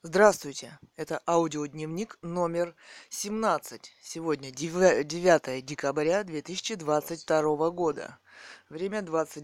Здравствуйте, это аудиодневник номер 17. Сегодня 9 декабря 2022 года. Время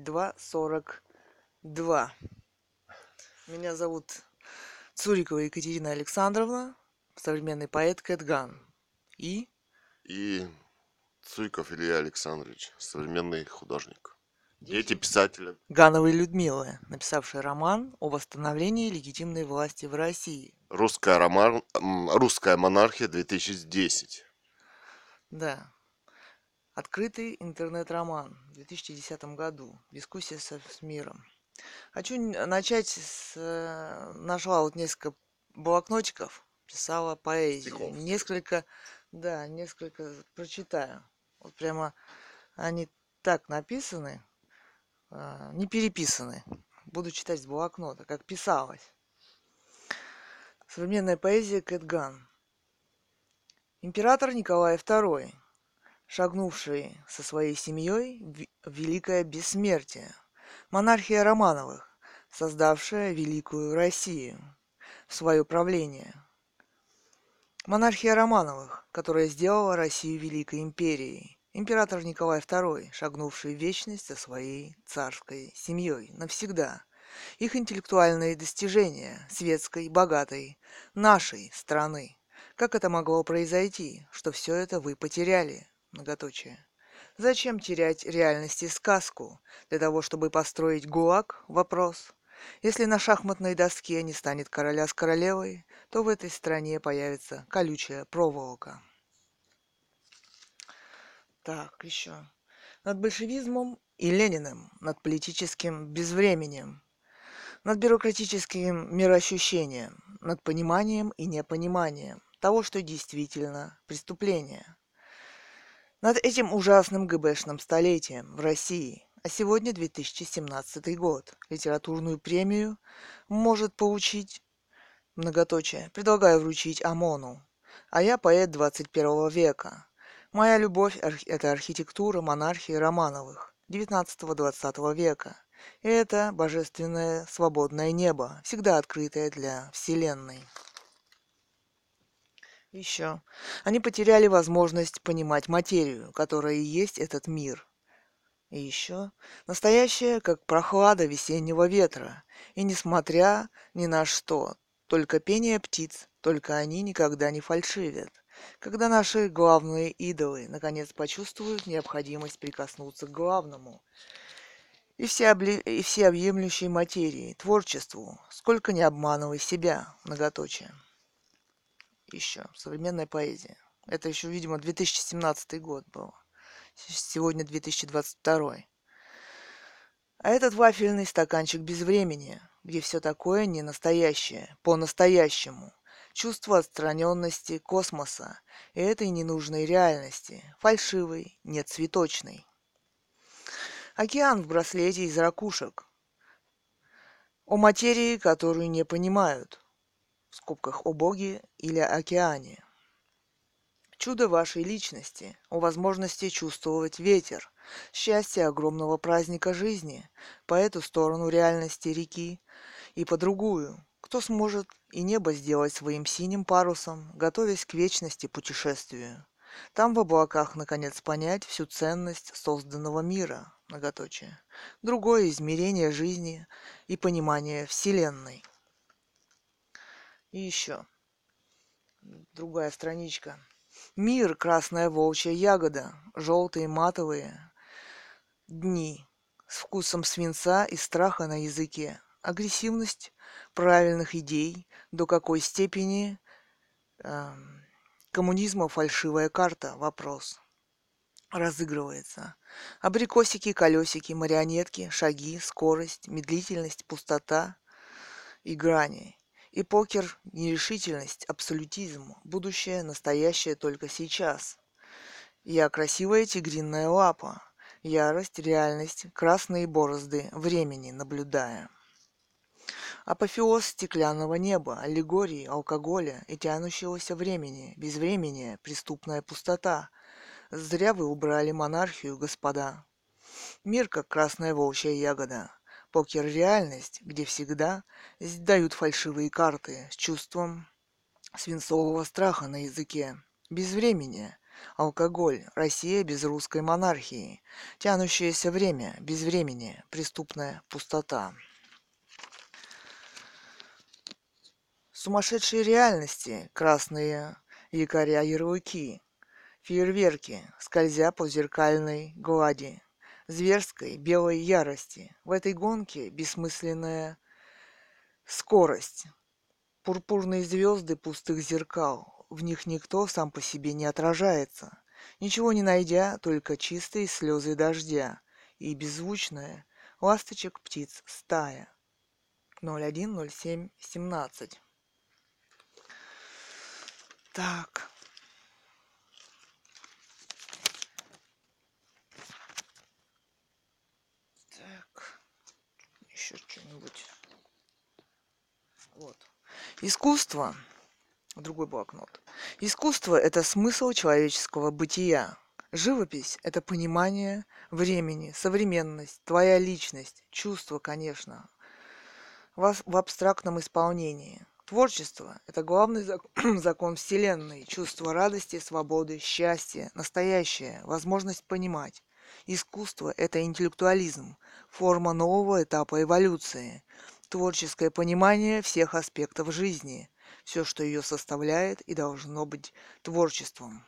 22:42. Меня зовут Цурикова Екатерина Александровна, современный поэт Кэтган. И И Цуйков Илья Александрович, современный художник. Дети дети писателя. Гановой Людмилы, написавшей роман о восстановлении легитимной власти в России. Русская монархия 2010. Да, открытый интернет-роман в 2010 году. Дискуссия с миром. Хочу начать с... Нашла вот несколько блокнотиков, писала поэзию. Стихов. Несколько прочитаю. Вот прямо они так написаны, не переписаны. Буду читать с блокнота, как писалось. Современная поэзия Кэтган. Император Николай II, шагнувший со своей семьей в великое бессмертие. Монархия Романовых, создавшая великую Россию в свое правление. Монархия Романовых, которая сделала Россию великой империей. Император Николай II, шагнувший в вечность со своей царской семьей навсегда. Их интеллектуальные достижения светской, богатой, нашей страны. Как это могло произойти, что все это вы потеряли? Многоточие. Зачем терять реальность и сказку? Для того, чтобы построить ГУЛАГ? Вопрос. Если на шахматной доске не станет короля с королевой, то в этой стране появится колючая проволока. Так, еще. Над большевизмом и Лениным, над политическим безвременем, над бюрократическим мироощущением, над пониманием и непониманием того, что действительно преступление. Над этим ужасным ГБшным столетием в России, а сегодня 2017 год, литературную премию может получить, многоточие, предлагаю вручить ОМОНу, а я поэт 21 века. Моя любовь – это архитектура монархии Романовых 19-20 века. И это божественное свободное небо, всегда открытое для Вселенной. Еще. Они потеряли возможность понимать материю, которая и есть этот мир. И еще. Настоящее, как прохлада весеннего ветра. И несмотря ни на что, только пение птиц, только они никогда не фальшивят. Когда наши главные идолы наконец почувствуют необходимость прикоснуться к главному и всеобъемлющей материи, творчеству, сколько не обманывай себя, многоточие. Еще. Современная поэзия. Это еще, видимо, 2017 год был. Сегодня 2022. А этот вафельный стаканчик безвремени, где все такое не настоящее, по-настоящему. Чувство отстраненности космоса и этой ненужной реальности, фальшивой, не цветочной. Океан в браслете из ракушек. О материи, которую не понимают. В скобках о Боге или океане. Чудо вашей личности, о возможности чувствовать ветер, счастье огромного праздника жизни, по эту сторону реальности реки и по другую. Кто сможет и небо сделать своим синим парусом, готовясь к вечности путешествию? Там в облаках, наконец, понять всю ценность созданного мира, многоточие. Другое измерение жизни и понимание Вселенной. И еще. Другая страничка. Мир, красная волчья ягода, желтые матовые дни с вкусом свинца и страха на языке. Агрессивность правильных идей, до какой степени коммунизма фальшивая карта, вопрос, разыгрывается. Абрикосики, колесики, марионетки, шаги, скорость, медлительность, пустота и грани. И покер, нерешительность, абсолютизм, будущее, настоящее только сейчас. Я красивая тигриная лапа, ярость, реальность, красные борозды, времени наблюдая. Апофеоз стеклянного неба, аллегории, алкоголя и тянущегося времени, безвременье, преступная пустота. Зря вы убрали монархию, господа. Мир, как красная волчья ягода. Покер-реальность, где всегда дают фальшивые карты с чувством свинцового страха на языке. Безвременье. Алкоголь. Россия без русской монархии. Тянущееся время. Без времени. Преступная пустота. Сумасшедшие реальности. Красные якоря-ярлыки. Фейерверки, скользя по зеркальной глади. Зверской белой ярости. В этой гонке бессмысленная скорость. Пурпурные звезды пустых зеркал, в них никто сам по себе не отражается, ничего не найдя, только чистые слезы дождя и беззвучная ласточек птиц стая. 01.07.17. Так. Так. Еще что-нибудь. Вот. Искусство. Другой блокнот. Искусство – это смысл человеческого бытия. Живопись – это понимание времени, современность, твоя личность, чувство, конечно, в абстрактном исполнении. Творчество – это главный закон Вселенной, чувство радости, свободы, счастья, настоящее, возможность понимать. Искусство – это интеллектуализм, форма нового этапа эволюции, творческое понимание всех аспектов жизни, все, что ее составляет и должно быть творчеством.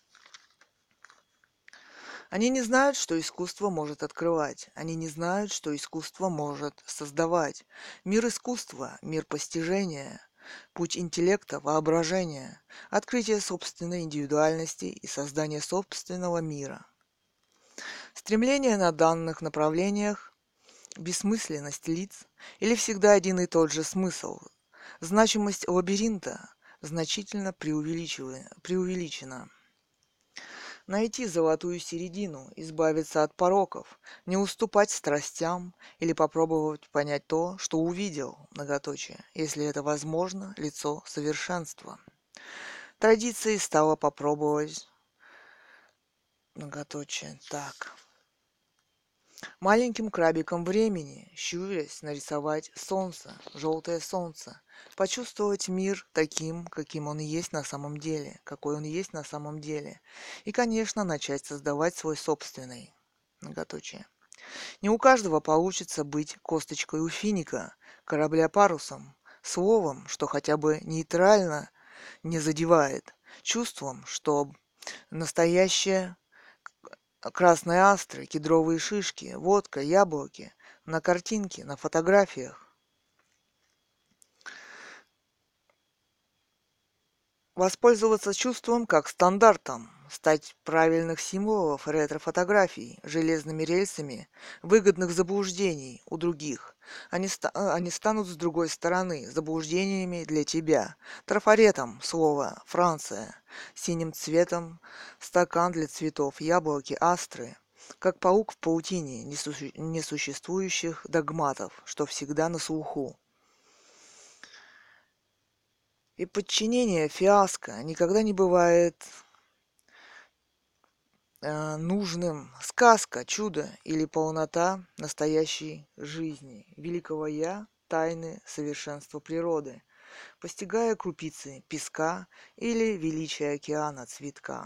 Они не знают, что искусство может открывать. Они не знают, что искусство может создавать. Мир искусства, мир постижения, путь интеллекта, воображения, открытие собственной индивидуальности и создание собственного мира. Стремление на данных направлениях, бессмысленность лиц или всегда один и тот же смысл. Значимость лабиринта значительно преувеличена. Найти золотую середину, избавиться от пороков, не уступать страстям или попробовать понять то, что увидел, многоточие, если это возможно, лицо совершенства. Традицией стало попробовать, многоточие, так. Маленьким крабиком времени, щурясь, нарисовать солнце, желтое солнце, почувствовать мир таким, каким он есть на самом деле, какой он есть на самом деле, и, конечно, начать создавать свой собственный, многоточие. Не у каждого получится быть косточкой у финика, корабля парусом, словом, что хотя бы нейтрально не задевает, чувством, что настоящее красные астры, кедровые шишки, водка, яблоки. На картинке, на фотографиях. Воспользоваться чувством как стандартом. Стать правильных символов ретро-фотографий, железными рельсами, выгодных заблуждений у других. Они станут с другой стороны, заблуждениями для тебя. Трафаретом, слово, Франция. Синим цветом, стакан для цветов, яблоки, астры. Как паук в паутине несуществующих догматов, что всегда на слуху. И подчинение, фиаско, никогда не бывает нужным. Сказка, чудо или полнота настоящей жизни, великого Я, тайны совершенства природы, постигая крупицы песка или величие океана цветка.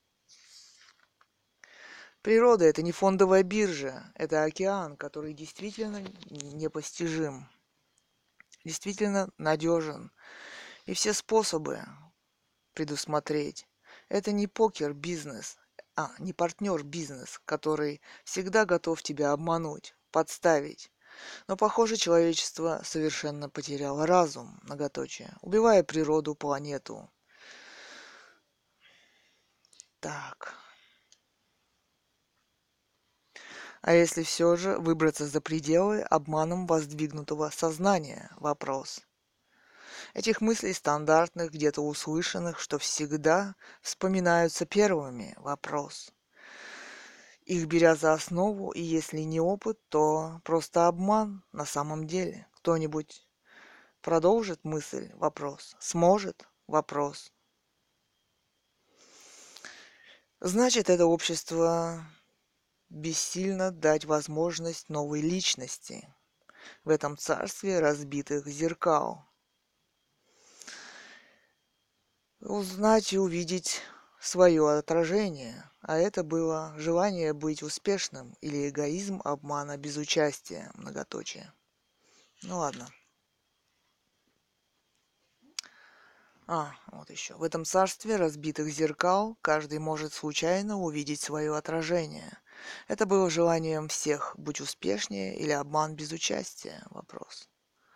Природа – это не фондовая биржа, это океан, который действительно непостижим, действительно надежен. И все способы предусмотреть. Это не покер-бизнес, не партнер-бизнес, который всегда готов тебя обмануть, подставить. Но, похоже, человечество совершенно потеряло разум, многоточие, убивая природу, планету. Так. А если все же выбраться за пределы обманом воздвигнутого сознания? Вопрос. Этих мыслей стандартных, где-то услышанных, что всегда вспоминаются первыми. Вопрос. Их беря за основу, и если не опыт, то просто обман на самом деле. Кто-нибудь продолжит мысль? Вопрос. Сможет? Вопрос. Значит, это общество бессильно дать возможность новой личности. в этом царстве разбитых зеркал. Узнать и увидеть свое отражение, а это было желание быть успешным или эгоизм обмана без участия, многоточие. Ну ладно. Вот еще. В этом царстве разбитых зеркал каждый может случайно увидеть свое отражение. Это было желанием всех быть успешнее или обман без участия? Вопрос.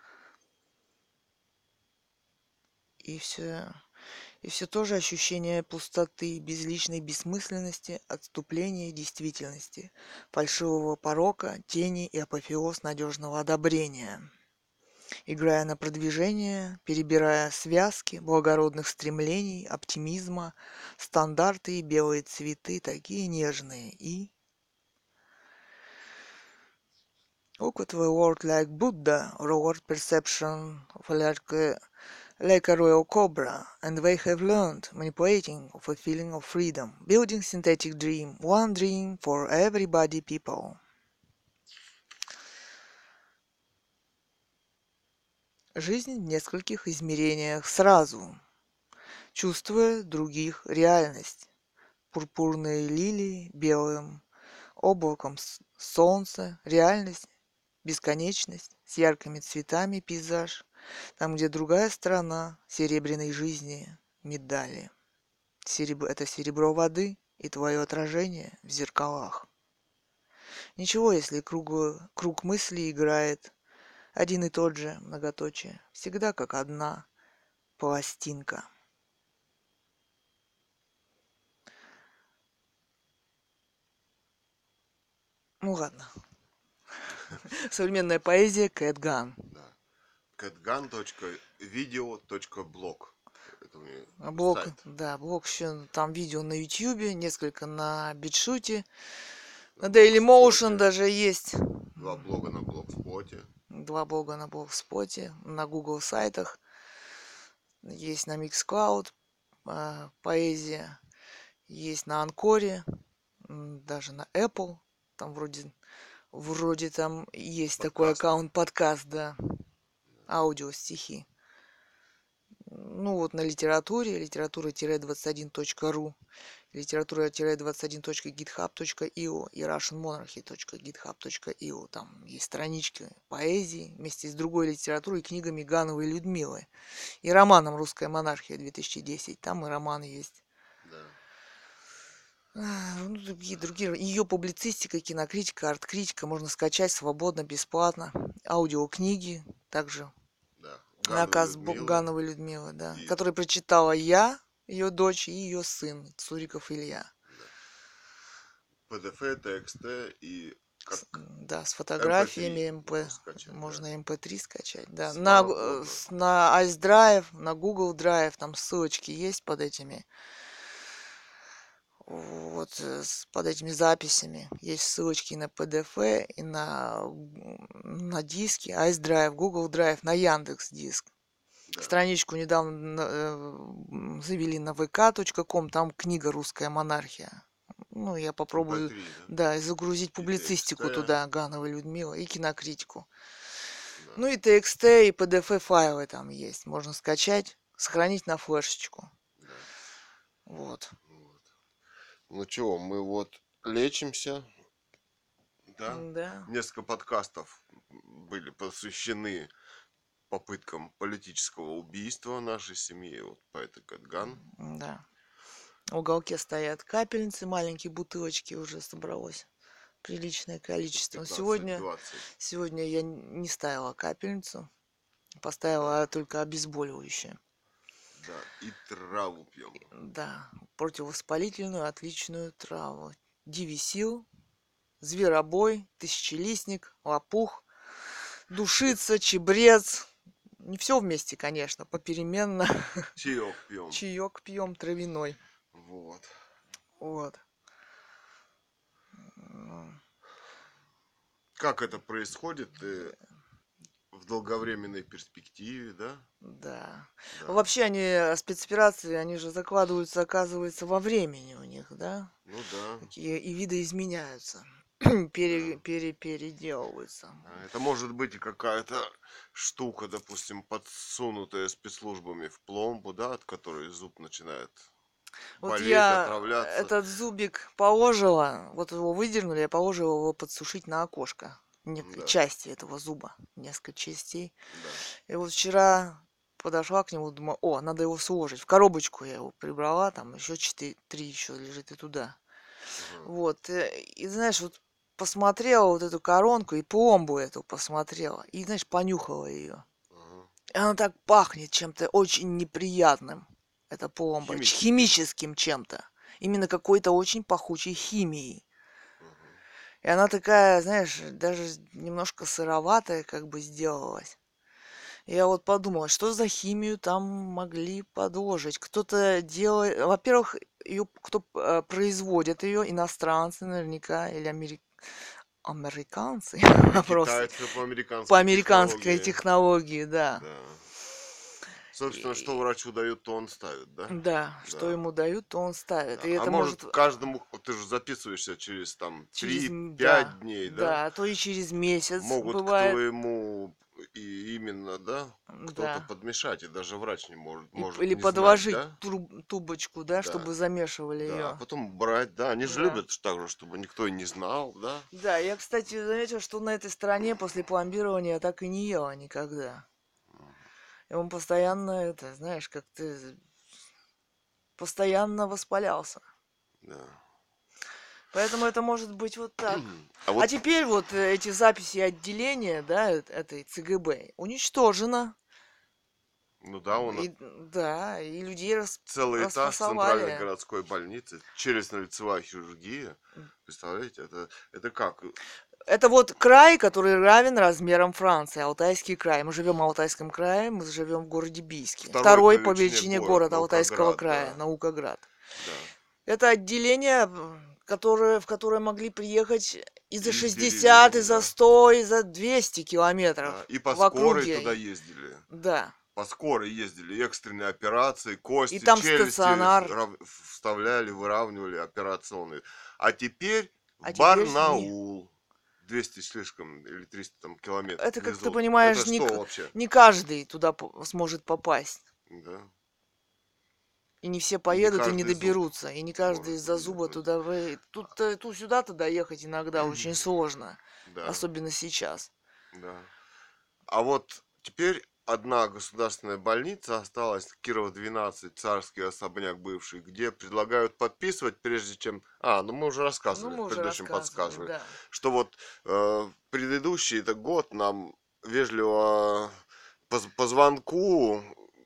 И все тоже ощущение пустоты, безличной бессмысленности, отступления действительности, фальшивого порока, тени и апофеоз надежного одобрения. Играя на продвижение, перебирая связки благородных стремлений, оптимизма, стандарты и белые цветы, такие нежные и... Look at the world like Buddha, or a world perception of like a royal cobra, and they have learned manipulating of a feeling of freedom, building synthetic dream, one dream for everybody people. Жизнь в нескольких измерениях сразу, чувствуя других реальность. Пурпурные лилии, белым облаком солнце, реальность, бесконечность, с яркими цветами пейзаж, там, где другая сторона серебряной жизни, медали. Это серебро воды и твое отражение в зеркалах. Ничего, если круг мысли играет один и тот же, многоточие, всегда как одна пластинка. Ну ладно. Современная поэзия Кэтган. Да. catgun.video.blog. Это у меня Блог, сайт. да, блог еще, там видео на Ютьюбе, несколько на Битшуте, на На Dailymotion Блогспоте. даже есть. 2 блога на Блогспоте. 2 блога на Блогспоте, на Google сайтах. Есть на Mixcloud поэзия, есть на Анкоре, даже на Apple. Там вроде там есть такой Подкасты. аккаунт подкаст, да, аудио, стихи. Ну вот на литературе, литература-21.ру, литература-21.github.io и russianmonarchy.github.io. Там есть странички поэзии вместе с другой литературой, книгами Гановой Людмилы и романом «Русская монархия» 2010. Там и роман есть. Да. Ну, другие. Ее публицистика, кинокритика, арт-критика можно скачать свободно, бесплатно. Аудиокниги также. Да. Гановой Людмилы, да. И... Который прочитала я, ее дочь и ее сын, Цуриков Илья. Да. PDF, TXT и как Да, с фотографиями можно скачать, можно да. MP3 скачать. Да. Смарт-удобно. На Ice Drive, на Google Drive, там ссылочки есть под этими. Вот под этими записями есть ссылочки на PDF и на диски, Ice Drive, Google Drive, на Яндекс Диск. Да. Страничку недавно завели на vk.com, там книга «Русская монархия». Ну, я попробую, MP3, да, и загрузить публицистику TXT. туда, Гановой Людмилы, и кинокритику. Да. Ну, и TXT, и PDF-файлы там есть. Можно скачать, сохранить на флешечку. Да. Вот. Ну чего, мы вот лечимся, да? Да. Несколько подкастов были посвящены попыткам политического убийства нашей семьи, вот поэта Кэтган. Да. В уголке стоят капельницы, маленькие бутылочки уже собралось. Приличное количество. 15-20. Сегодня я не ставила капельницу. Поставила только обезболивающее. Да, и траву пьем. Да, противовоспалительную, отличную траву. Дивисил, зверобой, тысячелистник, лопух, душица, чебрец. Не все вместе, конечно, попеременно. Чаек пьем. Чаек пьем травяной. Вот. Вот. Как это происходит в долговременной перспективе, да? Да. Да. Вообще они, спецоперации, они же закладываются, оказывается, во времени у них, да? Ну да. И видоизменяются. переделываются. Это может быть и какая-то штука, допустим, подсунутая спецслужбами в пломбу, да, от которой зуб начинает Вот болеть, я отравляться. этот зубик положила, вот его выдернули, я положила его подсушить на окошко. Да, Части этого зуба, несколько частей. да. И вот вчера подошла к нему, думаю, о, надо его сложить. В коробочку я его прибрала, там еще 3 еще лежит и туда. Мгм, Вот, и знаешь, вот посмотрела вот эту коронку и пломбу эту посмотрела. И, знаешь, понюхала ее. мгм. И она так пахнет чем-то очень неприятным. Это пломба. Химическим. Химическим чем-то. Именно какой-то очень пахучей химией. Мгм. И она такая, знаешь, даже немножко сыроватая как бы сделалась. Я вот подумала, что за химию там могли подложить. Кто-то делает... Во-первых, ее кто производит ее, иностранцы наверняка, или американцы Или просто. китайцы по По американской американской технологии. технологии, да. Да. Собственно, что И- врачу дают, то он ставит, да? да, что Да. ему дают, то он ставит. Да. И А это может может каждому, ты же записываешься через там да, 3-5 дней, да? да, а то и через месяц Могут к бывает, твоему и именно, да, кто-то да. подмешать, и даже врач не может Или не знать, подложить да? тубочку, да, Да, чтобы замешивали да. А ее. потом брать, да. Они же Да. любят так же, чтобы никто и не знал, да? Да, я, кстати, заметил, что на этой стороне после пломбирования я так и не ела никогда. И он постоянно, это, знаешь, как ты постоянно воспалялся. Да. Поэтому это может быть вот так. А А вот, теперь вот эти записи отделения, да, этой ЦГБ уничтожено. ну да, он И, да, и людей целый этаж центральной расфасовали. городской больницы, челюстно-лицевая хирургия. Представляете, это как? Это вот край, который равен размерам Франции, Алтайский край. Мы живем в Алтайском крае, мы живем в городе Бийске. Второй по Второй по величине величине город, город Алтайского Наукоград, края, да, Наукоград. да. Это отделение, в которое могли приехать и за И из 60, и деревень, за да, 100, и за 200 да. километров И по в скорой туда округе. ездили. Да. По скорой ездили, экстренные операции, И кости, там челюсти стационар. вставляли, выравнивали операционные. А теперь в А теперь не. Барнаул. 200 слишком или 300 там километров Это, как ты везут. понимаешь, Это что вообще? не каждый туда сможет попасть. Да. И не все И не поедут, и не каждый зуб доберутся. И не каждый может из-за зуба выдернуть. туда... Тут, сюда-то доехать иногда очень сложно. Да, Особенно сейчас. да. А вот теперь одна государственная больница осталась, Киров-12, царский особняк бывший, где предлагают подписывать, прежде чем... ну мы уже Ну, рассказывали в мы уже предыдущем рассказывали, подсказывали, да. что вот предыдущий это год нам вежливо по звонку,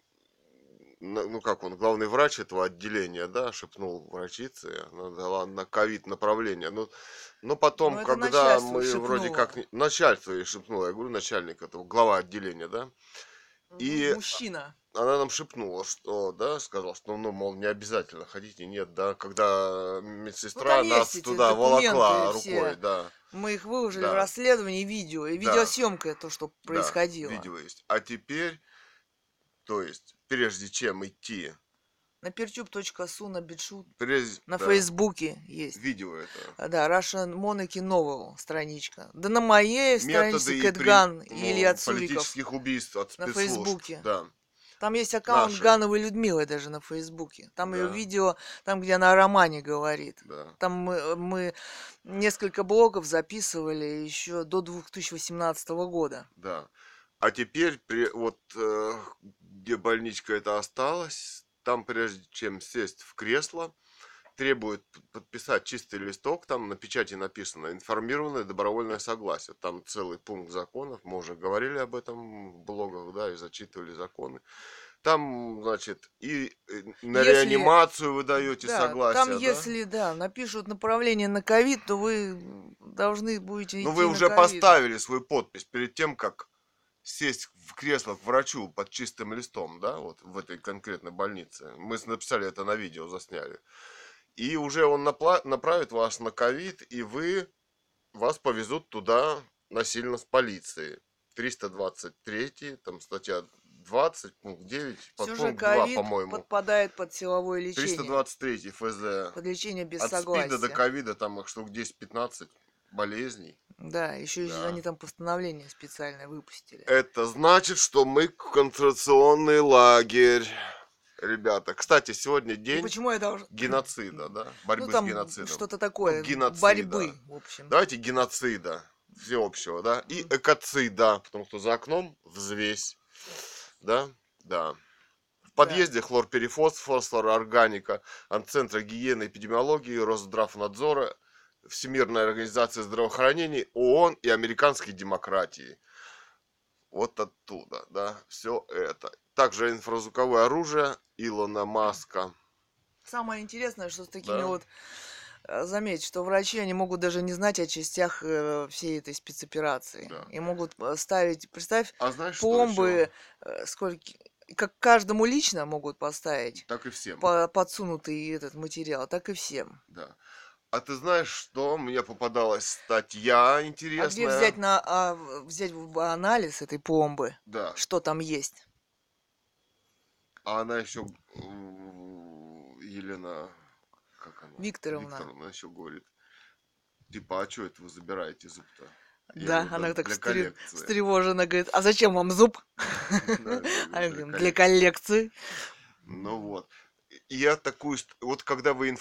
ну как он, главный врач этого отделения, да, шепнул врачице, она дала на ковид направление. Но потом, Но это когда начальство мы вроде шепнуло. как... Начальство ей шепнуло, я говорю, начальник этого, глава отделения, да, и Мужчина. она нам шепнула, что, да, сказала, что, ну, мол, не обязательно ходите, нет, да, когда Ну, там медсестра есть нас эти туда документы волокла рукой, все. да, Мы их выложили в да, расследовании, видео. И да, видеосъемка, то, что да, происходило. видео есть. А теперь, то есть, прежде чем идти, На pertube.su, на битшут, на да, Фейсбуке есть. видео это, Да, Russian Monarchy Novel страничка. Да на моей странице методы и при, Кэтган и Илья ну, Цуриков политических убийств от на спецслужб, Фейсбуке. да, Там есть аккаунт наши, Гановой Людмилы даже на Фейсбуке. Там ее да, видео, там, где она о романе говорит. да, Там мы несколько блогов записывали еще до 2018 года. да. А теперь, вот где больничка эта осталась, там прежде чем сесть в кресло, требует подписать чистый листок, там на печати написано «информированное добровольное согласие». Там целый пункт законов, мы уже говорили об этом в блогах, да, и зачитывали законы. Там, значит, и на Если, реанимацию вы даете да, там согласие, да? если, да, напишут направление на ковид, то вы должны будете Но вы идти на уже ковид. поставили свою подпись перед тем, как сесть в кресло к врачу под чистым листом, да, вот в этой конкретной больнице. Мы написали это на видео, засняли. И уже он направит вас на ковид, и вас повезут туда насильно с полицией. 323, там статья 20, пункт 9, Все же подпункт 2, ковид по-моему. подпадает под силовое лечение. 323 ФЗ. Под лечение без От СПИДа до согласия. ковида там их штук 10-15. болезней. Да, еще Да. они там постановление специальное выпустили. Это значит, что мы концентрационный лагерь. Ребята, кстати, сегодня И день почему я должен... геноцида, да? Ну, Борьбы с там геноцидом. что-то Ну, такое, геноцида. борьбы, в общем. Давайте геноцида всеобщего, да? И экоцида, потому что за окном взвесь. Да? Да. В подъезде хлорперифос, фосфор, органика, от Центра гигиены и эпидемиологии, Росздравнадзора, Всемирная организация здравоохранения, ООН и американской демократии. Вот оттуда, да, все это. Также инфразвуковое оружие Илона Маска. Самое интересное, что с такими Да. вот... Заметь, что врачи, они могут даже не знать о частях всей этой спецоперации. Да. И могут ставить, представь, А знаешь, что пломбы, еще? сколько... Как каждому лично могут поставить Так и всем. подсунутый этот материал, так и всем. Да. А ты знаешь, что мне попадалась статья А где интересная? взять взять анализ этой пломбы? Да. Что там есть? А она еще Елена, как она? Викторовна. еще говорит, типа, а что это вы забираете зуб-то? Я Да, говорю, она так для коллекции. встревоженно говорит, а зачем вам зуб? А я говорю, для коллекции. Ну вот. И я такую, вот когда вы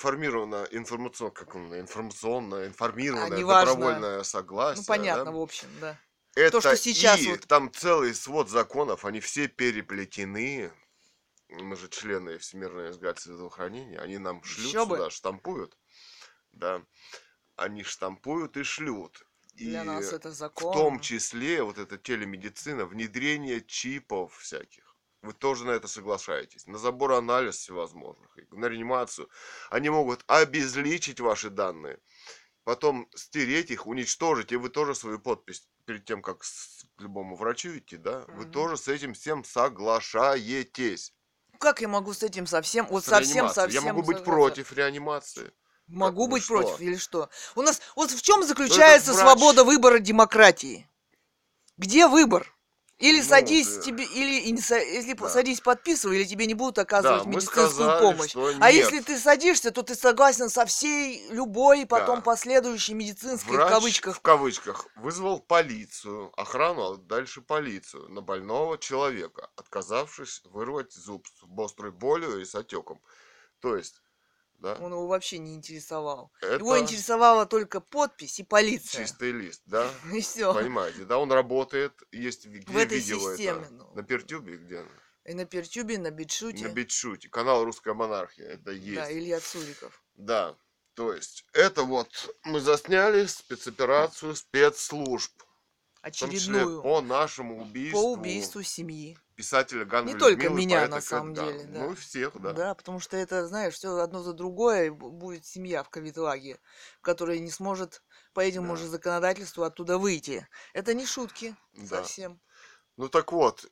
информационно информированное, неважно. добровольное согласие, Ну, понятно, да, в общем, да. это То, что сейчас и вот... там целый свод законов, они все переплетены. Мы же члены Всемирной организации здравоохранения, они нам шлют Еще бы. сюда, штампуют, да, они штампуют и шлют. Для И нас это закон. в том числе вот эта телемедицина, внедрение чипов всяких. Вы тоже на это соглашаетесь. На забор анализ всевозможных, на реанимацию. Они могут обезличить ваши данные, потом стереть их, уничтожить, и вы тоже свою подпись перед тем, как к любому врачу идти, да, вы тоже с этим всем соглашаетесь. Как я могу с этим совсем, вот С совсем, реанимацией. Я могу быть согласиться? против реанимации. Могу Вы быть что? против или что? У нас, вот в чем заключается врач. свобода выбора демократии? Где выбор? Или Ну, садись ты- тебе, или и не са- если Да. садись подписывай, или тебе не будут оказывать Да, мы медицинскую сказали, помощь. что А нет. если ты садишься, то ты согласен со всей любой потом Да. последующей медицинской Врач, в кавычках. в кавычках, вызвал полицию, охрану, а дальше полицию на больного человека, отказавшись вырвать зуб с острой болью и с отеком. То есть, да, Он его вообще не интересовал. это Его интересовала только подпись и полиция. чистый лист, да? И все. Понимаете, да, он работает, есть где В этой видео системе. это? На Пертюбе, где? И на Пертюбе, на На Битшуте. Битшуте, канал «Русская монархия», это Да, есть. Илья Цуриков. Да, то есть, это вот мы засняли спецоперацию спецслужб. В том числе Очередную. по нашему убийству. По убийству семьи. Писателя Ганга Не только Людмилы, меня, поэта на самом Кэтгана. деле, да. Ну и всех, да. Да, потому что это, знаешь, все одно за другое, и будет семья в ковидлаге, которая не сможет по этому Да. же законодательству оттуда выйти. Это не шутки Да. совсем. Ну так вот,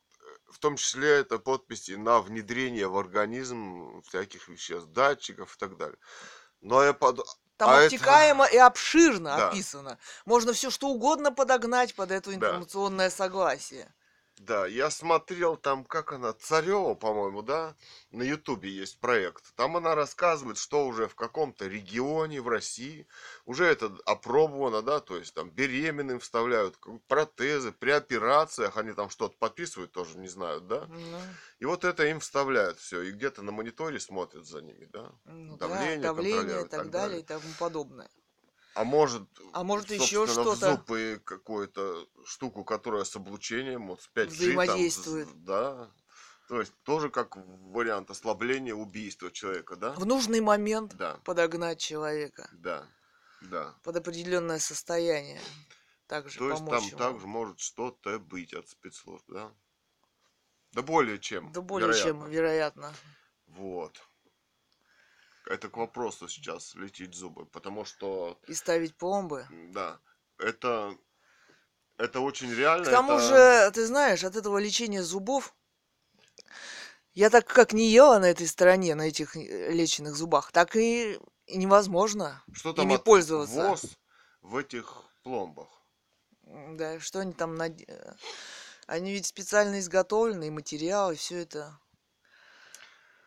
в том числе это подписи на внедрение в организм всяких веществ, датчиков и так далее. Но я Там обтекаемо и обширно Да. описано. Можно все что угодно подогнать под это Да. информационное согласие. Да, я смотрел там, как она, Царева, по-моему, да, на Ютубе есть проект. Там она рассказывает, что уже в каком-то регионе в России уже это опробовано, да, то есть там беременным вставляют протезы, при операциях они там что-то подписывают, тоже не знают, да. Ну, И вот это им вставляют все, и где-то на мониторе смотрят за ними, да. ну Давление, да, давление и контролируют так далее и тому подобное. А может еще собственно, в что-то. зуб и какую-то штуку, которая с облучением, вот с 5G Взаимодействует. там, да. То есть тоже как вариант ослабления убийства человека, да? В нужный момент Да, подогнать человека да, да. под определенное состояние. Также То есть помочь там ему. также может что-то быть от спецслужб, да? Да более чем, Да более вероятно. чем вероятно. Вот. Это к вопросу сейчас лечить зубы, потому что, И ставить пломбы. да, это очень реально. К тому это... же, ты знаешь, от этого лечения зубов я так как не ела на этой стороне, на этих леченых зубах, так и невозможно Что там ими от пользоваться. ВОЗ в этих пломбах? Да, что они там... Они ведь специально изготовленные материалы, все это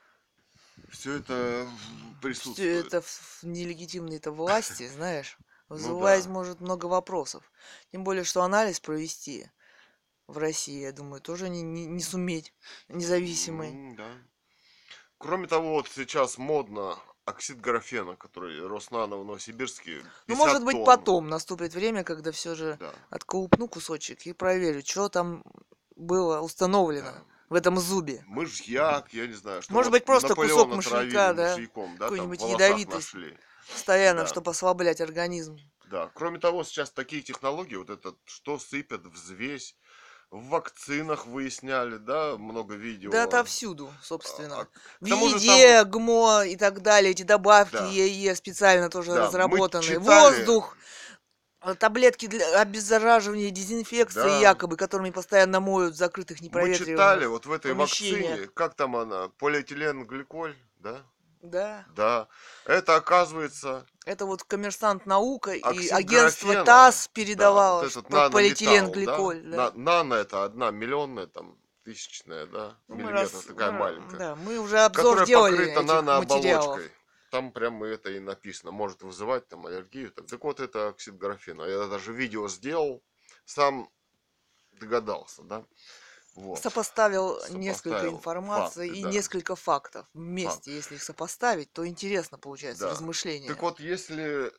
Все это все присутствует. это в нелегитимной-то власти, знаешь, Ну вызывать да. может много вопросов. Тем более, что анализ провести в России, я думаю, тоже не суметь независимый. Да. Кроме того, вот сейчас модно оксид графена, который Роснано в Новосибирске, Ну, может 50 быть, тонн. потом наступит время, когда все же Да, отколупну кусочек и проверю, что там было установлено да. в этом зубе. Мышьяк, я не знаю, что Может вот быть, просто кусок Наполеона травили мышьяка, да, мышьяком, да, там в какой-нибудь волосах ядовитый, нашли. постоянно, Да, чтобы ослаблять организм. да. Кроме того, сейчас такие технологии, вот это, что сыпят, взвесь, в вакцинах выясняли, да, много Да, видео. отовсюду, собственно. К В тому же там, еде, ГМО и так далее, эти добавки да, ЕЕ специально тоже да, мы разработанные. читали, Воздух, таблетки для обеззараживания, дезинфекции да, якобы, которыми постоянно моют в закрытых мы читали непроветриваемых вот в этой вакцине, помещениях. как там она, полиэтиленгликоль, да? Да, Да, это оказывается это вот «Коммерсант Наука» и оксид агентство графена, ТАСС да, вот передавало этот про нанометалл, да, полиэтиленгликоль, да. нано это 1 миллионная, там, тысячная, да, Ну, миллиметр, такая маленькая, да, мы уже обзор которая делали покрыта этих материалов. нанооболочкой. Там прямо это и написано, может вызывать там аллергию. Так вот, это оксид графена. Я даже видео сделал, сам догадался, да, вот, Сопоставил несколько сопоставил информации факты, и да, несколько фактов факт. вместе. Если их сопоставить, то интересно получается Да. Так размышление. вот, если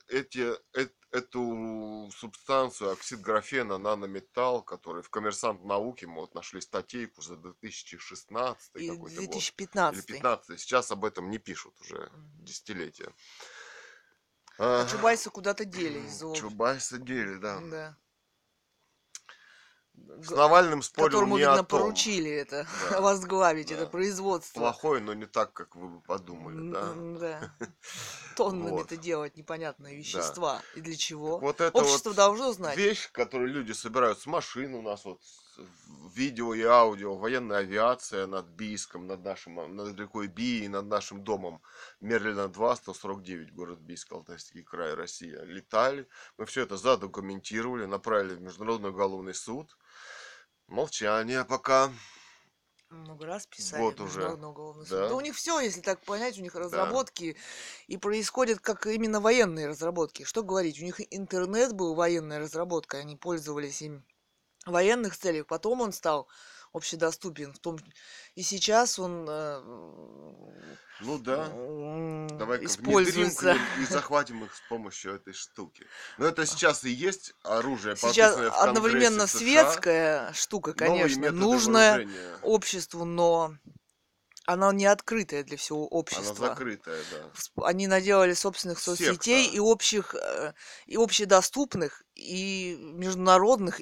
эту субстанцию, оксид графена, нанометалл, который в «Коммерсант науки», мы вот нашли статейку за 2016 И какой-то год, или 2015. 15, сейчас об этом не пишут уже десятилетия. А Чубайса куда-то дели из Чубайса дели, да. Да. С Навальным спорил Которому, не о видно, том, поручили это да, возглавить, это да. производство. Плохой, но не так, как вы бы подумали, да. Да. Тоннами Вот, это делать непонятные да. вещества. И для Так чего? вот это вот Общество должно знать. вещь, которую люди собирают с машин у нас, вот видео и аудио, военная авиация над Бийском, над нашим, над рекой Бии, над нашим домом Мерлина 2, 149, город Бийск, Алтайский край, Россия, летали. Мы все это задокументировали, направили в Международный уголовный суд. Молчание пока. Много раз писали в Год уже. Международный уголовный суд. Да Да, у них все, если так понять, у них да. разработки и происходят как именно военные разработки. Что говорить, у них интернет был военной разработкой, они пользовались им в военных целях, потом он стал общедоступен, и сейчас он Ну да. Давай-ка внедрим к используется. ним и захватим их с помощью этой штуки. Но это сейчас и есть оружие, Сейчас подписанное в Конгрессе одновременно США. светская штука, Новые конечно, методы нужная вооружения. обществу, но она не открытая для всего Она общества. закрытая, да. Они наделали собственных соцсетей Секта. и общих, и общедоступных, и международных,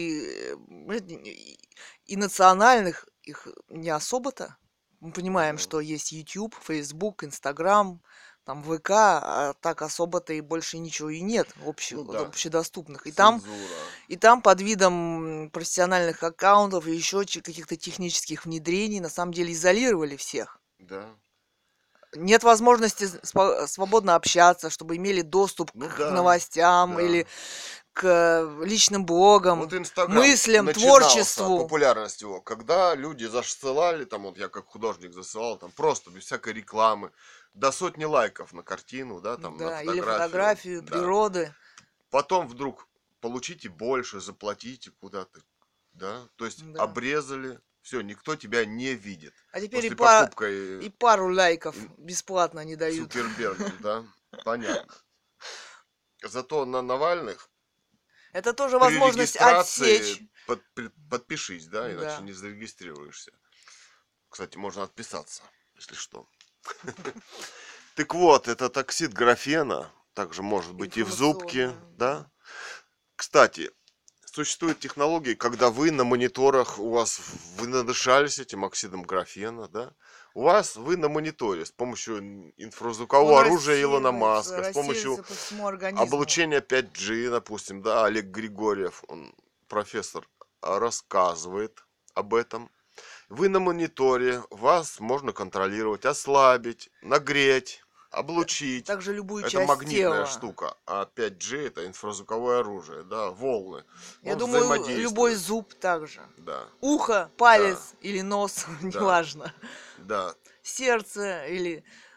и национальных. Их не особо-то. Мы понимаем, Да. что есть YouTube, Facebook, Instagram, там ВК, а так особо-то и больше ничего и нет Ну да. общедоступных. Цензура. И там под видом профессиональных аккаунтов и еще каких-то технических внедрений на самом деле изолировали всех. Да. Нет возможности свободно общаться, чтобы имели доступ Ну к да. новостям Да. или к личным блогам, Вот Инстаграм мыслям, начинался, творчеству. популярность его, когда люди засылали, там вот я как художник засылал, там просто без всякой рекламы, до сотни лайков на картину, да, там на Да, или фотографию, фотографию да. природы. Потом вдруг получите больше, заплатите куда-то, да, то есть Да. обрезали, все, никто тебя не видит. А теперь После покупки и пару лайков бесплатно не дают. Цукербергом, да, понятно. Зато на Навальных Это тоже при возможность отсечь. регистрации подпишись, да, иначе Да. не зарегистрируешься. Кстати, можно отписаться, если что. Так вот, этот оксид графена также может быть и в зубке, Информационная. да. Кстати, существуют технологии, когда вы на мониторах, вы надышались этим оксидом графена, да, вы на мониторе с помощью инфразвукового Он оружия Илона Маска, с помощью рассеивается по всему организму. облучения 5G, допустим, да, Олег Григорьев, он профессор, рассказывает об этом. Вы на мониторе, вас можно контролировать, ослабить, нагреть, облучить. Также любую Это часть магнитная тела. штука, а 5G это инфразвуковое оружие, да, волны. Я Он думаю, любой взаимодействует. зуб также. Да, Ухо, палец или нос, да, неважно. да, Сердце или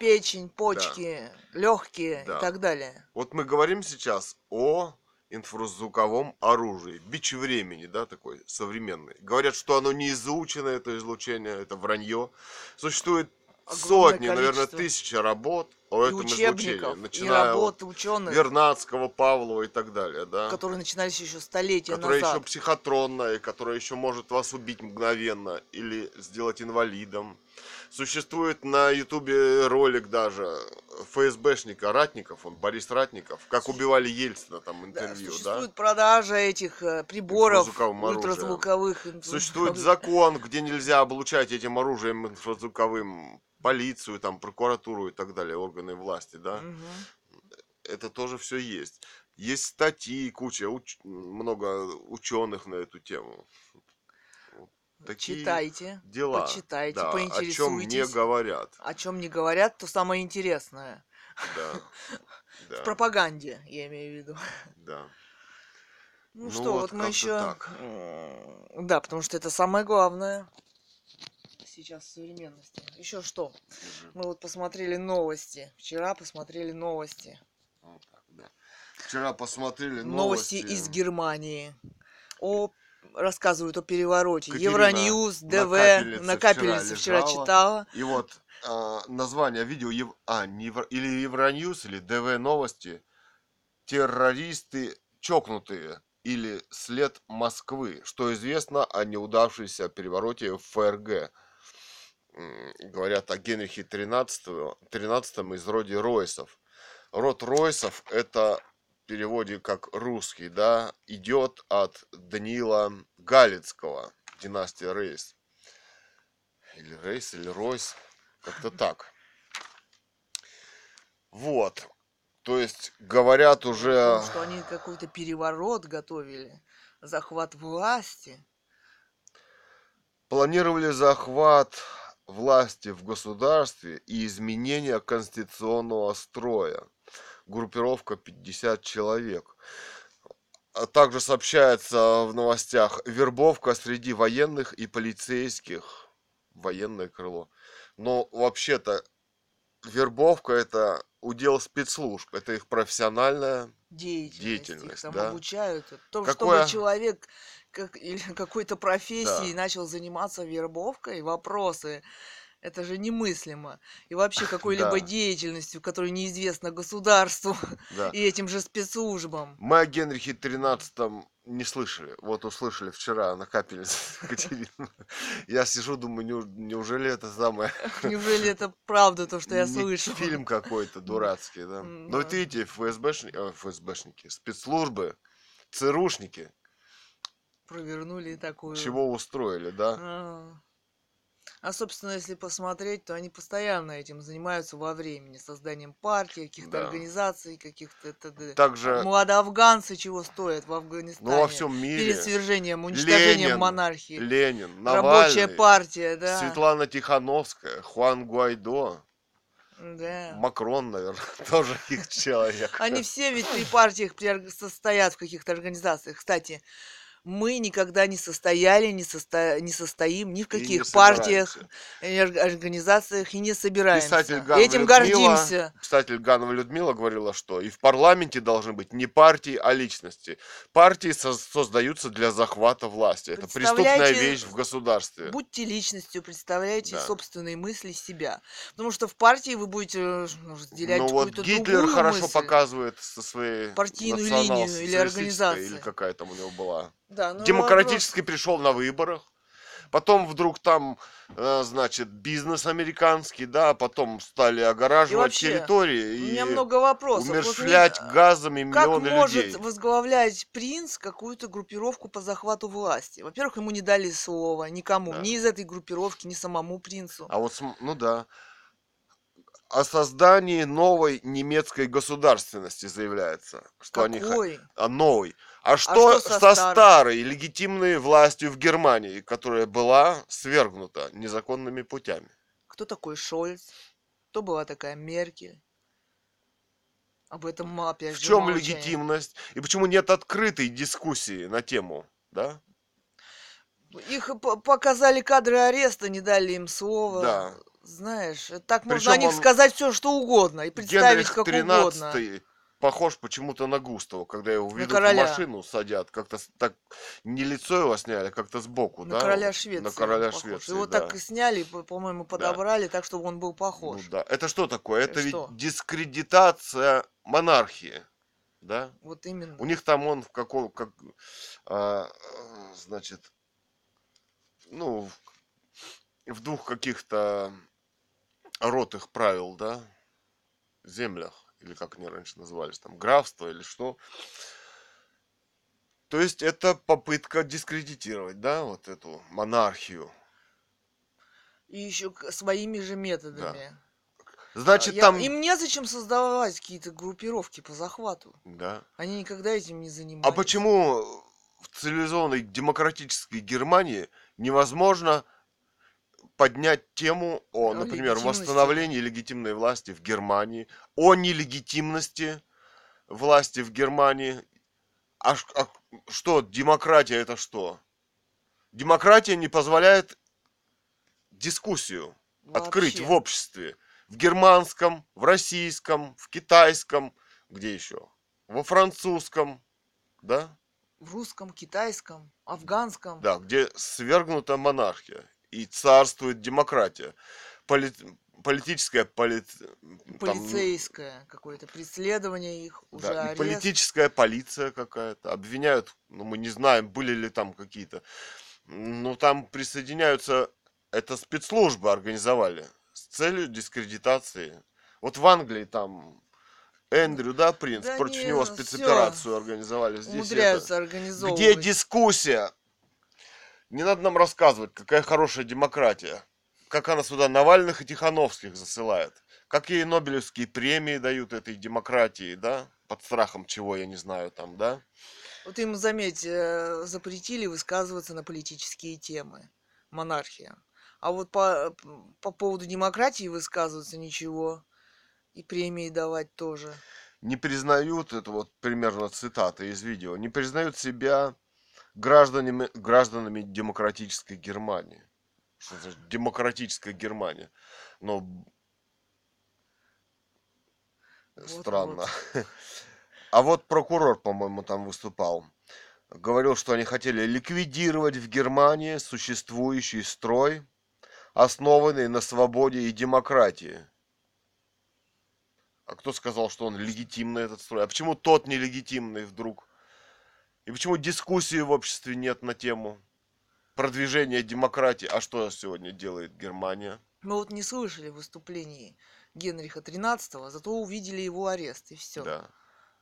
печень, Да, почки, легкие и да. так далее. Вот мы говорим сейчас о инфразвуковом оружии, бич времени, да, такой современный. Говорят, что оно не изучено, это излучение, это вранье. Существует Огромное сотни, наверное, количество тысячи работ о и этом излучении, учебников, и начиная от работ ученых, Вернадского, Павлова и так далее, да, которые начинались еще столетия которое еще назад. психотронное, которое еще может вас убить мгновенно или сделать инвалидом. Существует на ютубе ролик даже ФСБшника Ратников, он Борис Ратников, как убивали Ельцина, там Да, интервью, да, существует продажа этих приборов инфразвуковым оружием. ультразвуковых, Существует инфразвуковых. закон, где нельзя облучать этим оружием инфразвуковым полицию, там, прокуратуру и так далее, органы власти, да. Мгм. Это тоже все есть. Есть статьи, куча, много ученых на эту тему. Вот такие Читайте, дела, почитайте, да, о чем не поинтересуйтесь. говорят, О чем не говорят, то самое интересное. да, В да, пропаганде, я имею в виду. да. Ну Ну что, вот вот мы как-то еще... так. Да, потому что это самое главное сейчас в современности. Еще что? Держи. Мы вот посмотрели новости. Вчера посмотрели новости. Вот так, да. Вчера посмотрели Новости новости. из Германии. Рассказывают о перевороте. Катерина Евроньюз, на ДВ, капельнице на вчера капельнице вчера лежала. читала. И вот название видео, или Евроньюз, или ДВ новости. Террористы чокнутые или след Москвы. Что известно о неудавшемся перевороте в ФРГ. Говорят о Генрихе XIII из рода Ройсов. Род Ройсов это в переводе как русский, да, идет от Даниила Галицкого, династия Рейс. Или Рейс, или Ройс, как-то так. Вот. То есть говорят О уже... том, что они какой-то переворот готовили, захват власти. Планировали захват власти в государстве и изменение конституционного строя. Группировка 50 человек. А также сообщается в новостях вербовка среди военных и полицейских. Военное крыло. Но вообще-то вербовка это удел спецслужб. Это их профессиональная Их деятельность, там да. обучают. То, чтобы Какое... человек или какой-то профессии Да. начал заниматься вербовкой, вопросы. Это же немыслимо. И вообще какой-либо Да. деятельностью, которая неизвестна государству Да. и этим же спецслужбам. Мы о Генрихе XIII не слышали. Вот услышали вчера на капельнице Катерину. Я сижу, думаю, неужели это самое... Неужели это правда, то, что я Не слышу? фильм какой-то дурацкий, да? Но вот видите, ФСБшники, спецслужбы, ЦРУшники, Провернули такую. чего устроили, да? Собственно, если посмотреть, то они постоянно этим занимаются во времени. Созданием партий, каких-то Да. организаций, каких-то т.д. Также, молодоафганцы чего стоят в ну, во Афганистане. всем Перед мире свержением, уничтожением монархии. Ленин, Рабочая Навальный, партия, да. Светлана Тихановская, Хуан Гуайдо, Да. Макрон, наверное, тоже их человек. Они все ведь при партиях состоят в каких-то организациях. Кстати, мы никогда не состояли, не состоим ни в И не каких партиях, собираемся. организациях и не собираемся. Писатель Ганова Этим Людмила, гордимся. писатель Ганова Людмила говорила, что и в парламенте должны быть не партии, а личности. Партии создаются для захвата власти. Это преступная вещь в государстве. Будьте личностью, представляйте Да. собственные мысли себя. Потому что в партии вы будете разделять Ну вот какую-то Гитлер другую хорошо мысль, показывает со своей партийную линию или организацию. или какая там у него была. Да, ну Демократически пришел на выборах. Потом вдруг там, значит, бизнес американский, да, потом стали огораживать территории у меня и много вопросов. умерщвлять газами миллионы как может людей. возглавлять принц какую-то группировку по захвату власти? Во-первых, ему не дали слова никому, Да. ни из этой группировки, ни самому принцу. А вот, ну да, о создании новой немецкой государственности заявляется. Что Какой? новой. А что что со старой легитимной властью в Германии, которая была свергнута незаконными путями? Кто такой Шольц? Кто была такая Меркель? Об этом опять В же чем молчание. легитимность? И почему нет открытой дискуссии на тему, да? Их показали кадры ареста, не дали им слова. Да. Знаешь, так можно о Причем них он, сказать все, что угодно, и представить Генрих как угодно. XIII, похож почему-то на Густава, когда его На ведут в короля. машину, садят, как-то так, не лицо его сняли, а как-то сбоку, На да, короля вот, на Швеции он короля похож. Швеции, Его так да, и сняли, по-моему, да. подобрали так, чтобы он был Ну похож. да. Это что такое? Это ведь Что? дискредитация монархии, да? Вот У именно. них там он в каком, как, значит, ну, в двух каких-то ротых правил, да, землях, или как они раньше назывались, там, графство или что. То есть это попытка дискредитировать, да, вот эту монархию, И еще своими же да. методами. Значит, там, Им незачем создавать какие-то группировки по захвату. да. Они никогда этим не А занимались. почему в цивилизованной демократической Германии невозможно поднять тему о, О например, легитимности. восстановлении легитимной власти в Германии, о нелегитимности власти в Германии? А что, демократия это что? Демократия не позволяет дискуссию открыть в Вообще. обществе. В германском, в российском, в китайском, где еще? Во французском, да? В русском, китайском, афганском. Да, где свергнута монархия и царствует демократия. Поли- политическая, там, Полицейское какое-то преследование их, да, уже и арест. политическая полиция какая-то. Обвиняют, ну, мы не знаем, были ли там какие-то. Ну, там присоединяются, это спецслужбы организовали с целью дискредитации. Вот в Англии там Эндрю, да, принц, Да против него они все спецоперацию организовали. Здесь это. умудряются Где организовывать. дискуссия? Не надо нам рассказывать, какая хорошая демократия. Как она сюда Навальных и Тихановских засылает. Какие Нобелевские премии дают этой демократии, да? Под страхом чего, я не знаю, там, да? Вот им, заметь, запретили высказываться на политические темы. Монархия. А вот по поводу демократии высказываться ничего. И премии давать тоже. Не признают, это вот примерно цитата из видео, не признают себя гражданами демократической Германии. Что значит демократическая Германия? Ну, странно. Вот-вот. А вот прокурор, по-моему, там выступал. Говорил, что они хотели ликвидировать в Германии существующий строй, основанный на свободе и демократии. А кто сказал, что он легитимный, этот строй? А почему тот нелегитимный вдруг? И почему дискуссии в обществе нет на тему продвижения демократии? А что сегодня делает Германия? Мы вот не слышали выступлений Генриха XIII, зато увидели его арест, и все. Да.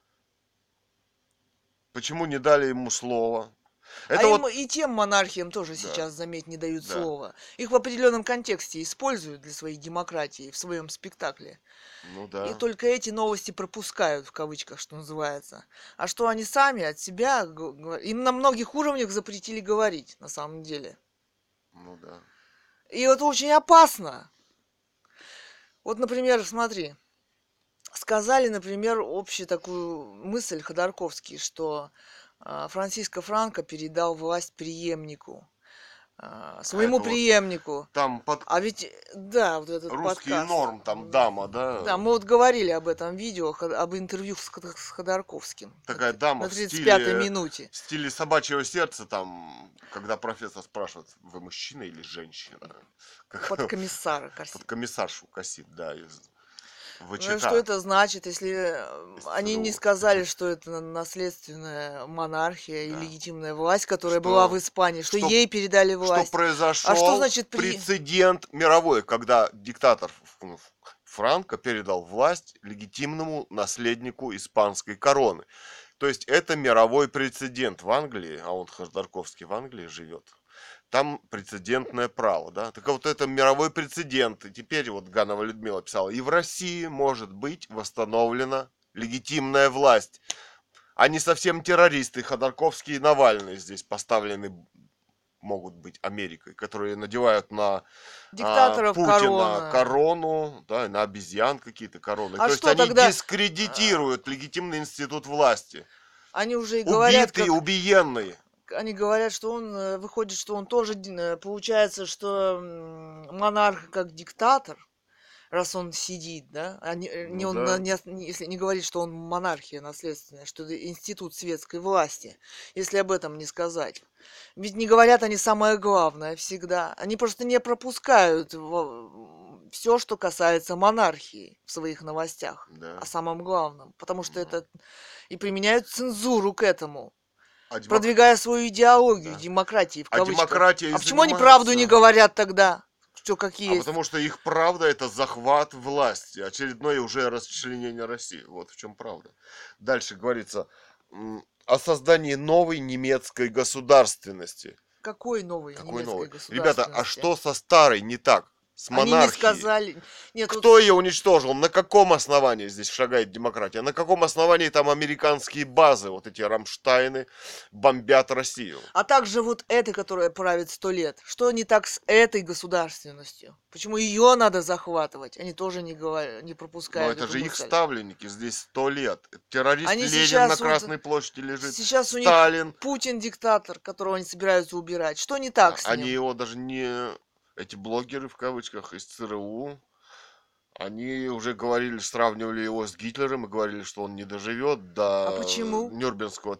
Почему не дали ему слова? А Это им вот, и тем монархиям тоже да, сейчас, заметь, не дают да, слова. Их в определенном контексте используют для своей демократии в своем спектакле. ну И да, только эти новости пропускают, в кавычках, что называется. А что они сами от себя, им на многих уровнях запретили говорить, на самом деле. ну да. И это очень опасно. Вот, например, смотри, сказали, например, общую такую мысль Ходорковский, что Франциско Франко передал власть преемнику, А своему это вот преемнику. там под А ведь, да, вот этот русский подкаст. норм, там дама, Да, да, мы вот говорили об этом видео, об интервью с Ходорковским такая дама на в 35-й стиле, минуте. в стиле собачьего сердца, там, когда профессор спрашивает, вы мужчина или женщина? Под Как комиссара под Корсин. комиссаршу косит, да, из Ну и что ВЧК, это значит, если из они не ЦРУ. сказали, что это наследственная монархия и Да. легитимная власть, которая была в Что, Испании, что что, ей передали что власть? А что произошел значит прецедент мировой, когда диктатор Франко передал власть легитимному наследнику испанской короны. То есть это мировой прецедент в Англии, а он Ходорковский в Англии живет. Там прецедентное право, да. Так вот это мировой прецедент. И теперь вот Ганова Людмила писала, и в России может быть восстановлена легитимная власть. Они совсем террористы, Ходорковский и Навальный здесь поставлены могут быть Америкой, которые надевают на диктаторов Путина корона? корону, да, на обезьян какие-то короны. А То есть что они тогда? дискредитируют легитимный институт власти. Они уже и говорят, Убитый, как убиенный. Они говорят, что он, выходит, что он тоже, получается, что монарх как диктатор, раз он сидит, да, не Ну он, да. если не говорит, что он монархия наследственная, что это институт светской власти, если об этом не сказать. Ведь не говорят они самое главное всегда. Они просто не пропускают все, что касается монархии в своих новостях Да. о самом главном, потому что Ну. это и применяют цензуру к этому, А, демок- продвигая свою идеологию Да. демократии в а кавычках. демократия и А почему они правду не занимается. говорят тогда? Что как А есть? потому что их правда это захват власти, очередное уже расчленение России. Вот в чем правда. Дальше говорится о создании новой немецкой государственности. Какой новой Какой немецкой новый? Ребята, а государственности? что со старой не так? С Они не монархией? сказали. Нет, Кто ее уничтожил? На каком основании здесь шагает демократия? На каком основании там американские базы, вот эти Рамштайны, бомбят Россию? А также вот этой, которая правит 100 лет. Что не так с этой государственностью? Почему ее надо захватывать? Они тоже не говорят, не Но пропускают это эту же их мысль. ставленники, здесь 100 лет. Террорист Они Ленин сейчас на вот- Красной площади лежит. Сейчас у них Сталин. Путин диктатор, которого они собираются убирать. Что не так с Они ним? его даже не... Эти блогеры, в кавычках, из ЦРУ, они уже говорили, сравнивали его с Гитлером и говорили, что он не доживет до А почему? Нюрнбергского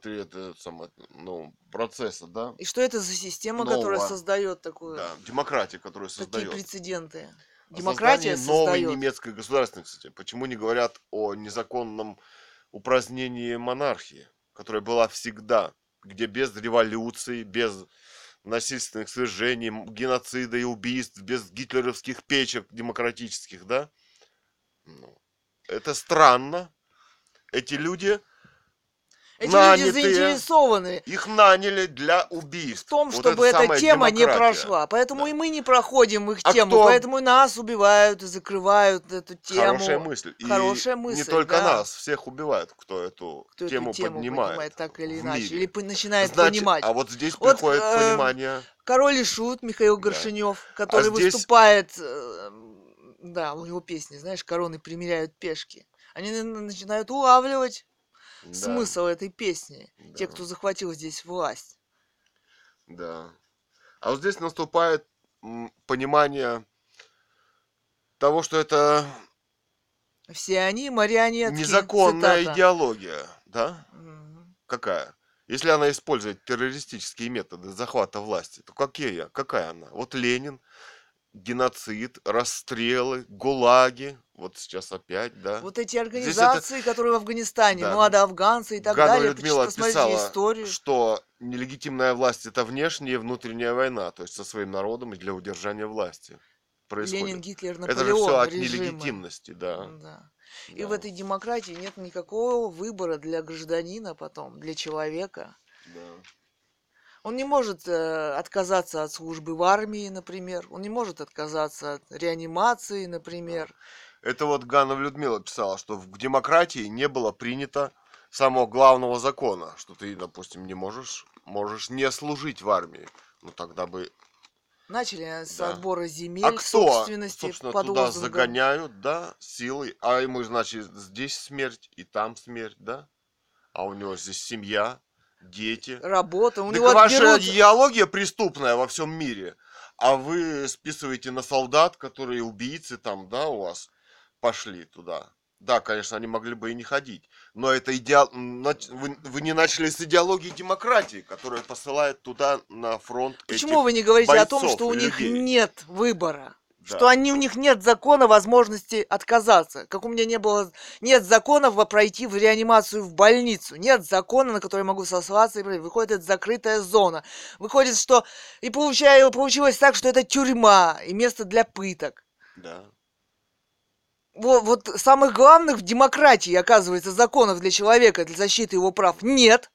процесса, да? И что это за система, которая Нового. создает такую, Да, демократия, которую такие создает. прецеденты? О Демократия создании новой создает. немецкой государственности. Почему не говорят о незаконном упразднении монархии, которая была всегда, где без революции, без насильственных свержений, геноцида и убийств, без гитлеровских печек демократических, да? Ну, это странно. Эти люди Эти люди нанятые, заинтересованы их наняли для в убийств. том, Вот чтобы это эта самая тема не демократия. прошла. Поэтому Да. и мы не проходим их А тему. кто? Поэтому и нас убивают и закрывают эту тему. Хорошая мысль. Хорошая И мысль, не только да. нас, всех убивают, кто эту Кто тему эту тему поднимает так или в иначе. мире. Или начинает Значит, понимать. а вот здесь Вот, приходит понимание. Король и Шут Михаил Да. Горшинев, который здесь- выступает, да, у него песни, знаешь, короны примеряют пешки. Они начинают улавливать Да, смысл этой песни. Те, Да. кто захватил здесь власть. да. А вот здесь наступает понимание того, что это Все они марионетки. незаконная цитата. идеология, да? Мгм. Какая? Если она использует террористические методы захвата власти, то какая она? Вот Ленин, геноцид, расстрелы, ГУЛАГи, вот сейчас опять, да? Вот эти Здесь организации, которые в Афганистане, Да. младоафганцы и так Ганова далее, Людмила посмотрите писала, историю. что нелегитимная власть это внешняя и внутренняя война, то есть со своим народом и для удержания власти происходит. Ленин, Гитлер, Это же Наполеон, все от режимы. нелегитимности, да. Да. И Да. в этой демократии нет никакого выбора для гражданина потом, для человека. Да. Он не может отказаться от службы в армии, например. Он не может отказаться от реанимации, например. Это вот Ганова Людмила писала, что в демократии не было принято самого главного закона, что ты, допустим, можешь не служить в армии. Ну тогда бы... Начали с Да. отбора земель, А кто, собственности собственно, под туда лозунгом. загоняют, да, силой, а ему, значит, здесь смерть и там смерть, да? А у него здесь семья, дети. Работа. У Так него ваша отберут... идеология преступная во всем мире, а вы списываете на солдат, которые убийцы там, да, у вас пошли туда. Да, конечно, они могли бы и не ходить, но это вы не начали с идеологии демократии, которая посылает туда на фронт Почему этих вы не говорите о том, бойцов что у и них людей? нет выбора? Да. Что у них нет закона возможности отказаться. Как у меня нет закона пройти в реанимацию в больницу. Нет закона, на который я могу сослаться. Выходит, это закрытая зона. Выходит, что... И получилось так, что это тюрьма и место для пыток. Да. Вот самых главных в демократии, оказывается, законов для человека, для защиты его прав нет.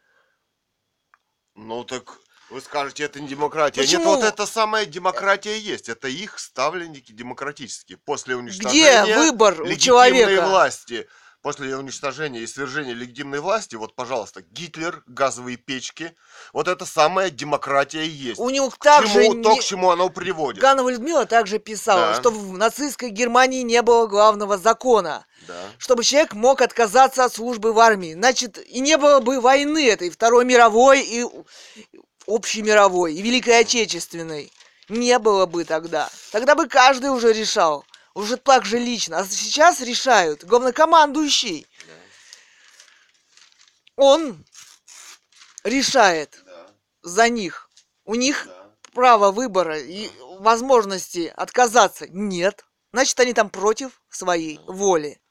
Ну так вы скажете, это не демократия. Почему? Нет, вот это самая демократия есть. Это их ставленники демократические. После Где уничтожения выбор у легитимной человека? власти После уничтожения и свержения легитимной власти, вот, пожалуйста, Гитлер, газовые печки, вот это самая демократия и есть. У них также То, к чему оно приводит. Ганова Людмила также писала, Да. что в нацистской Германии не было главного закона. Да. Чтобы человек мог отказаться от службы в армии. Значит, и не было бы войны этой, Второй мировой и общемировой, и Великой Отечественной. Не было бы тогда. Тогда бы каждый уже решал. Уже так же лично. А сейчас решают главнокомандующий. Да. Он решает Да. за них. У них Да. права выбора и возможности отказаться нет. Значит, они там против своей воли.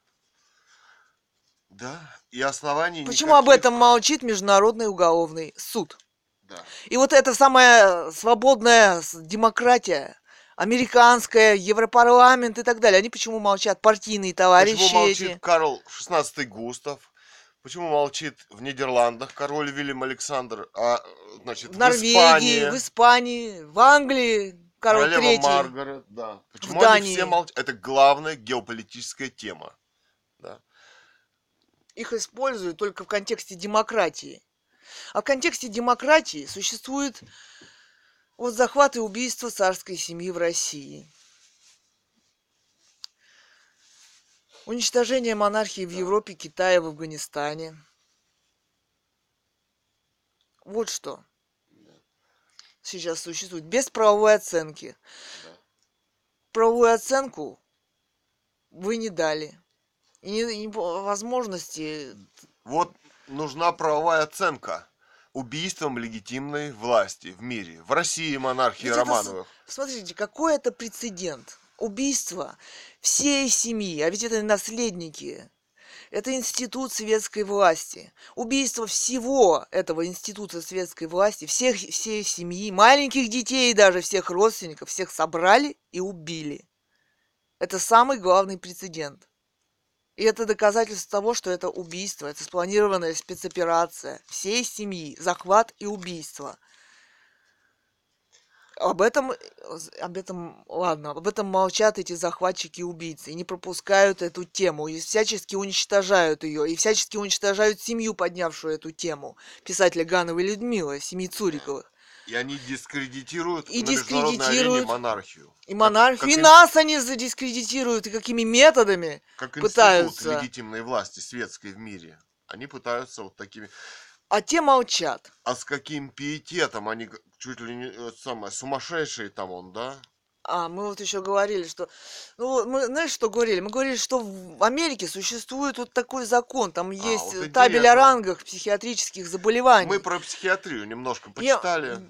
Да. И оснований Почему об этом молчит Международный уголовный суд? Да. И вот эта самая свободная демократия, американская, Европарламент и так далее, они почему молчат? Партийные товарищи Почему молчит эти. Карл XVI Густав? Почему молчит в Нидерландах король Вильям Александр, а значит В Норвегии, в Испании, в Англии, Карл королева III. Маргарет, да. Почему в они Дании. все молчат? Это главная геополитическая тема. Да. Их используют только в контексте демократии. А в контексте демократии существует вот захват и убийство царской семьи в России. Уничтожение монархии в Европе, Китае, в Афганистане. Вот что сейчас существует. Без правовой оценки. Да. Правовую оценку вы не дали. И не возможности. Вот нужна правовая оценка убийством легитимной власти в мире. В России монархии Ведь Романовых. Смотрите, какой это прецедент. Убийство всей семьи, а ведь это наследники. Это институт светской власти. Убийство всего этого института светской власти, всей семьи, маленьких детей, даже всех родственников, всех собрали и убили. Это самый главный прецедент. И это доказательство того, что это убийство, это спланированная спецоперация всей семьи, захват и убийство. Об этом молчат эти захватчики и убийцы, и не пропускают эту тему, и всячески уничтожают ее, и всячески уничтожают семью, поднявшую эту тему, писателя Гановой Людмилы, семьи Цуриковых. И они дискредитируют И на международной арене монархию. И монархию, и нас они задискредитируют, и какими методами как пытаются. Институт легитимной власти светской в мире. Они пытаются вот такими... А те молчат. А с каким пиететом они чуть ли не самое сумасшедшие там он, да? Мы вот еще говорили, что... Ну, мы, знаешь, что говорили? Мы говорили, что в Америке существует вот такой закон. Там есть вот табель о интересно. рангах психиатрических заболеваний. Мы про психиатрию немножко почитали.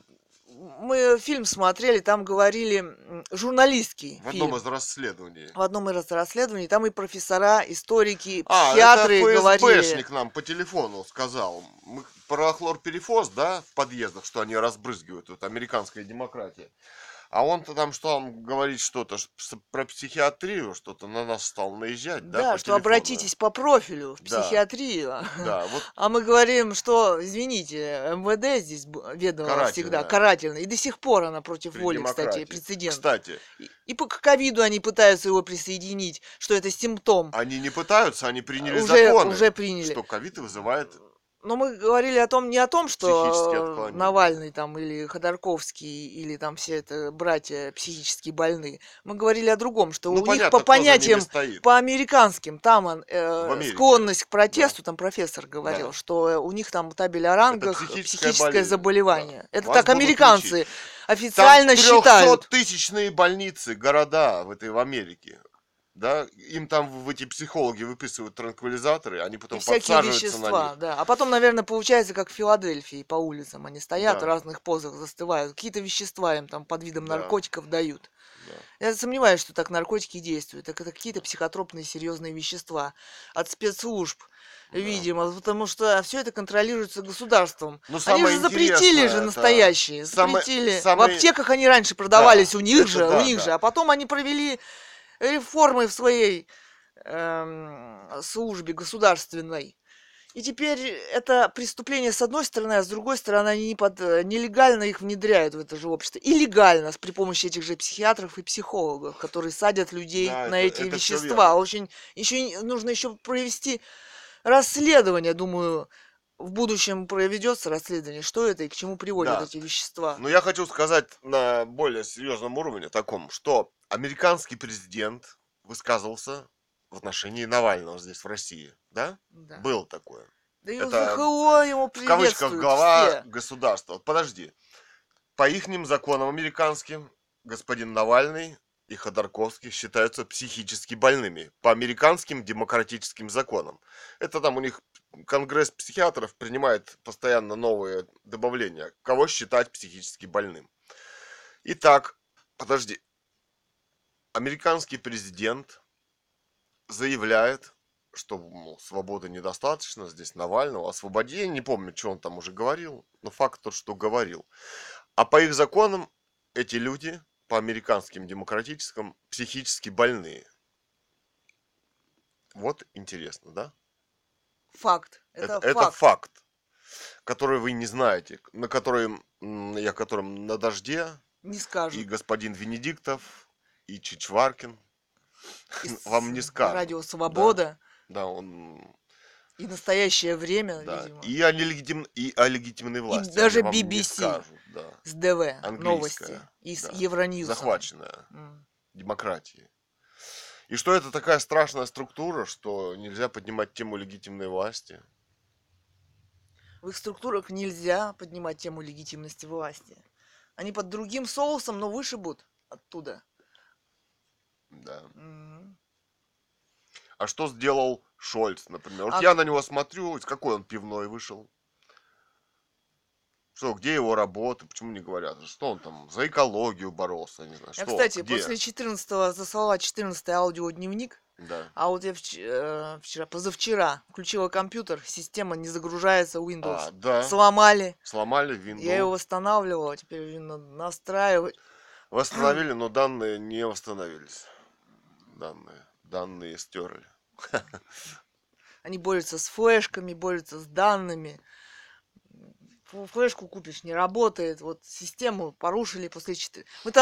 Мы фильм смотрели, там говорили журналистский В фильм. одном из расследований. В одном из расследований. Там и профессора, историки, психиатры это говорили. ФСБшник нам по телефону сказал. Мы про хлорперифоз, да, в подъездах, что они разбрызгивают, вот американская демократия. А он-то там что, он говорит что-то про психиатрию, что-то на нас стал наезжать, да? Да, по что телефону. обратитесь по профилю в Да. психиатрию. Да, вот А мы говорим, что, извините, МВД здесь ведомая всегда карательно. И до сих пор она против при воли, демократии. кстати, прецедент. Кстати, И к ковиду они пытаются его присоединить, что это симптом. они не пытаются, они приняли Уже законы, приняли. что ковид вызывает... Но мы говорили не о том, Психические что отклонения. Навальный там или Ходорковский или там все это братья психически больны. Мы говорили о другом, что у них понятно, по кто за ними понятиям, стоит. по американским, там Америке. склонность к протесту, там профессор говорил, Да. что у них там табель о рангах, психическая психическое болезнь. заболевание. Да. Это Вас так будут американцы лечить. официально Там считают. 300-тысячные больницы, города в Америке. Да, им там эти психологи выписывают транквилизаторы, они потом И всякие подсаживаются вещества, на них. да. А потом, наверное, получается, как в Филадельфии по улицам. Они стоят Да. в разных позах, застывают. Какие-то вещества им там под видом Да. наркотиков дают. Да. Я сомневаюсь, что так наркотики действуют. Это какие-то психотропные серьезные вещества от спецслужб, Да. видимо, потому что все это контролируется государством. Но Они самое же запретили интересное, же это настоящие. Запретили. В самое- аптеках они раньше продавались Да, у них это же, да, у них да. же. А потом они провели реформы в своей службе государственной. И теперь это преступление с одной стороны, а с другой стороны они нелегально их внедряют в это же общество. И легально, при помощи этих же психиатров и психологов, которые садят людей Да, на эти это все вещества. верно. Очень еще нужно еще провести расследование, думаю, в будущем проведется расследование, что это и к чему приводят Да. эти вещества. Но я хочу сказать на более серьезном уровне таком, что американский президент высказывался в отношении Навального здесь, в России. Да? Да. Было такое. Да и Это ВХО ему в кавычках приветствуют глава все. государства. Вот подожди. По ихним законам американским господин Навальный и Ходорковский считаются психически больными. По американским демократическим законам. Это там у них Конгресс психиатров принимает постоянно новые добавления. Кого считать психически больным. Итак, подожди. Американский президент заявляет, что, мол, свободы недостаточно, здесь Навального освободи. Я не помню, что он там уже говорил, но факт тот, что говорил. А по их законам эти люди, по американским демократическим, психически больные. Вот интересно, да? Факт. Это Это факт. факт, который вы не знаете, на котором на дожде Не и скажут. господин Венедиктов, и Чичваркин Из вам не скажут. Радио Свобода. Да, он... И настоящее время, Да, видимо. и о легитимной власти. даже они вам не BBC скажут, да. с ДВ Английская, новости и с да. Евроньюсом. Захваченная М. демократией. И что это такая страшная структура, что нельзя поднимать тему легитимной власти. В их структурах нельзя поднимать тему легитимности власти. Они под другим соусом, но вышибут оттуда. Да. М. А что сделал Шольц, например? Вот А я на него смотрю, из какой он пивной вышел. Что, где его работа, почему не говорят? Что он там за экологию боролся, не знаю. Я, Что, кстати, где? после 14-го заслала 14-й аудиодневник, Да. а вот я позавчера включила компьютер, система не загружается, Windows. Да. Сломали. Сломали Windows. Я его восстанавливала, теперь надо настраивать. Восстановили, но данные не восстановились. Данные стерли. Они борются с флешками, борются с данными. Флешку купишь, не работает. Вот систему порушили после 4.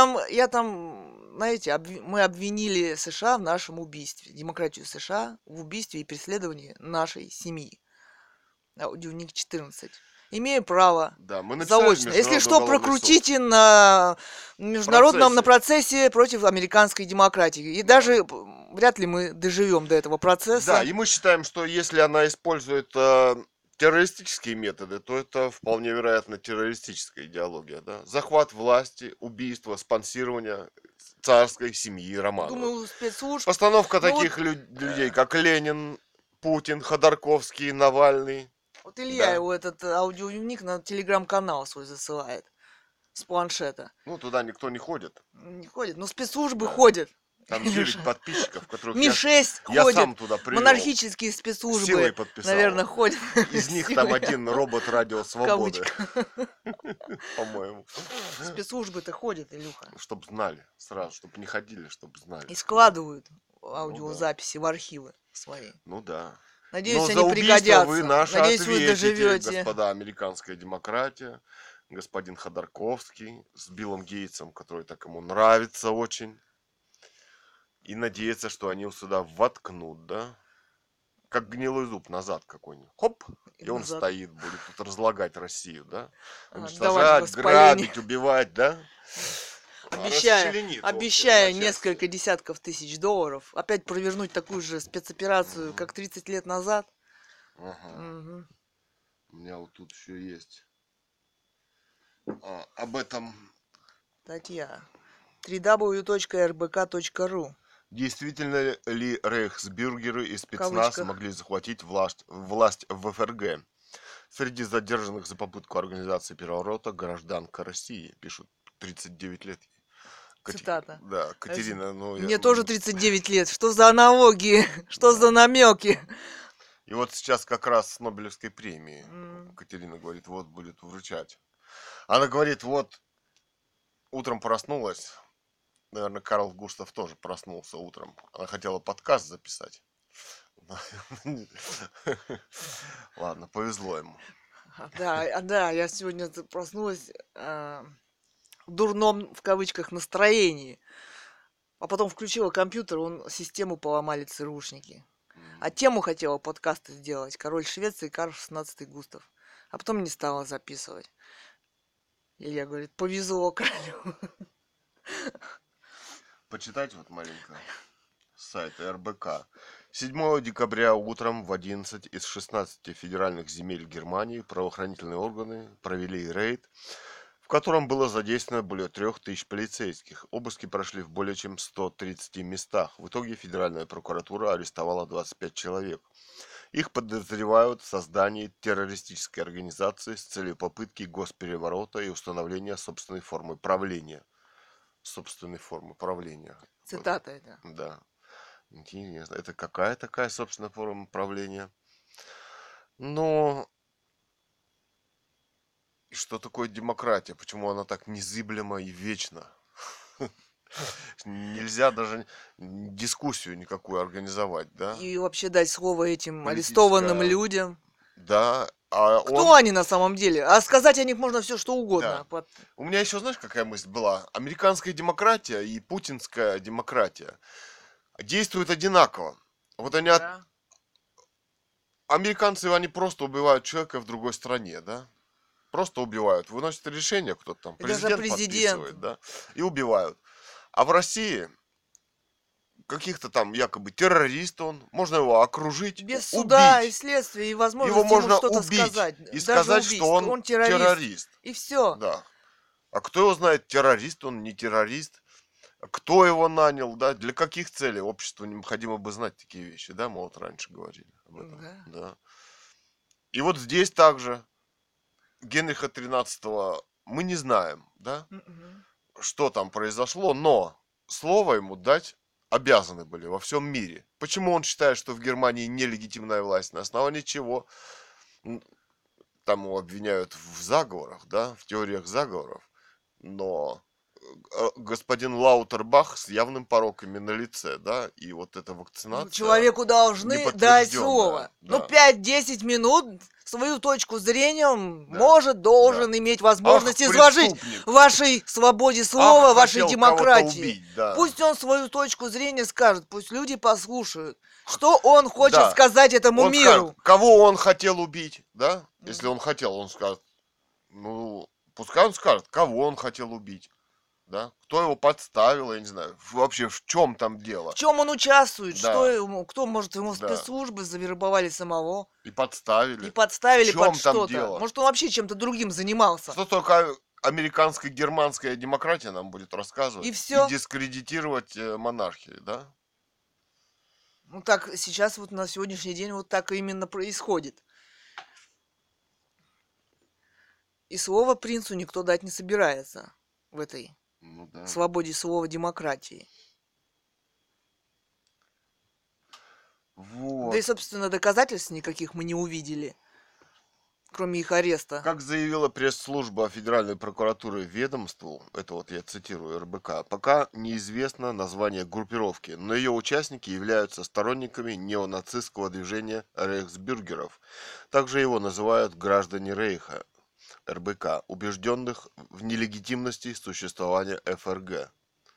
Знаете, мы обвинили США в нашем убийстве. Демократию США в убийстве и преследовании нашей семьи. Аудионик 14. Имею право. Да, мы написали Заочно. Если что, уголовный суд. прокрутите на международном, на процессе против американской демократии. И даже вряд ли мы доживем до этого процесса. Да, и мы считаем, что если она использует террористические методы, то это вполне вероятно террористическая идеология. Да? Захват власти, убийство, спонсирование царской семьи Романовых. Думаю, спецслужб. Постановка таких людей, как Ленин, Путин, Ходорковский, Навальный. Вот Илья его этот аудиодневник на телеграм-канал свой засылает с планшета. Ну, туда никто не ходит. Не ходит, но спецслужбы ходят. Там 9 подписчиков, которых Ми-6 я ходит. сам туда привел. Монархические спецслужбы, Силой подписал. наверное, ходят. Из них там один робот Радио Свободы. По-моему. Спецслужбы-то ходят, Илюха. Чтобы знали сразу, чтобы не ходили, чтобы знали. И складывают аудиозаписи в архивы свои. Ну да. Надеюсь, Но они за убийство пригодятся. вы наши Надеюсь, вы ответите, доживете. господа американская демократия, господин Ходорковский с Биллом Гейтсом, который так ему нравится очень. И надеется, что они его сюда воткнут, да? Как гнилой зуб назад какой-нибудь. Хоп! И он назад. стоит, будет тут разлагать Россию, да? Давать Уничтожать, воспаление. грабить, убивать, да? Обещая несколько десятков тысяч долларов, опять провернуть такую же спецоперацию, как 30 лет назад. Угу. У меня вот тут еще есть об этом. Статья. www.rbk.ru. Действительно ли рейхсбюргеры и спецназ могли захватить власть в ФРГ? Среди задержанных за попытку организации переворота гражданка России, пишут, 39 лет. Цитата. Да, Катерина. Мне тоже 39 лет. Что за аналогии? Что за намеки? И вот сейчас как раз с Нобелевской премии Катерина говорит, вот будет вручать. Она говорит, вот утром проснулась. Наверное, Карл Густав тоже проснулся утром. Она хотела подкаст записать. Ладно, повезло ему. Да, я сегодня проснулась в дурном, в кавычках, настроении. А потом включила компьютер, систему поломали ЦРУшники. А тему хотела подкаста сделать. Король Швеции Карл XVI Густав. А потом не стала записывать. Илья говорит, повезло королю. Почитать вот маленько с сайта РБК. 7 декабря утром в 11 из 16 федеральных земель Германии правоохранительные органы провели рейд, в котором было задействовано более 3000 полицейских. Обыски прошли в более чем 130 местах. В итоге Федеральная прокуратура арестовала 25 человек. Их подозревают в создании террористической организации с целью попытки госпереворота и установления собственной формы правления. Цитата это. Да. Интересно. Это какая такая собственная форма правления? Но и что такое демократия? Почему она так незыблема и вечна? Нельзя даже дискуссию никакую организовать, да? И вообще дать слово этим Политическая- арестованным людям. Да, а Кто они на самом деле? А сказать о них можно все что угодно. У меня еще, знаешь, какая мысль была? Американская демократия и путинская демократия действуют одинаково. Вот они Да. Американцы, они просто убивают человека в другой стране, да? Просто убивают. Выносят решение, кто-то там, И даже президент президент. подписывает, да? И убивают. А в России каких-то там якобы террорист он, можно его окружить, Без суда и убить. следствия, и возможности Его можно что-то убить сказать. и Даже сказать, убить. что он террорист. И все. Да. А кто его знает, террорист он, не террорист? Кто его нанял, да? Для каких целей обществу необходимо бы знать такие вещи, да? Мы вот раньше говорили об этом. Да. И вот здесь также Генриха XIII мы не знаем, да? Что там произошло, но слово ему дать обязаны были во всем мире. Почему он считает, что в Германии нелегитимная власть? На основании чего? Там его обвиняют в заговорах, да, в теориях заговоров. Но господин Лаутербах с явным пороками на лице, да, и вот эта вакцинация... Человеку должны дать слово. Да. 5-10 минут свою точку зрения он должен иметь возможность изложить преступник. вашей свободе слова, вашей хотел демократии. убить, да. Пусть он свою точку зрения скажет, пусть люди послушают, что он хочет Да. сказать этому Он миру. скажет, кого он хотел убить, да? Если он хотел, он скажет, ну, пускай он скажет, кого он хотел убить, да? Кто его подставил, я не знаю, вообще в чем там дело. В чем он участвует, Да. кто, может, ему Да. спецслужбы завербовали самого И подставили. и подставили В чем под там что-то. дело? Может, он вообще чем-то другим занимался. Что только американская, германская демократия нам будет рассказывать. И всё. дискредитировать монархию, да? Ну так сейчас вот на сегодняшний день вот так именно происходит. И слово принцу никто дать не собирается в этой Ну да. свободе слова демократии. Вот. Да и, собственно, доказательств никаких мы не увидели, кроме их ареста. Как заявила пресс-служба Федеральной прокуратуры ведомству, это вот я цитирую РБК, пока неизвестно название группировки, но ее участники являются сторонниками неонацистского движения рейхсбюргеров. Также его называют граждане Рейха, РБК, убежденных в нелегитимности существования ФРГ.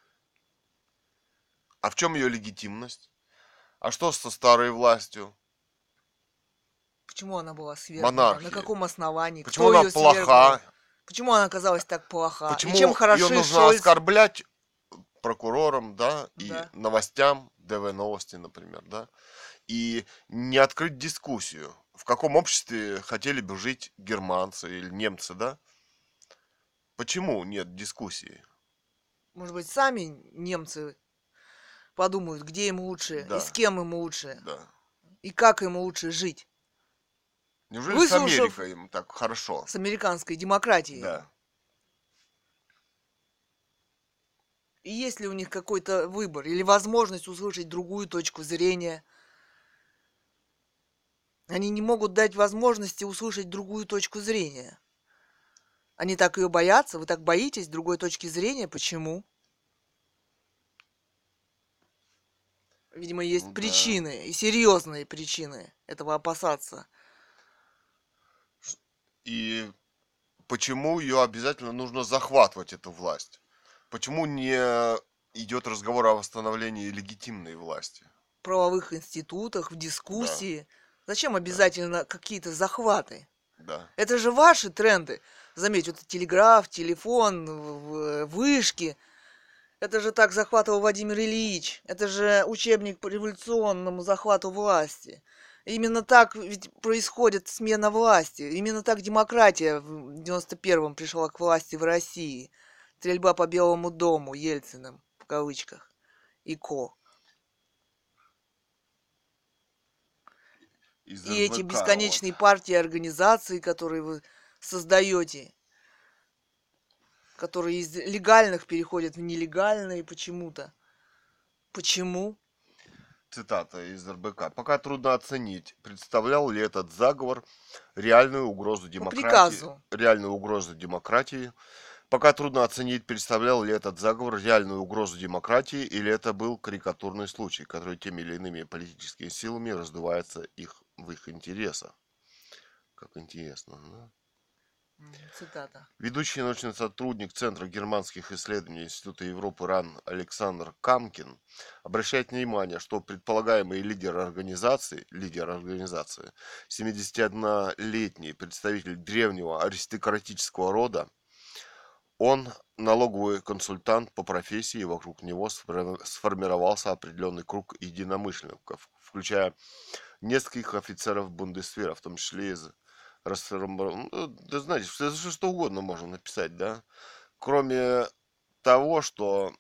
А в чем ее легитимность? А что со старой властью? Почему она была свергнута? Монархии. На каком основании? Почему Кто она ее плоха? свергнул? Почему она оказалась так плоха? Почему И чем хороши ее нужно Шольц? оскорблять прокурорам, да, и Да. новостям, ДВ Новости, например, да, и не открыть дискуссию, в каком обществе хотели бы жить германцы или немцы, да? Почему нет дискуссии? Может быть, сами немцы подумают, где им лучше, Да. и с кем им лучше, Да. и как им лучше жить. Неужели Выслушав- с Америкой им так хорошо? С американской демократией. Да. И есть ли у них какой-то выбор или возможность услышать другую точку зрения? Они не могут дать возможности услышать другую точку зрения. Они так ее боятся, вы так боитесь другой точки зрения. Почему? Видимо, есть Ну да. причины, и серьезные причины этого опасаться. И почему ее обязательно нужно захватывать, эту власть? Почему не идет разговор о восстановлении легитимной власти? В правовых институтах, в Да, дискуссии. Зачем да, обязательно какие-то захваты? да. Это же ваши тренды. Заметь, вот телеграф, телефон, вышки. Это же так захватывал Владимир Ильич. Это же учебник по революционному захвату власти. Именно так ведь происходит смена власти. Именно так демократия в 91-м пришла к власти в России. Стрельба по Белому дому Ельциным, в кавычках, и ко. Из И эти РБК, вот. бесконечные партии и организации, которые вы создаете, которые из легальных переходят в нелегальные почему-то. Почему? Цитата из РБК. Пока трудно оценить, представлял ли этот заговор По приказу. реальную угрозу демократии. Пока трудно оценить, представлял ли этот заговор реальную угрозу демократии, или это был карикатурный случай, который теми или иными политическими силами раздувается в их интересах. Как интересно, да? Цитата. Ведущий научный сотрудник Центра германских исследований Института Европы РАН Александр Камкин обращает внимание, что предполагаемый лидер организации, 71-летний представитель древнего аристократического рода, он налоговый консультант по профессии, и вокруг него сформировался определенный круг единомышленников, включая нескольких офицеров Бундесвера, в том числе из да знаете, что угодно можно написать, да? Кроме того, что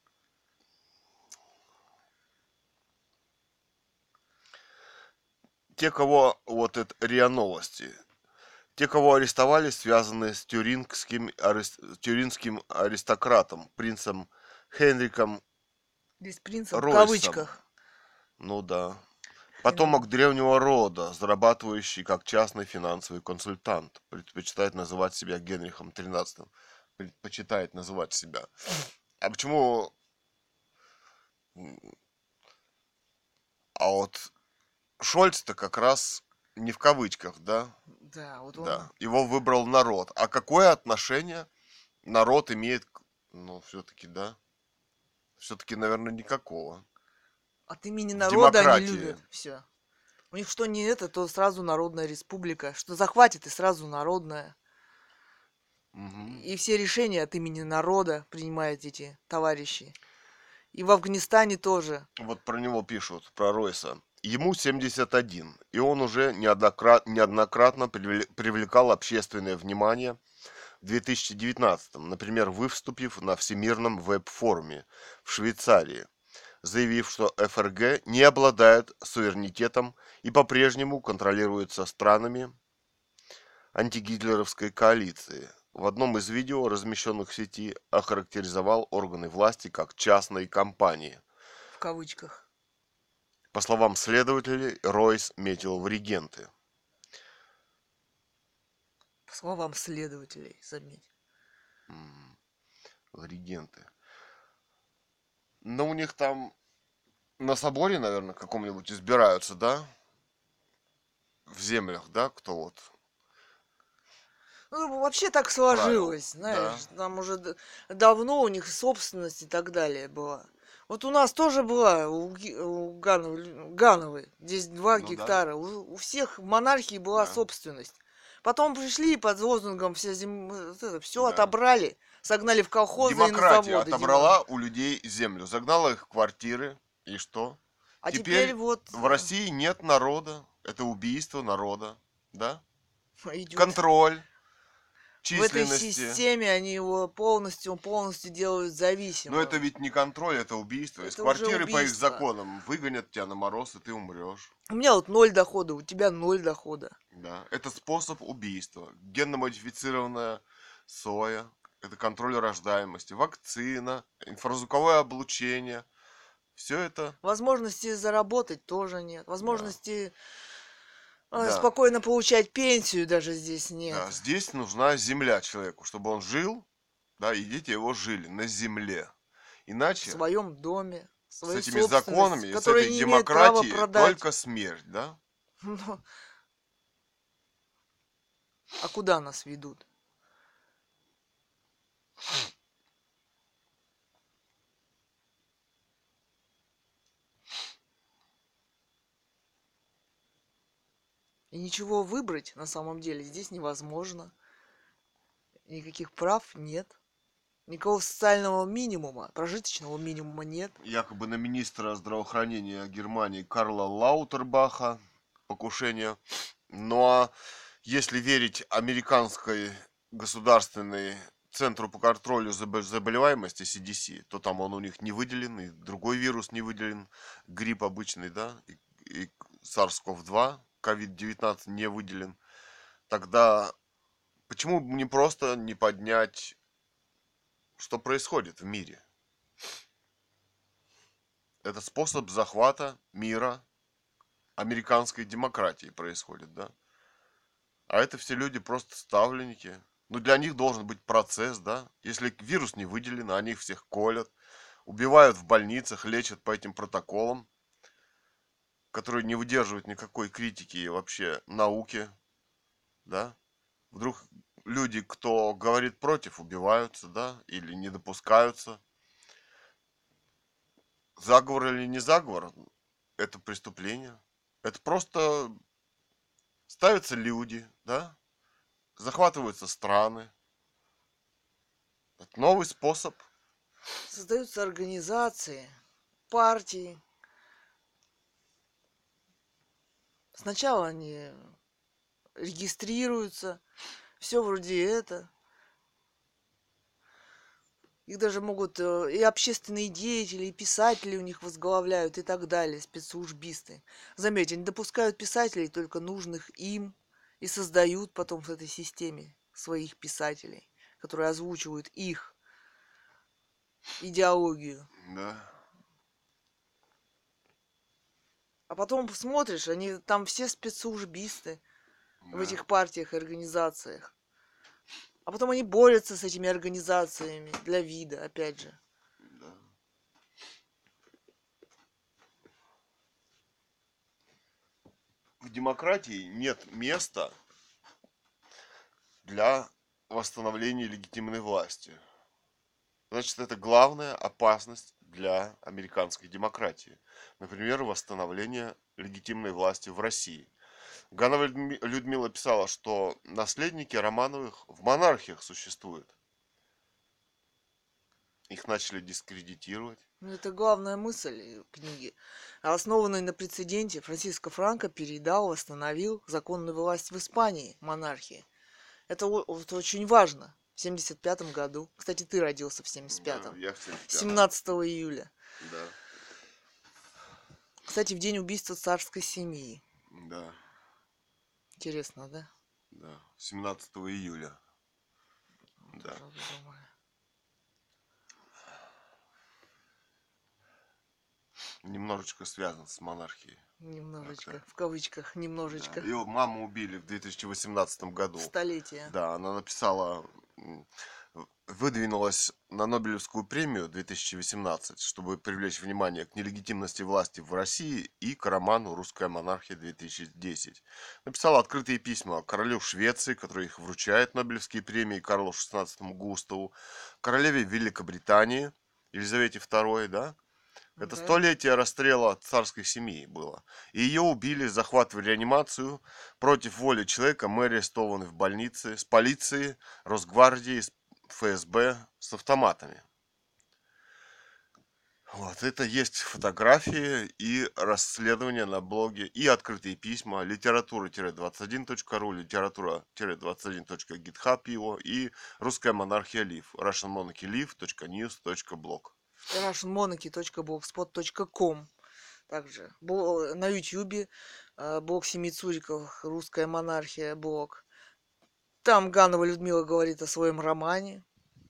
те, кого вот это РИА Новости, те, кого арестовали, связаны с тюрингским аристократом, принцем Хенриком Здесь принцем в Ройсом. кавычках. Ну да. Хенри. Потомок древнего рода, зарабатывающий как частный финансовый консультант, предпочитает называть себя Генрихом XIII. Предпочитает называть себя. А почему... А вот Шольц-то как раз не в кавычках, да? Да, вот он. Да. Его выбрал народ. А какое отношение народ имеет... Ну, все-таки, да. Все-таки, наверное, никакого. От имени В народа они демократии. любят все. У них что не это, то сразу народная республика. Что захватит, и сразу народная. Мгм. И все решения от имени народа принимают эти товарищи. И в Афганистане тоже. Вот про него пишут, про Ройса. Ему 71, и он уже неоднократно привлекал общественное внимание в 2019, например, выступив на Всемирном веб-форуме в Швейцарии, заявив, что ФРГ не обладает суверенитетом и по-прежнему контролируется странами антигитлеровской коалиции. В одном из видео, размещенных в сети, охарактеризовал органы власти как частные компании. В кавычках. По словам следователей, Ройс метил в регенты. По словам следователей, заметь. В регенты. Но у них там на соборе, наверное, каком-нибудь избираются, да? В землях, да? Кто вот Ну, вообще так правил? сложилось, знаешь. Да. Там уже давно у них собственность и так далее была. Вот у нас тоже была, у Гановой, здесь 2 Ну да. гектара. У всех в монархии была Да. собственность. Потом пришли под лозунгом все Да. отобрали, согнали в колхозы и на Демократия заводы. отобрала у людей землю, загнала их в квартиры. И что? А теперь Теперь вот в России нет народа. Это убийство народа. Да? идет. Контроль В этой численности. системе они его полностью делают Но это зависимым. ведь не контроль, это убийство. Из Это уже квартиры по их убийство. законам выгонят тебя на мороз, и ты умрешь. У меня вот 0 дохода, у тебя 0 дохода. Да. Это способ убийства. Генно-модифицированная соя. Это контроль рождаемости. Вакцина. Инфразвуковое облучение. Все это, Возможности заработать тоже нет. да. Возможности Да. спокойно получать пенсию даже здесь нет. Да. Здесь нужна земля человеку, чтобы он жил, да, и дети его жили на земле. В Иначе, своем доме, с свою этими собственность, законами и с которую этой не имеют права демократией продать. только смерть, да? Ну, а куда нас ведут? И ничего выбрать на самом деле здесь невозможно. Никаких прав нет. Никакого социального минимума, прожиточного минимума нет. Якобы на министра здравоохранения Германии Карла Лаутербаха покушение. Но если верить американской государственной Центру по контролю заболеваемости CDC, то там он у них не выделен, и другой вирус не выделен, грипп обычный, да, и SARS-CoV-2, COVID-19 не выделен. Тогда почему бы не просто не поднять, что происходит в мире? Это способ захвата мира американской демократии происходит, да? А это все люди просто ставленники. Ну, для них должен быть процесс, да? Если вирус не выделен, они их всех колят, убивают в больницах, лечат по этим протоколам, которые не выдерживают никакой критики и вообще науки, да? Вдруг люди, кто говорит против, убиваются, да? Или не допускаются. Заговор или не заговор, это преступление. Это просто ставятся люди, да? Захватываются страны. Это новый способ. Создаются организации, партии. Сначала они регистрируются, все вроде это. Их даже могут и общественные деятели, и писатели у них возглавляют и так далее, спецслужбисты. Заметьте, они допускают писателей только нужных им и создают потом в этой системе своих писателей, которые озвучивают их идеологию. Да. А потом смотришь, они там все спецслужбисты в Да. этих партиях и организациях. А потом они борются с этими организациями для вида, опять же. Да. В демократии нет места для восстановления легитимной власти. Значит, это главная опасность для американской демократии. Например, восстановление легитимной власти в России. Ганова Людмила писала, что наследники Романовых в монархиях существуют. Их начали дискредитировать. Ну, это главная мысль книги. Основанный на прецеденте, Франциско Франко передал, восстановил законную власть в Испании, монархии. Это вот очень важно. В 75-м году. Кстати, ты родился в 75-м. Да, я в 75-м. 17 июля. Да. Кстати, в день убийства царской семьи. Да. Интересно, да? Да. 17 июля. Да. Немножечко связан с монархией. Немножечко, Так. в кавычках, немножечко. Да. Ее маму убили в 2018 году. Столетие. Да, она написала, выдвинулась на Нобелевскую премию 2018, чтобы привлечь внимание к нелегитимности власти в России и к роману «Русская монархия 2010». Написала открытые письма королю Швеции, который их вручает Нобелевские премии, Карлу XVI Густаву, королеве Великобритании Елизавете II, да? Это Да. столетие расстрела царской семьи было. И ее убили, захватывали реанимацию. Против воли человека мы арестованы в больнице с полицией, Росгвардией, с ФСБ, с автоматами. Вот, это есть фотографии и расследования на блоге, и открытые письма, литература-21.ру, литература-21.github его, и русская монархия Лив, russianmonarchylive.news.blog. russianmonarchy.blogspot.com. Также на ютюбе блог Семи Цуриков, русская монархия блог. Там Ганова Людмила говорит о своем романе.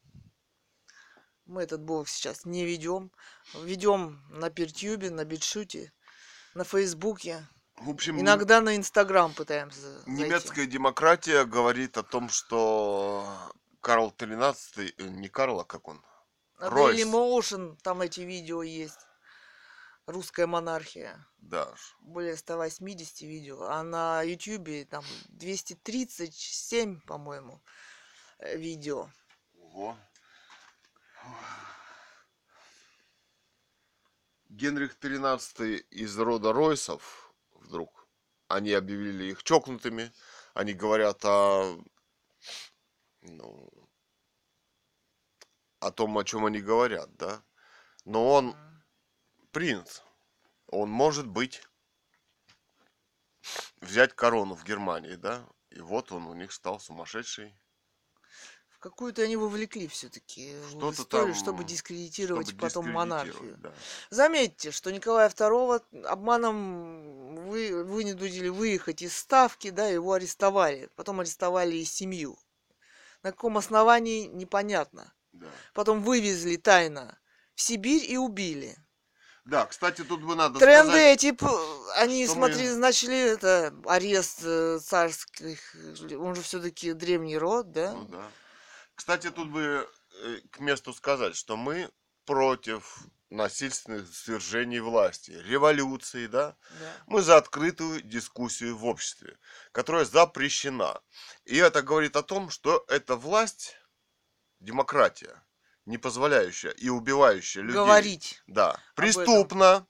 Мы этот блог сейчас не ведем. Ведем на Пертюбе, на Битшуте, на Фейсбуке. В общем, иногда на Инстаграм пытаемся немецкая зайти. демократия говорит о том, что Карл XIII, не Карл, а как он? Daily Ройс. Motion, там эти видео есть. Русская монархия. Да. Более 180 видео. А на Ютьюбе там 237, по-моему, видео. Ого. Генрих XIII из рода Ройсов вдруг. Они объявили их чокнутыми. Они говорят ну, о том, о чем они говорят, да. Но он принц. Он может быть взять корону в Германии, да. И вот он у них стал сумасшедший. В какую-то они вовлекли все-таки в Что-то историю, чтобы там, дискредитировать чтобы потом монархию. дискредитировать, да. Заметьте, что Николая II обманом вынудили выехать из Ставки, да, его арестовали. Потом арестовали и семью. На каком основании, непонятно. Да. Потом вывезли тайно в Сибирь и убили. Да, кстати, тут бы надо Тренды сказать, эти, они, что смотри, начали это арест царских, он же все-таки древний род, да? Ну да. Кстати, тут бы к месту сказать, что мы против насильственных свержений власти, революции, да? Да. Мы за открытую дискуссию в обществе, которая запрещена. И это говорит о том, что эта власть, демократия, не позволяющая и убивающая людей. Говорить. Да. Преступно.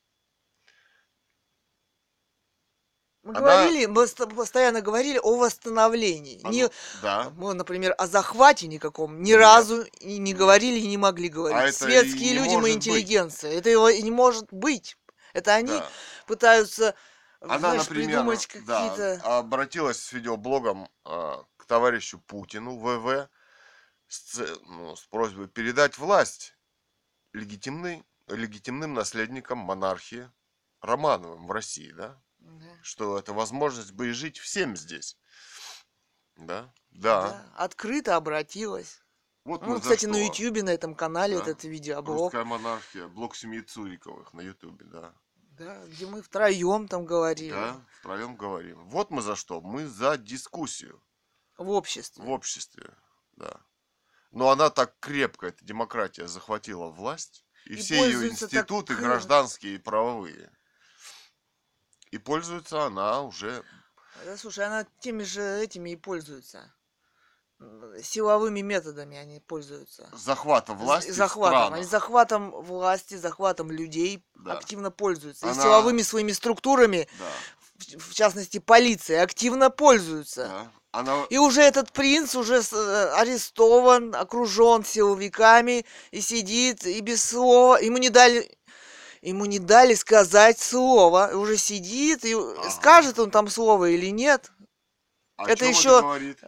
Мы постоянно говорили о восстановлении. Да. Мы, например, о захвате никаком ни Нет. разу и не говорили и не могли говорить. это Светские и не люди, мы может интеллигенция. Это его и не может быть. Это они Да. пытаются, Она, знаешь, например, придумать какие-то... обратилась с видеоблогом к товарищу Путину, ВВ, с просьбой передать власть легитимным наследникам монархии Романовым в России, да? Да. Что это возможность бы и жить всем здесь. Да? Да, открыто обратилась. Вот Ну, мы кстати, за на что. Ютьюбе, на этом канале Да. этот видеоблог. Русская монархия, блог семьи Цуриковых на Ютубе, да. Да, где мы втроем там говорили. Да, втроем говорим. Вот мы за что. Мы за дискуссию В обществе. в обществе, да. Но она так крепко, эта демократия, захватила власть, и все ее пользуется институты так... гражданские и правовые. И пользуется она уже... Да, слушай, она теми же этими и пользуется. Силовыми методами они пользуются. захватом власти в Захватом. странах. Они захватом власти, захватом людей Да. активно пользуются. И Она- силовыми своими структурами, Да, в частности полицией, активно пользуются. да. Она... И уже этот принц уже арестован, окружен силовиками и сидит, и без слова. Ему не дали сказать слово. И уже сидит, и Ага. скажет он там слово или нет. О это чем еще- говорит?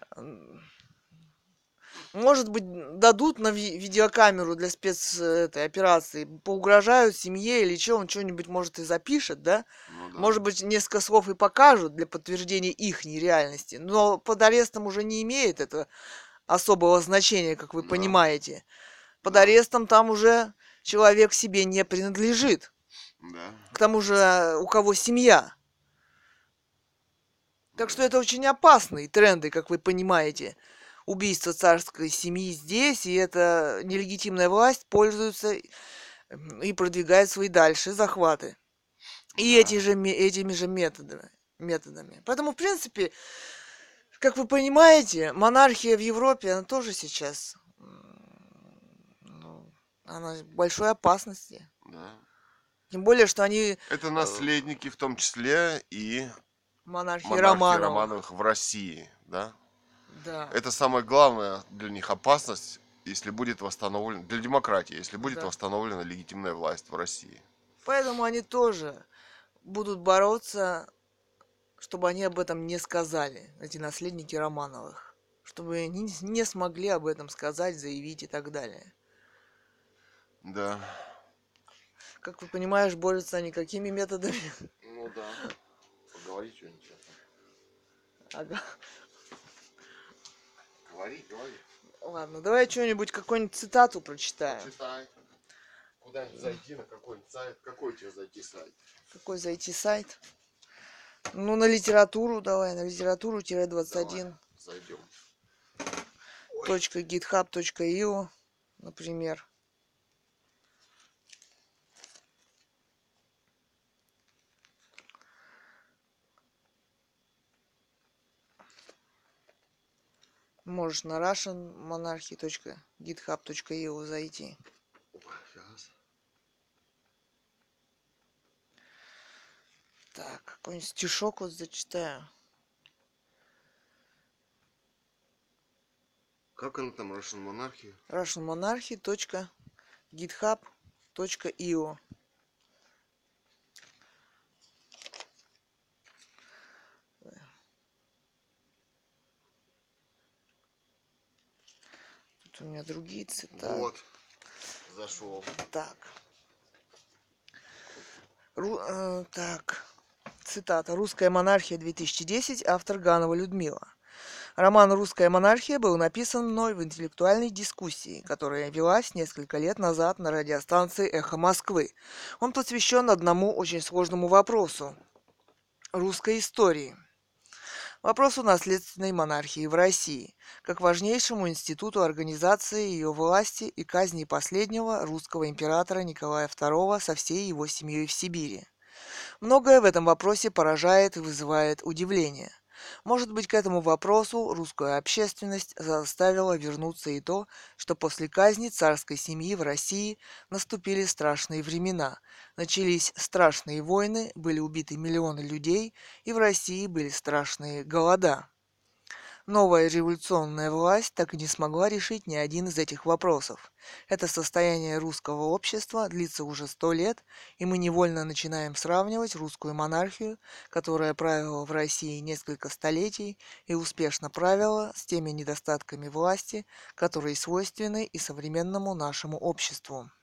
Может быть, дадут на видеокамеру для этой операции, поугрожают семье или что, он что-нибудь, может, и запишет, да? Ну да. Может быть, несколько слов и покажут для подтверждения их нереальности. Но под арестом уже не имеет это особого значения, как вы Да. понимаете. Под Да. арестом там уже человек себе не принадлежит. Да. К тому же, у кого семья. Так что это очень опасные тренды, как вы понимаете. Убийство царской семьи здесь, и эта нелегитимная власть пользуется и продвигает свои дальше захваты. И Да. этими же методами. Поэтому, в принципе, как вы понимаете, монархия в Европе, она тоже сейчас она в большой опасности. Да. Тем более, что они Это наследники, в том числе и монархии монархии Романовых. Романовых в России, да? Да. Это самая главная для них опасность, если будет восстановлена, для демократии, если будет Да. восстановлена легитимная власть в России. Поэтому они тоже будут бороться, чтобы они об этом не сказали, эти наследники Романовых. Чтобы они не смогли об этом сказать, заявить и так далее. Да. Как вы понимаешь, борются они какими методами? Ну да. Поговори что-нибудь сейчас. Ага. Говори. Ладно, давай что-нибудь, какую-нибудь цитату прочитаем. Почитай. Куда-нибудь зайти на какой-нибудь сайт. Какой тебе зайти сайт? Какой зайти сайт? Ну, на литературу давай, на литературу-21. Давай, зайдем. .github.io, например. Можешь на russianmonarchy.github.io зайти. Сейчас. Так, какой-нибудь стишок вот зачитаю. Как она там, Russian Monarchy? russianmonarchy.github.io. Тут у меня другие цитаты. Вот, зашел. Так. Так. Цитата. «Русская монархия 2010», автор Ганова Людмила. Роман «Русская монархия» был написан мной в интеллектуальной дискуссии, которая велась несколько лет назад на радиостанции «Эхо Москвы». Он посвящен одному очень сложному вопросу – русской истории. Вопросу наследственной монархии в России, как важнейшему институту организации ее власти и казни последнего русского императора Николая II со всей его семьей в Сибири. Многое в этом вопросе поражает и вызывает удивление. Может быть, к этому вопросу русскую общественность заставила вернуться и то, что после казни царской семьи в России наступили страшные времена. Начались страшные войны, были убиты миллионы людей, и в России были страшные голода. Новая революционная власть так и не смогла решить ни один из этих вопросов. Это состояние русского общества длится уже 100 лет, и мы невольно начинаем сравнивать русскую монархию, которая правила в России несколько столетий и успешно правила, с теми недостатками власти, которые свойственны и современному нашему обществу.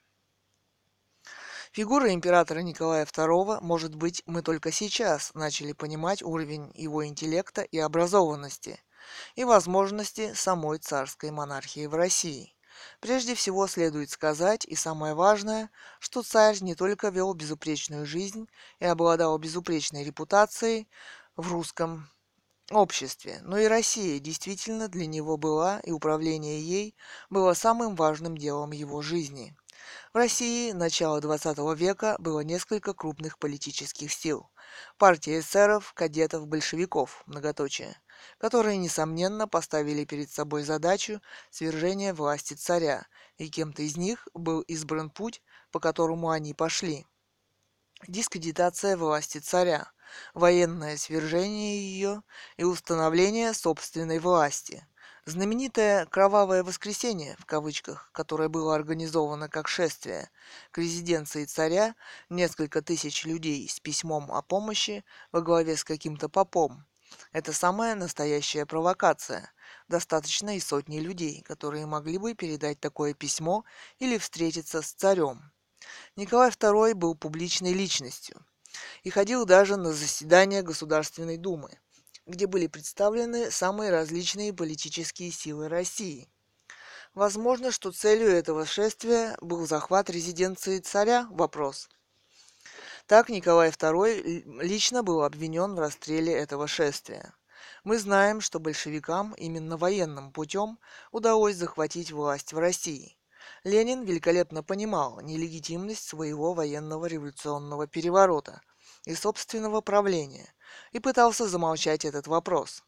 Фигура императора Николая II, может быть, мы только сейчас начали понимать уровень его интеллекта и образованности и возможности самой царской монархии в России. Прежде всего следует сказать, и самое важное, что царь не только вел безупречную жизнь и обладал безупречной репутацией в русском обществе, но и Россия действительно для него была, и управление ей было самым важным делом его жизни. В России начала XX века было несколько крупных политических сил. Партия эсеров, кадетов, большевиков, многоточие, которые, несомненно, поставили перед собой задачу свержения власти царя, и кем-то из них был избран путь, по которому они пошли. Дискредитация власти царя, военное свержение ее и установление собственной власти. Знаменитое «Кровавое воскресенье», в кавычках, которое было организовано как шествие к резиденции царя, несколько тысяч людей с письмом о помощи во главе с каким-то попом. Это самая настоящая провокация. Достаточно и сотни людей, которые могли бы передать такое письмо или встретиться с царем. Николай II был публичной личностью и ходил даже на заседания Государственной Думы, где были представлены самые различные политические силы России. Возможно, что целью этого шествия был захват резиденции царя? Вопрос. Так Николай II лично был обвинен в расстреле этого шествия. Мы знаем, что большевикам именно военным путем удалось захватить власть в России. Ленин великолепно понимал нелегитимность своего военного революционного переворота и собственного правления и пытался замолчать этот вопрос.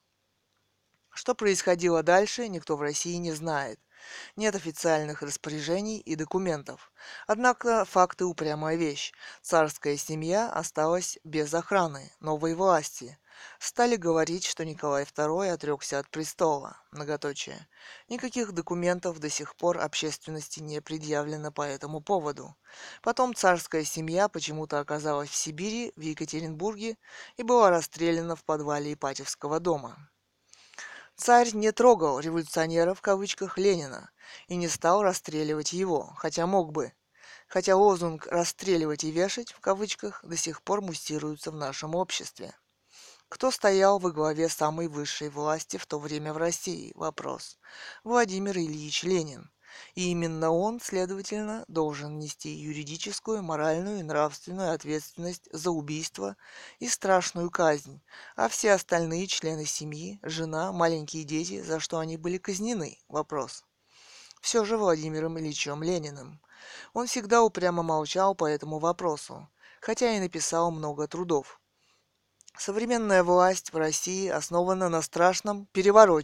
Что происходило дальше, никто в России не знает. Нет официальных распоряжений и документов. Однако факты упрямая вещь. Царская семья осталась без охраны, новой власти. Стали говорить, что Николай II отрекся от престола. Многоточие. Никаких документов до сих пор общественности не предъявлено по этому поводу. Потом царская семья почему-то оказалась в Сибири, в Екатеринбурге и была расстреляна в подвале Ипатьевского дома. Царь не трогал «революционера» в кавычках Ленина и не стал расстреливать его, хотя мог бы. Хотя лозунг «расстреливать и вешать» в кавычках до сих пор муссируется в нашем обществе. Кто стоял во главе самой высшей власти в то время в России? Вопрос. Владимир Ильич Ленин. И именно он, следовательно, должен нести юридическую, моральную и нравственную ответственность за убийство и страшную казнь, а все остальные члены семьи, жена, маленькие дети, за что они были казнены? Вопрос. Все же Владимиром Ильичем Лениным. Он всегда упрямо молчал по этому вопросу, хотя и написал много трудов. Современная власть в России основана на страшном перевороте,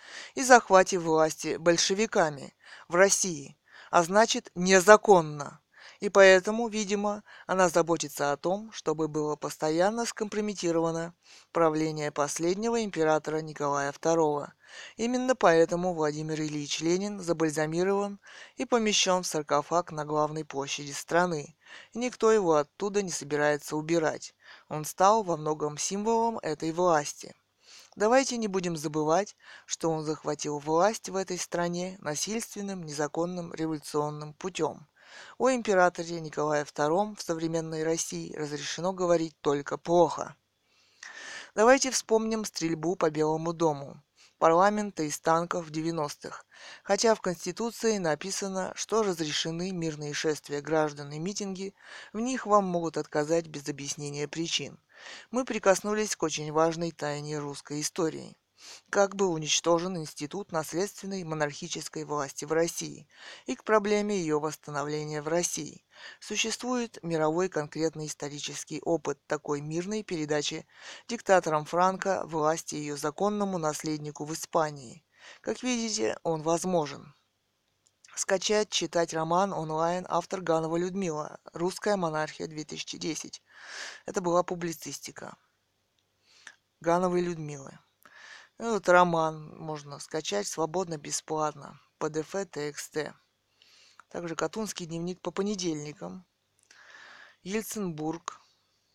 и захвате власти большевиками в России, а значит незаконно. И поэтому, видимо, она заботится о том, чтобы было постоянно скомпрометировано правление последнего императора Николая II. Именно поэтому Владимир Ильич Ленин забальзамирован и помещен в саркофаг на главной площади страны. И никто его оттуда не собирается убирать. Он стал во многом символом этой власти. Давайте не будем забывать, что он захватил власть в этой стране насильственным, незаконным, революционным путем. О императоре Николае II в современной России разрешено говорить только плохо. Давайте вспомним стрельбу по Белому дому парламента из танков в 90-х, хотя в Конституции написано, что разрешены мирные шествия граждан и митинги, в них вам могут отказать без объяснения причин. Мы прикоснулись к очень важной тайне русской истории. Как был уничтожен институт наследственной монархической власти в России и к проблеме ее восстановления в России. Существует мировой конкретный исторический опыт такой мирной передачи диктатором Франко власти ее законному наследнику в Испании. Как видите, он возможен. Скачать, читать роман онлайн, автор Ганова Людмила. Русская монархия 2010. Это была публицистика Гановой Людмилы. Этот роман можно скачать свободно, бесплатно. PDF, TXT. Также Катунский дневник по понедельникам. Ельцинбург.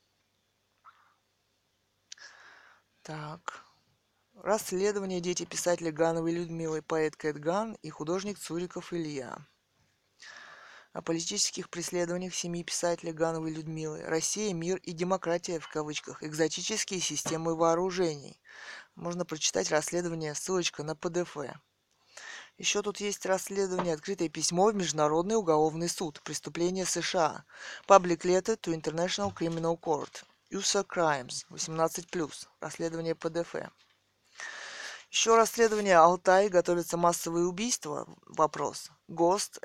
Так. Расследование «Дети писателя Гановой Людмилы», поэт Кэт Ган и художник Цуриков Илья. О политических преследованиях семьи писателя Гановой Людмилы. Россия, мир и демократия в кавычках. Экзотические системы вооружений. Можно прочитать расследование, ссылочка на PDF. Еще тут есть расследование, открытое письмо в Международный уголовный суд. Преступление США. Public letter to International Criminal Court. USA Crimes. 18+. Расследование PDF. Еще расследование Алтай. Готовятся массовые убийства? Вопрос. ГОСТ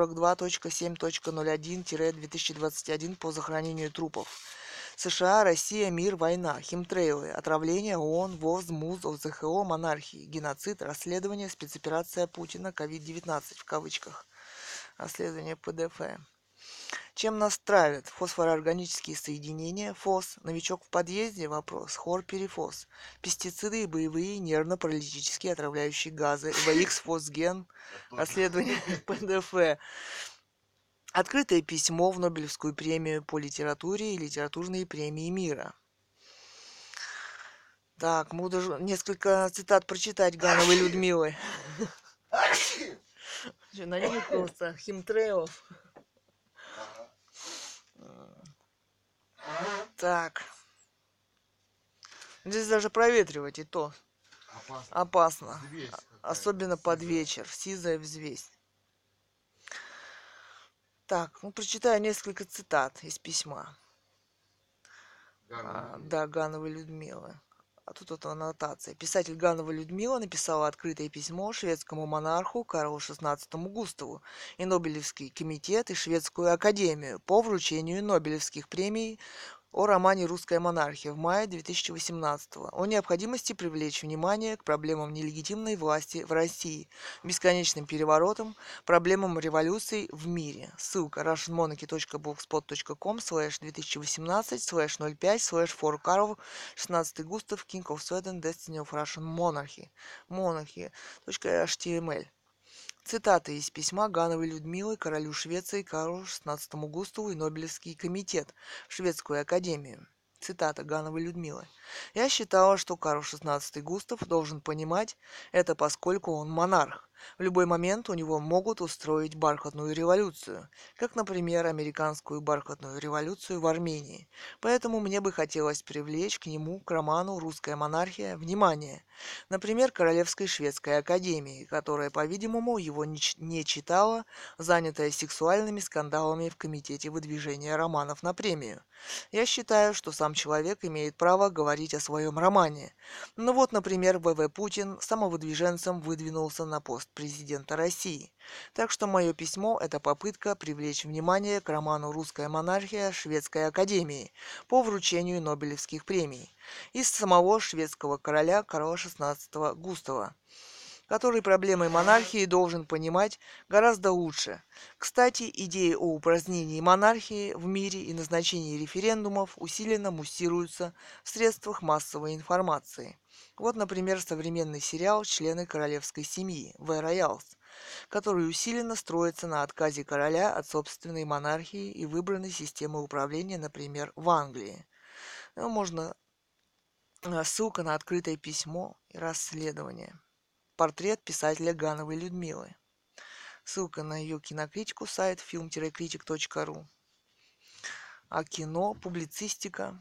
R42.7.01-2021 по захоронению трупов. США, Россия, мир, война, химтрейлы, отравление, ООН, ВОЗ, МУЗ, ОЗХО, монархии, геноцид, расследование, спецоперация Путина, COVID-19 в кавычках. Расследование ПДФ. Чем нас травят? Фосфороорганические соединения, ФОС, новичок в подъезде, вопрос, хлорперифос, пестициды и боевые нервно-паралитические отравляющие газы, ВХ, фосген, расследование ПДФ. Открытое письмо в Нобелевскую премию по литературе и литературные премии мира. Так, могу даже несколько цитат прочитать Гановой Людмилы. Нанюхался химтрейлов. Так. Здесь даже проветривать и то опасно. Особенно под вечер. Сизая взвесь. Так, прочитаю несколько цитат из письма. Да, Гановой Людмилы. А тут вот аннотация. Писатель Ганова Людмила написала открытое письмо шведскому монарху Карлу XVI Густаву и Нобелевский комитет и Шведскую академию по вручению Нобелевских премий о романе «Русская монархия» в мае 2018 о необходимости привлечь внимание к проблемам нелегитимной власти в России, бесконечным переворотам, проблемам революций в мире. Ссылка russianmonarchy.blogspot.com/2018/05/4Karl 16 Густав King of Sweden Destiny of Russian Monarchy monarchy.html. Цитаты из письма Гановой Людмилы королю Швеции Карлу XVI Густаву и Нобелевский комитет, Шведскую академию. Цитата Гановой Людмилы. «Я считала, что Карл XVI Густав должен понимать это, поскольку он монарх. В любой момент у него могут устроить бархатную революцию, как, например, американскую бархатную революцию в Армении. Поэтому мне бы хотелось привлечь к нему, к роману «Русская монархия», внимание. Например, Королевской шведской академии, которая, по-видимому, его не читала, занятая сексуальными скандалами в комитете выдвижения романов на премию. Я считаю, что сам человек имеет право говорить о своем романе. Ну вот, например, В.В. Путин самовыдвиженцем выдвинулся на пост президента России. Так что мое письмо – это попытка привлечь внимание к роману «Русская монархия» Шведской академии по вручению Нобелевских премий из самого шведского короля Карла XVI Густава. который проблемы монархии должен понимать гораздо лучше. Кстати, идеи о упразднении монархии в мире и назначении референдумов усиленно муссируются в средствах массовой информации. Вот, например, современный сериал «Члены королевской семьи» The Royals, который усиленно строится на отказе короля от собственной монархии и выбранной системы управления, например, в Англии. Можно ссылка на открытое письмо и расследование. Портрет писателя Гановой Людмилы. Ссылка на ее кинокритику, сайт film-critic.ru. А кино, публицистика.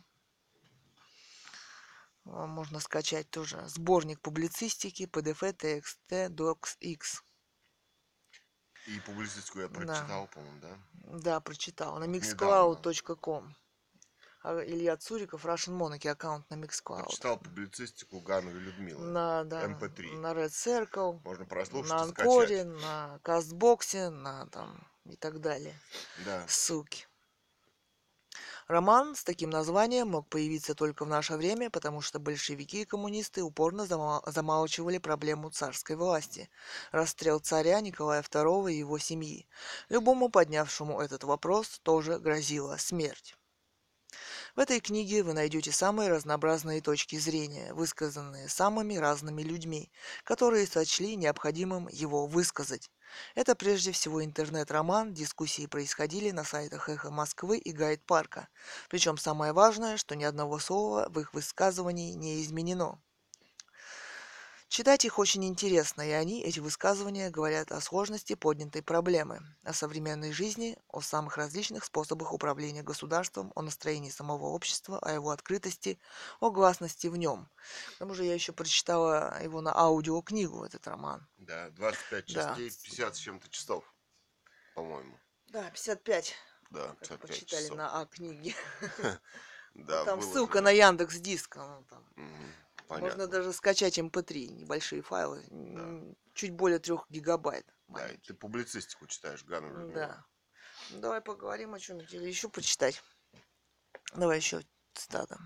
Можно скачать тоже сборник публицистики, PDF, TXT, DocX. И публицистику я Да, прочитал, по-моему, да? да, прочитал. На Вот недавно. mixcloud.com. Илья Цуриков, Russian Monarchy, аккаунт на Mixcloud. Прочитал публицистику Гановой Людмилы. Да, MP3. на Red Circle, Можно прослушать на и Анкоре, скачать. на Кастбоксе, на там и так далее. Да. Ссылки. Роман с таким названием мог появиться только в наше время, потому что большевики и коммунисты упорно замалчивали проблему царской власти, расстрел царя Николая II и его семьи. Любому поднявшему этот вопрос тоже грозила смерть. В этой книге вы найдете самые разнообразные точки зрения, высказанные самыми разными людьми, которые сочли необходимым его высказать. Это прежде всего интернет-роман, дискуссии происходили на сайтах «Эхо Москвы» и «Гайд-парка». Причем самое важное, что ни одного слова в их высказывании не изменено. Читать их очень интересно, и они, эти высказывания, говорят о сложности поднятой проблемы, о современной жизни, о самых различных способах управления государством, о настроении самого общества, о его открытости, о гласности в нем. К тому же я еще прочитала его на аудиокнигу, этот роман. Да, 25 Да. частей, 50 с чем-то часов, по-моему. Да, 55. Да, Как 55 прочитали часов. на А-книге. Да, Там выложено. ссылка на Яндекс.Диск. Понятно. Можно даже скачать MP3, небольшие файлы, чуть более 3 гигабайт. Да, и ты публицистику читаешь, Гановой Людмилы. Да. Давай поговорим о чем-нибудь или еще почитать. Давай еще цитата.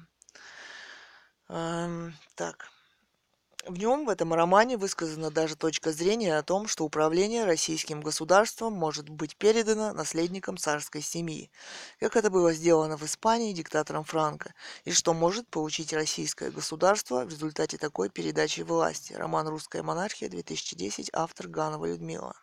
Так. В нем, в этом романе, высказана даже точка зрения о том, что управление российским государством может быть передано наследникам царской семьи, как это было сделано в Испании диктатором Франко, и что может получить российское государство в результате такой передачи власти. Роман «Русская монархия», 2010, автор Ганова Людмила.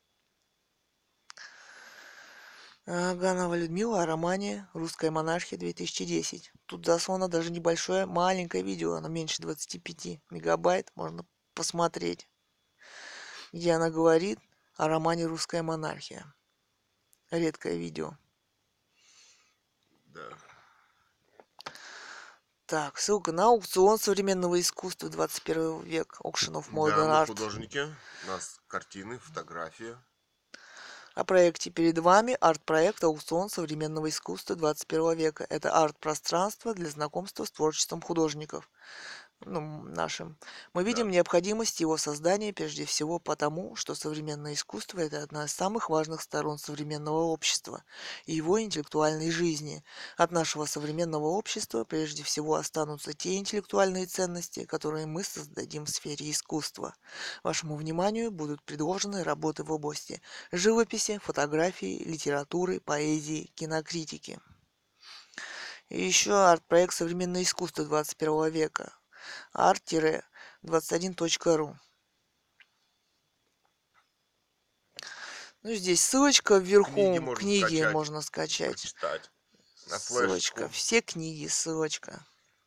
Ганова Людмила о романе «Русская монархия», 2010. Тут заслано даже небольшое, маленькое видео, оно меньше 25 мегабайт, можно посмотреть, где она говорит о романе «Русская монархия». Редкое видео. Да. Так, ссылка на аукцион современного искусства 21 век, Auction of Modern Да, мы Art. художники, у нас картины, фотографии. О проекте перед вами арт-проект «Аукцион современного искусства 21 века». Это арт-пространство для знакомства с творчеством художников. Нашим. Мы видим необходимость его создания прежде всего потому, что современное искусство – это одна из самых важных сторон современного общества и его интеллектуальной жизни. От нашего современного общества прежде всего останутся те интеллектуальные ценности, которые мы создадим в сфере искусства. Вашему вниманию будут предложены работы в области живописи, фотографии, литературы, поэзии, кинокритики. И еще арт-проект «Современное искусство 21 века». art-21.ru. Здесь ссылочка вверху, книги можно скачать. Прочитать. На Ссылочка, флешку. все книги, ссылочка.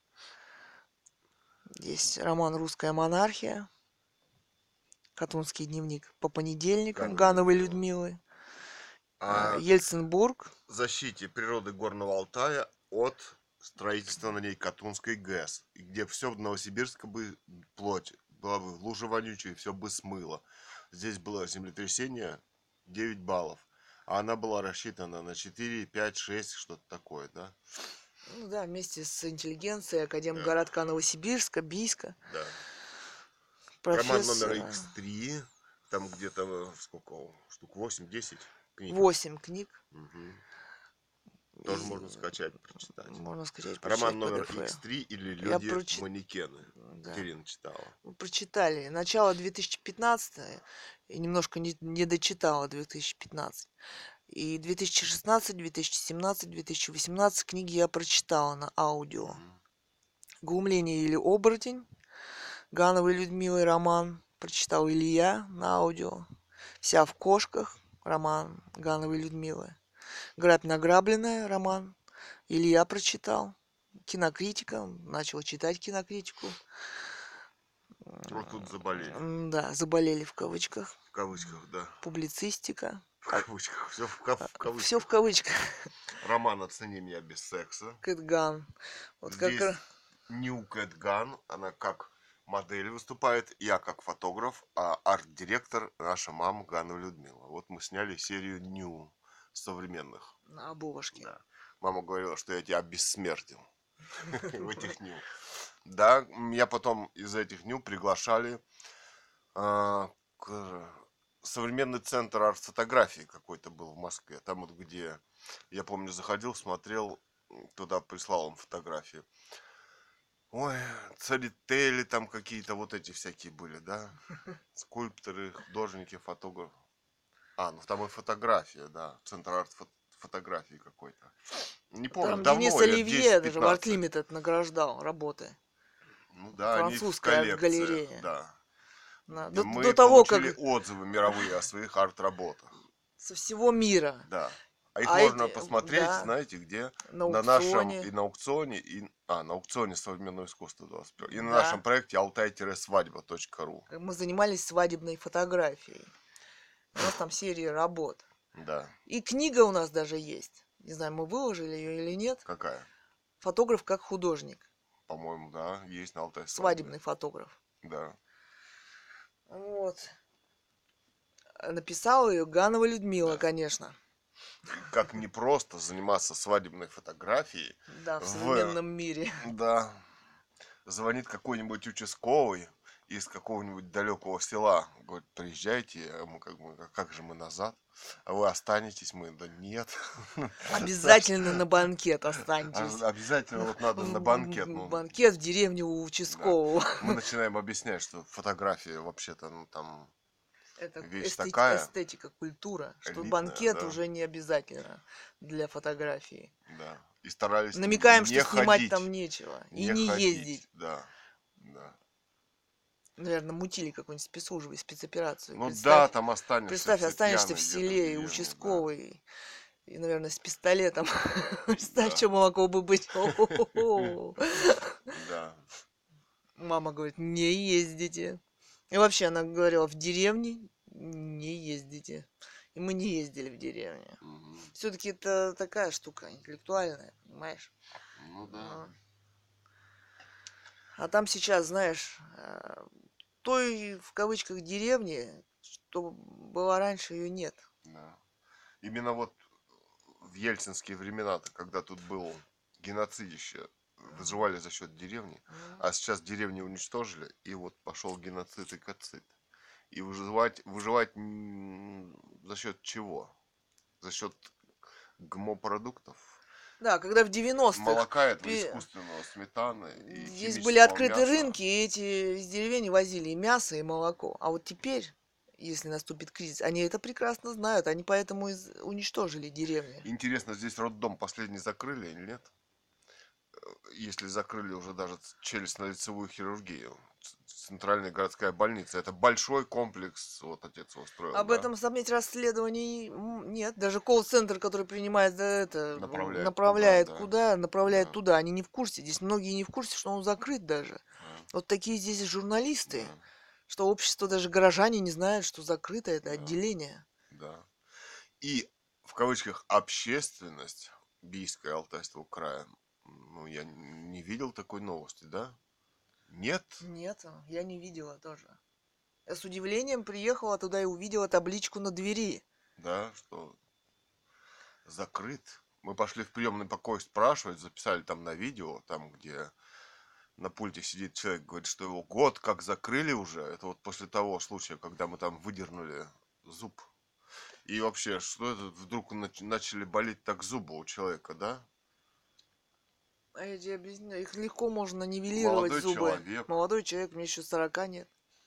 Здесь роман «Русская монархия», Катунский дневник по понедельникам Гановой Людмилы, Ельцинбург. Защите природы Горного Алтая от строительства на ней Катунской ГЭС, где все в Новосибирске бы плоть была бы в луже вонючей, все бы смыло. Здесь было землетрясение 9 баллов, а она была рассчитана на 4, 5, 6, что-то такое, да? Вместе с интеллигенцией Академгородка Новосибирска, Бийска. Да. Профессора. Роман номер X3, там где-то сколько, штук 8-10 книг. 8 книг. Тоже можно скачать, прочитать. Можно скачать, Роман номер PDF. X3 или Люди-манекены. Да. Катерина читала. Мы прочитали. Начало 2015 и немножко не дочитала 2015. И 2016, 2017, 2018 книги я прочитала на аудио. Мгм. «Глумление или оборотень» Гановой Людмилы роман прочитал Илья на аудио. «Вся в кошках» роман Гановой Людмилы. «Грабь награбленная» роман Илья прочитал. Кинокритика, начал читать кинокритику. Вот тут заболели. Да, заболели в кавычках. В кавычках, да. Публицистика. В кавычках. Все в кавычках. Все в кавычках. Роман «Оцени меня без секса». Кэтган. Вот как Здесь Нью Кэтган, она как модель выступает, я как фотограф, а арт-директор наша мама Ганна Людмила. Вот мы сняли серию Нью современных. на обложке. Да. Мама говорила, что я тебя обессмертил в этих Нью. Да, меня потом из этих Нью приглашали современный центр арт-фотографии какой-то был в Москве. Там вот где, я помню, заходил, смотрел, туда прислал он фотографии. Ой, царители там какие-то вот эти всякие были, да? Скульпторы, художники, фотографы. Ну там и фотография, да. Центр арт-фотографии какой-то. Не помню, Там давно, Денис лет Оливье даже в 10-15. Арт Лимитед награждал работы. Ну да, они в Французская коллекциях, арт-галерея. да. До Мы того, получили как отзывы мировые о своих арт-работах. со всего мира. Да. А их А можно эти, посмотреть, да, знаете, где? на На нашем аукционе. и на аукционе, на аукционе современного искусства 21. И на Да. нашем проекте alтай-свадьба.ру. Мы занимались свадебной фотографией. У нас там серия работ. Да. И книга у нас даже есть. Не знаю, мы выложили ее или нет. Какая? «Фотограф как художник». По-моему, да, есть на Алтай Свадебный фотограф. Да. Вот. Написала ее Ганова Людмила, Да. конечно. Как непросто заниматься свадебной фотографией. Да, в современном мире. Да. Звонит какой-нибудь участковый из какого-нибудь далекого села. Говорит, приезжайте, а мы как же мы назад? А вы останетесь? Мы, да нет. Обязательно на банкет останьтесь. Обязательно вот надо на банкет. Банкет в деревне у участкового. Мы начинаем объяснять, что фотография вообще-то, ну там, Это вещь такая. эстетика, культура, что элитная, банкет да. уже не обязательно для фотографии. Да. И старались Намекаем, не что снимать ходить, там нечего. И не не ходить. ездить. Да. Да. Наверное, мутили какую-нибудь спецслужбу, спецоперацию. Ну Представь, да, там останешься. представь, останешься в где-то селе, и деревне, участковый, и, наверное, с пистолетом. Представь, Да. что могло бы быть. Да. Мама говорит, не ездите. И вообще, она говорила, в деревне не ездите. И мы не ездили в деревню. Мгм. Все-таки это такая штука интеллектуальная, понимаешь? Ну да. А там сейчас, знаешь, той, в кавычках, деревни, что была раньше, ее нет. Да. Именно вот в ельцинские времена-то, когда тут был геноцидище, выживали за счет деревни, а сейчас деревни уничтожили, и вот пошел геноцид и кацид. И выживать за счет чего? За счет ГМО-продуктов? Да, когда в 90-х Молока этого искусственного, сметаны и здесь были химического открытые мяса. рынки, и эти из деревень возили и мясо, и молоко. А вот теперь, если наступит кризис, они это прекрасно знают, они поэтому и уничтожили деревни. Интересно, здесь роддом последний закрыли или нет? Если закрыли уже даже челюстно-лицевую хирургию. Центральная городская больница. Это большой комплекс, вот отец его строил. Об да? этом заметь расследований нет. Даже колл-центр, который принимает за это, направляет куда, направляет Да. туда. Они не в курсе. Здесь многие не в курсе, что он закрыт даже. Да. Вот такие здесь журналисты, Да. что общество, даже горожане не знают, что закрыто это Да. отделение. Да. И в кавычках общественность Бийского и Алтайского края, ну, я не видел такой новости, да? Нет? Нет, я не видела тоже. Я с удивлением приехала туда и увидела табличку на двери. Да, что закрыт. Мы пошли в приемный покой спрашивать, записали там на видео, там, где на пульте сидит человек, говорит, что его год как закрыли уже. Это вот после того случая, когда мы там выдернули зуб. И вообще, что это вдруг начали болеть так зубы у человека, да? А я тебе объясню, их легко можно нивелировать Молодой зубы. человек, Молодой человек, мне еще 40 нет.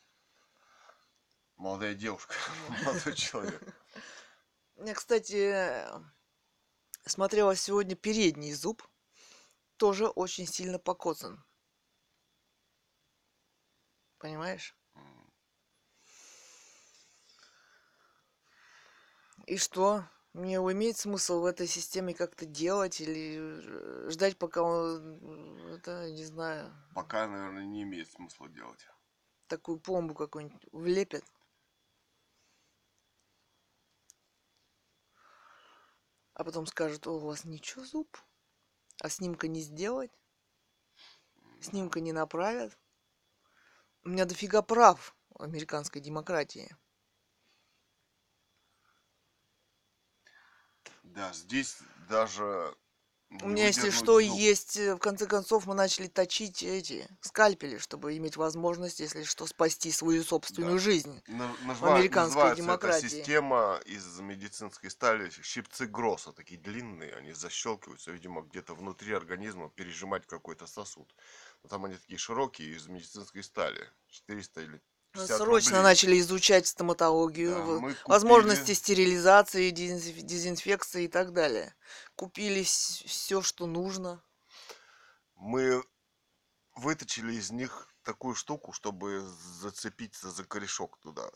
молодая девушка, молодой человек. Я, кстати, смотрела сегодня передний зуб, тоже очень сильно покоцан. Понимаешь? И что? Мне имеет смысл в этой системе как-то делать или ждать, пока он, это, не знаю, Пока, наверное, не имеет смысла делать. такую пломбу какую-нибудь влепят? А потом скажут: о, у вас ничего зуб? А снимка не сделать? Снимка не направят? У меня дофига прав в американской демократии. Да, здесь даже У не меня, если выдернуть что, зуб. есть, в конце концов, мы начали точить эти скальпели, чтобы иметь возможность, если что, спасти свою собственную Да. жизнь в американской Называется эта демократии. система из медицинской стали щипцы Гросса, такие длинные, они защелкиваются, видимо, где-то внутри организма пережимать какой-то сосуд. Но там они такие широкие, из медицинской стали, 400 или 50 Срочно рублей. начали изучать стоматологию, Да, мы купили, возможности стерилизации, дезинфекции и так далее. Купили все, что нужно. мы выточили из них такую штуку, чтобы зацепиться за корешок туда,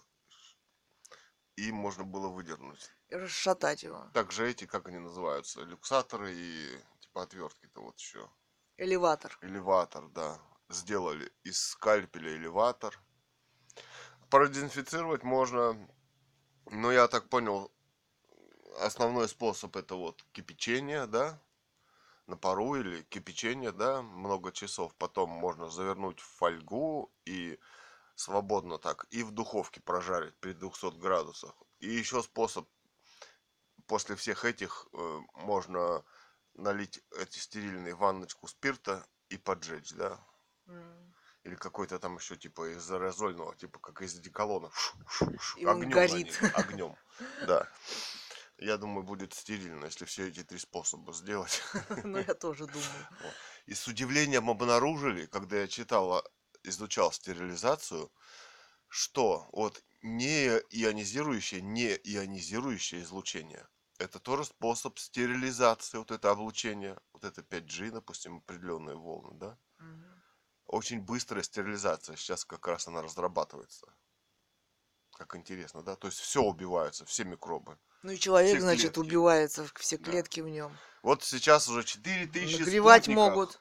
и можно было выдернуть. И расшатать его. Также эти, как они называются, люксаторы и типа отвертки-то вот еще. Элеватор. Элеватор, да. Сделали из скальпеля элеватор. Продезинфицировать можно, но я так понял, основной способ это вот кипячение, да, на пару или кипячение, да, много часов. Потом можно завернуть в фольгу и свободно так и в духовке прожарить при 200 градусах. И еще способ, после всех этих можно налить эти стерильные ванночку спирта и поджечь, да. Или какой-то там еще типа из аэрозольного, типа как из одеколона. И он Огнем на горит. них, огнем. Да. Я думаю, будет стерильно, если все эти три способа сделать. Ну, я тоже думаю. И с удивлением обнаружили, когда я читал, изучал стерилизацию, что вот не ионизирующее излучение. Это тоже способ стерилизации, вот это облучение, вот это 5G, допустим, определенные волны, да. Очень быстрая стерилизация, сейчас как раз она разрабатывается. Как интересно, да? То есть все убиваются, все микробы, Ну и все человек, значит, клетки. убивается, все Да. клетки в нем. Вот сейчас уже 4000 Нагревать спутников. могут.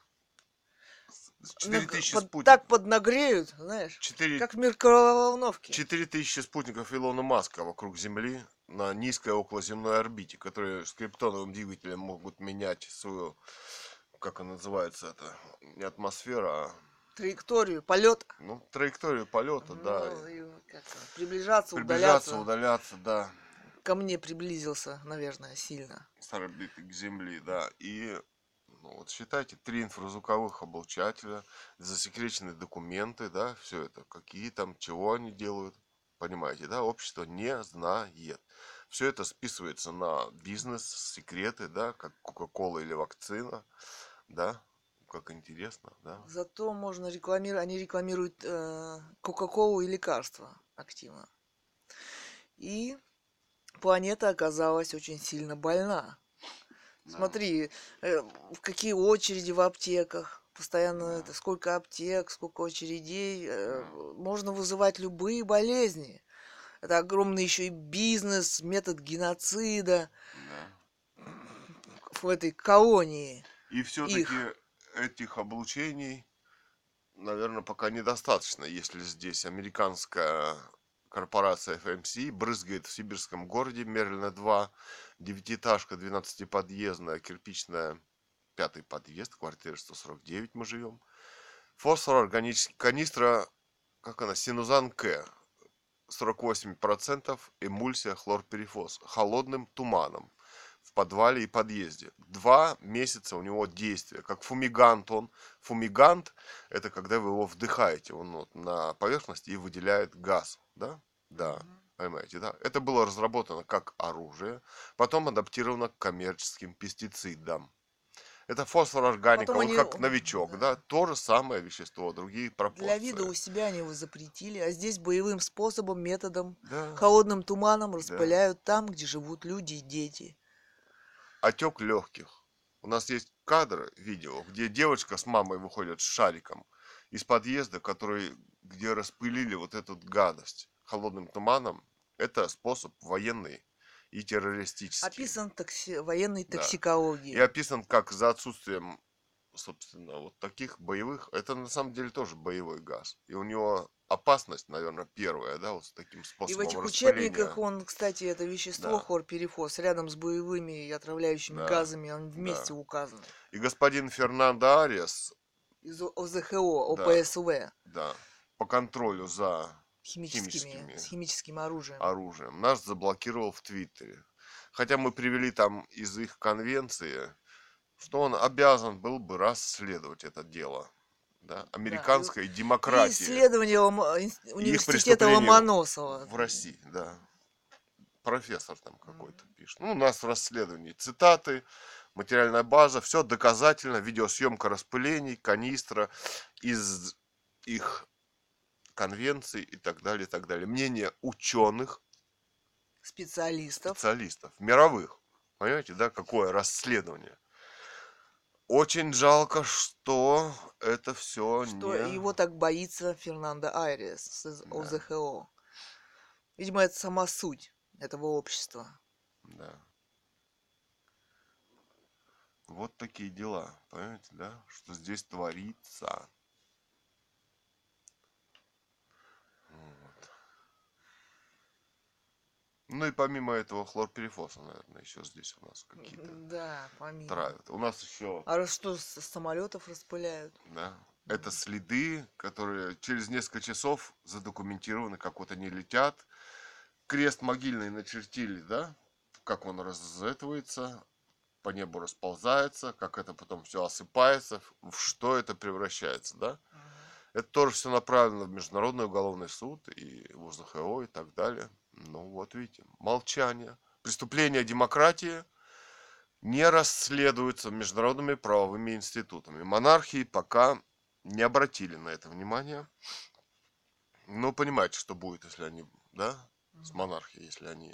4000 Так спутников. поднагреют, знаешь, 4, как в микроволновке. 4000 спутников Илона Маска вокруг Земли на низкой околоземной орбите, которые с криптоновым двигателем могут менять свою, как она называется, это не атмосфера, а Траекторию, полет. ну, траекторию полета, да. Ну, и как приближаться, Приближаться, удаляться. удаляться, да. Ко мне приблизился, наверное, сильно. С орбиты к Земли, да. И ну, вот считайте, 3 инфразвуковых облучателя, засекреченные документы, да, все это, какие там, чего они делают, понимаете, да, общество не знает. Все это списывается на бизнес, секреты, да, как Кока-Кола или вакцина, да, как интересно, да. Зато можно рекламировать, они рекламируют Кока-Колу и лекарства активно. И планета оказалась очень сильно больна. Да. Смотри, в какие очереди в аптеках. Постоянно Да. это сколько аптек, сколько очередей. Да. Можно вызывать любые болезни. Это огромный еще и бизнес, метод геноцида Да. в этой колонии И все-таки их. этих облучений, наверное, пока недостаточно, если здесь американская корпорация FMC брызгает в сибирском городе Мерлина-2, девятиэтажка, 12-подъездная, кирпичная, 5-й подъезд, квартира 149 мы живем. Фосфор, органический, канистра, как она, синузан К, 48%, эмульсия, хлорперифос, холодным туманом в подвале и подъезде. 2 месяца у него действия. Как фумигант он. Фумигант – это когда вы его вдыхаете. Он вот на поверхности и выделяет газ. Да? Да. Понимаете, да? Это было разработано как оружие. Потом адаптировано к коммерческим пестицидам. Это фосфорорганика, Потом он они, как новичок, да, да, то же самое вещество, другие для вида пропорции. у себя они его запретили, а здесь боевым способом, методом, Да, холодным туманом да. распыляют там, где живут люди и дети. Отек легких. У нас есть кадр, видео, где девочка с мамой выходят с шариком из подъезда, где распылили вот эту гадость холодным туманом. Это способ военный и террористический. Описан военной Да. И токсикологией. описан как за отсутствием, собственно, вот таких боевых. Это на самом деле тоже боевой газ. И у него опасность, наверное, первая, да, вот с таким И в способом этих учебниках распыления. он, кстати, это вещество Да, хлорперифос рядом с боевыми и отравляющими да, газами, он вместе да. указаны. И господин Фернандо Ариас, Из ОЗХО, да, ОПСВ, да, по контролю за с химическими химическим оружием. оружием, нас заблокировал в Твиттере. Хотя мы привели там из их конвенции, что он обязан был бы расследовать это дело, да, Да, американской и демократии исследование и их университета преступлений Ломоносова. в России, да. Профессор там какой-то пишет. Ну, у нас расследование, цитаты, материальная база, все доказательно, видеосъемка распылений, канистра из их конвенций и так далее, и так далее. Мнение ученых, Специалистов, специалистов, мировых. Понимаете, да, какое расследование. Очень жалко, что это все что не... его так боится Фернандо Айрес из Да, ОЗХО. Видимо, это сама суть этого общества. да. Вот такие дела, понимаете, да, что здесь творится. Вот. Ну и помимо этого хлорперифоса, наверное, еще здесь у нас какие-то Да, помимо. травят. У нас еще, А что с самолетов распыляют? да, это следы, которые через несколько часов задокументированы, как вот они летят. Крест могильный начертили, да, как он разэтывается, по небу расползается, как это потом все осыпается, в что это превращается, да. Это тоже все направлено в Международный уголовный суд и в УЗХО и так далее. Ну вот видите, молчание. Преступления демократии не расследуются международными правовыми институтами. Монархии пока не обратили на это внимание. Ну, понимаете, что будет, если они, да, с монархией, если они...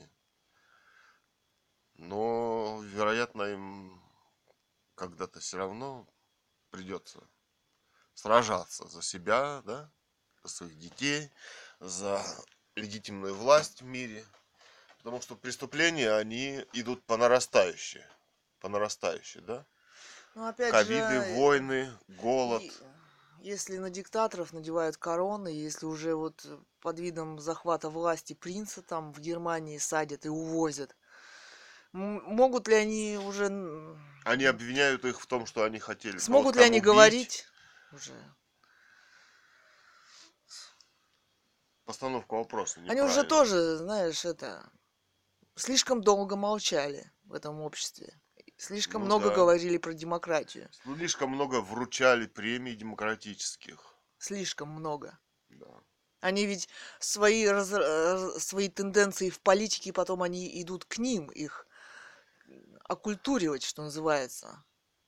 Но, вероятно, им когда-то все равно придется сражаться за себя, да, за своих детей, за легитимную власть в мире. Потому что преступления, они идут по нарастающей. По нарастающей, да? Ну, опять же, Ковиды, войны, голод. если на диктаторов надевают короны, если уже вот под видом захвата власти принца там в Германии садят и увозят, могут ли они уже... Они обвиняют их в том, что они хотели кого-то Смогут ли там они убить. говорить уже? Постановка вопроса Они уже неправильная. тоже, знаешь, это... Слишком долго молчали в этом обществе. Слишком Ну много да. говорили про демократию. Слишком много вручали премий демократических. Слишком много. Да. Они ведь свои тенденции в политике, потом они идут к ним, их оккультуривать, что называется.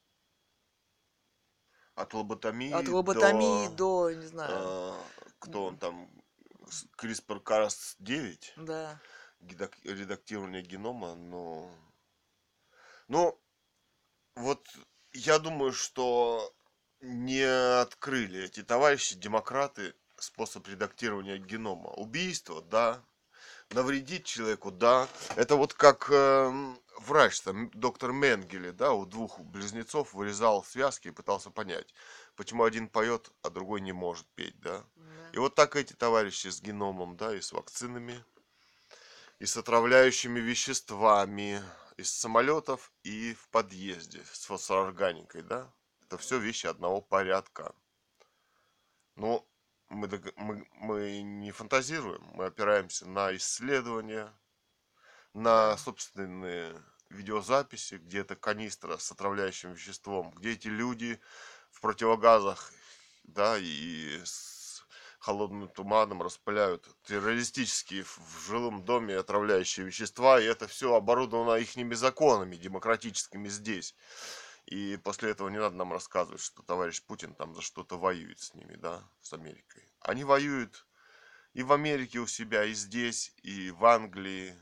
От От лоботомии лоботомии до... до, не знаю, Кто он там? CRISPR-Cas9. да. Редактирование генома, но... Ну, вот я думаю, что не открыли эти товарищи, демократы, способ редактирования генома. Убийство, да. Навредить человеку, да. Это вот как врач, там, доктор Менгеле, да, у двух близнецов вырезал связки и пытался понять, почему один поет, а другой не может петь, да. Да. И вот так эти товарищи с геномом, да, и с вакцинами, и с отравляющими веществами, из самолетов и в подъезде с фосфорорганикой, да. Это все вещи одного порядка. Но мы не фантазируем, мы опираемся на исследования, на Да. собственные видеозаписи, где это канистра с отравляющим веществом, где эти люди в противогазах, да, и с холодным туманом распыляют террористические в жилом доме отравляющие вещества, и это все оборудовано ихними законами демократическими здесь. И после этого не надо нам рассказывать, что товарищ Путин там за что-то воюет с ними, да, с Америкой. Они воюют и в Америке у себя, и здесь, и в Англии,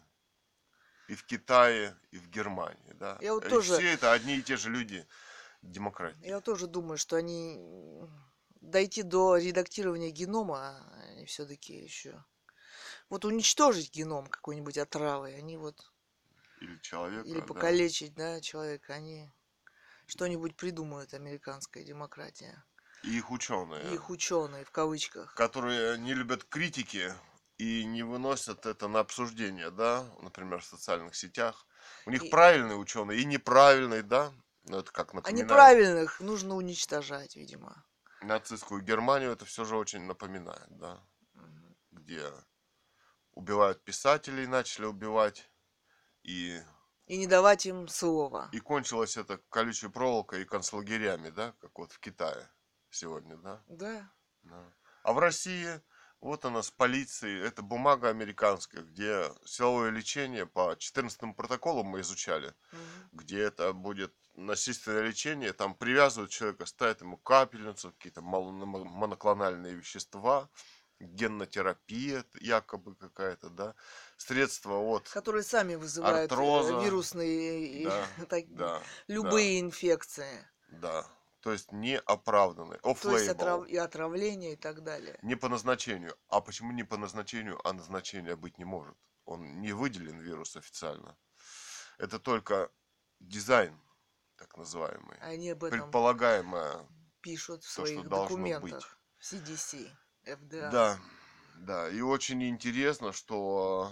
и в Китае, и в Германии, да. Я вот И тоже, все это одни и те же люди демократии. я тоже думаю, что они дойти до редактирования генома, они все-таки еще вот уничтожить геном какой-нибудь отравой, они вот Или или человека, да. покалечить, да, человека, они что-нибудь придумают, американская демократия. И их И ученые, их ученые в кавычках. которые не любят критики и не выносят это на обсуждение, да, например, в социальных сетях. У них И, правильные ученые и неправильные, да. Ну, это как а напоминает неправильных нужно уничтожать, видимо. нацистскую Германию, это все же очень напоминает, да, Мгм. где убивают писателей, начали убивать, и, И не давать им слова. и кончилось это колючей проволокой и концлагерями, да, как вот в Китае сегодня, да. Да. Да. А в России вот она с полицией, это бумага американская, где силовое лечение по 14 протоколу мы изучали, Мгм. где это будет насильственное лечение, там привязывают человека, ставят ему капельницу, какие-то моноклональные вещества, геннотерапия якобы какая-то, да, средства от Которые сами вызывают артроза, вирусные да, да, да, любые инфекции. да, то есть неоправданные, То есть off-label. и отравление и так далее. Не по назначению. А почему не по назначению, а назначения быть не может? Он не выделен, вирус, официально. Это только дизайн, так называемый. Они об этом Предполагаемое, пишут в то, что своих должно быть. документах в CDC, FDA. Да, да. И очень интересно, что...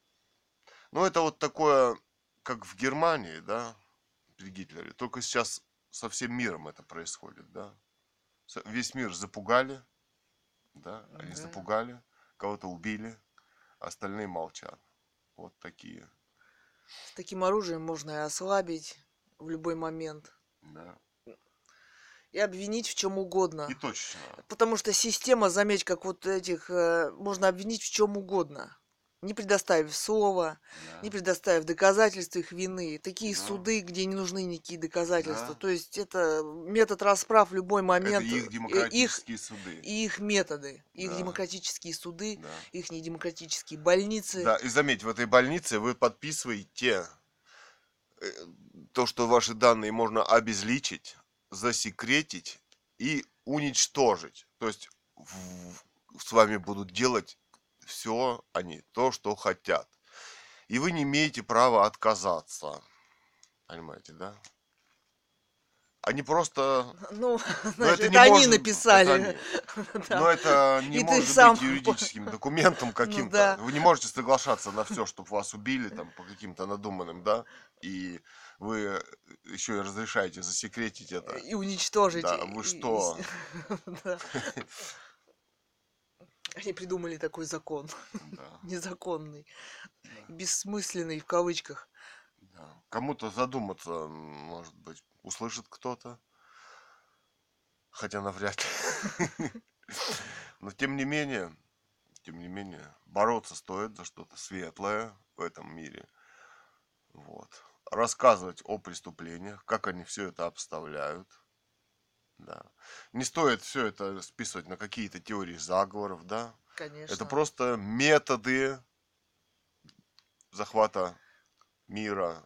Ну, это вот такое, как в Германии, да, при Гитлере. Только сейчас со всем миром это происходит, да. Весь мир запугали, да, они Да. запугали, кого-то убили, остальные молчат. Вот такие. С таким оружием можно и ослабить в любой момент. Да. И обвинить в чем И угодно. точечно. Потому что система, заметь, как вот этих, можно обвинить в чем угодно. Не предоставив слова, не Да. предоставив доказательств их вины. Такие Да. суды, где не нужны никакие доказательства. Да. То есть это метод расправ в любой Это момент. их Их демократические суды. и их методы, их Да. демократические суды, Да. их недемократические больницы. Да. И заметь, в этой больнице вы подписываете то, что ваши данные можно обезличить, засекретить и уничтожить. То есть с вами будут делать все они, то, что хотят. И вы не имеете права отказаться. Понимаете, да? Они просто... Ну, Но знаешь, это не это они может... Это написали. они. Но Да. это не И ты может быть сам, юридическим документом ну каким-то. да, Вы не можете соглашаться на все, чтобы вас убили там по каким-то надуманным, да? И вы еще и разрешаете засекретить это. и уничтожить. Да, вы что? Да. Они придумали такой закон. Да, Незаконный. да, Бессмысленный в кавычках. да. Кому-то задуматься, может быть, услышит кто-то. Хотя навряд ли. Но тем не менее, бороться стоит за что-то светлое в этом мире. Вот. Рассказывать о преступлениях, как они все это обставляют. Да. Не стоит все это списывать на какие-то теории заговоров, да. Это Конечно. просто методы захвата мира,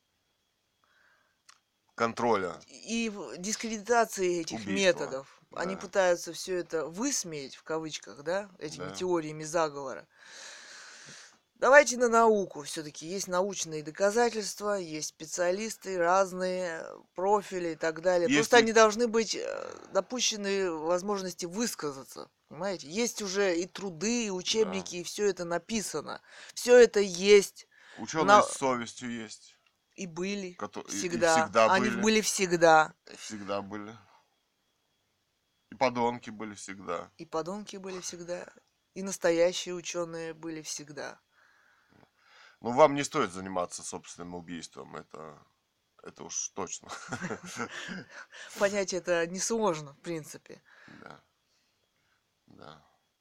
контроля, И в дискредитации этих убийства. методов они Да, пытаются все это высмеять, в кавычках, да, этими да. теориями заговора. Давайте на науку. Все-таки есть научные доказательства, есть специалисты, разные профили и так далее. Просто Если... они должны быть допущены возможности высказаться. Понимаете? Есть уже и труды, и Да. учебники, и все это написано. Все это есть. Ученые На... с совестью есть, И были и всегда. всегда Они были, были всегда. всегда были. И подонки были всегда. И подонки были всегда. И настоящие ученые были всегда. Но вам не стоит заниматься собственным убийством, это уж точно. Понять это несложно, в принципе. Да, да.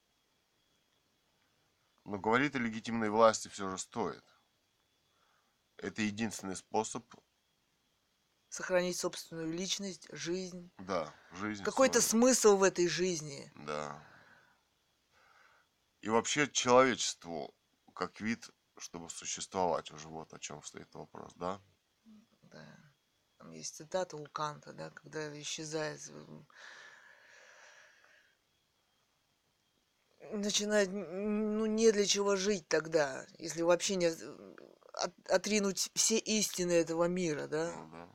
Но говорить о легитимной власти все же стоит. Это единственный способ сохранить собственную личность, жизнь, Да, жизнь какой-то свою. смысл в этой жизни. Да. И вообще человечеству как вид, чтобы существовать уже, вот о чем стоит вопрос, да? Да. Там есть цитата у Канта, да, когда исчезает, начинает, ну, не для чего жить тогда, если вообще не отринуть все истины этого мира, да, Ну да.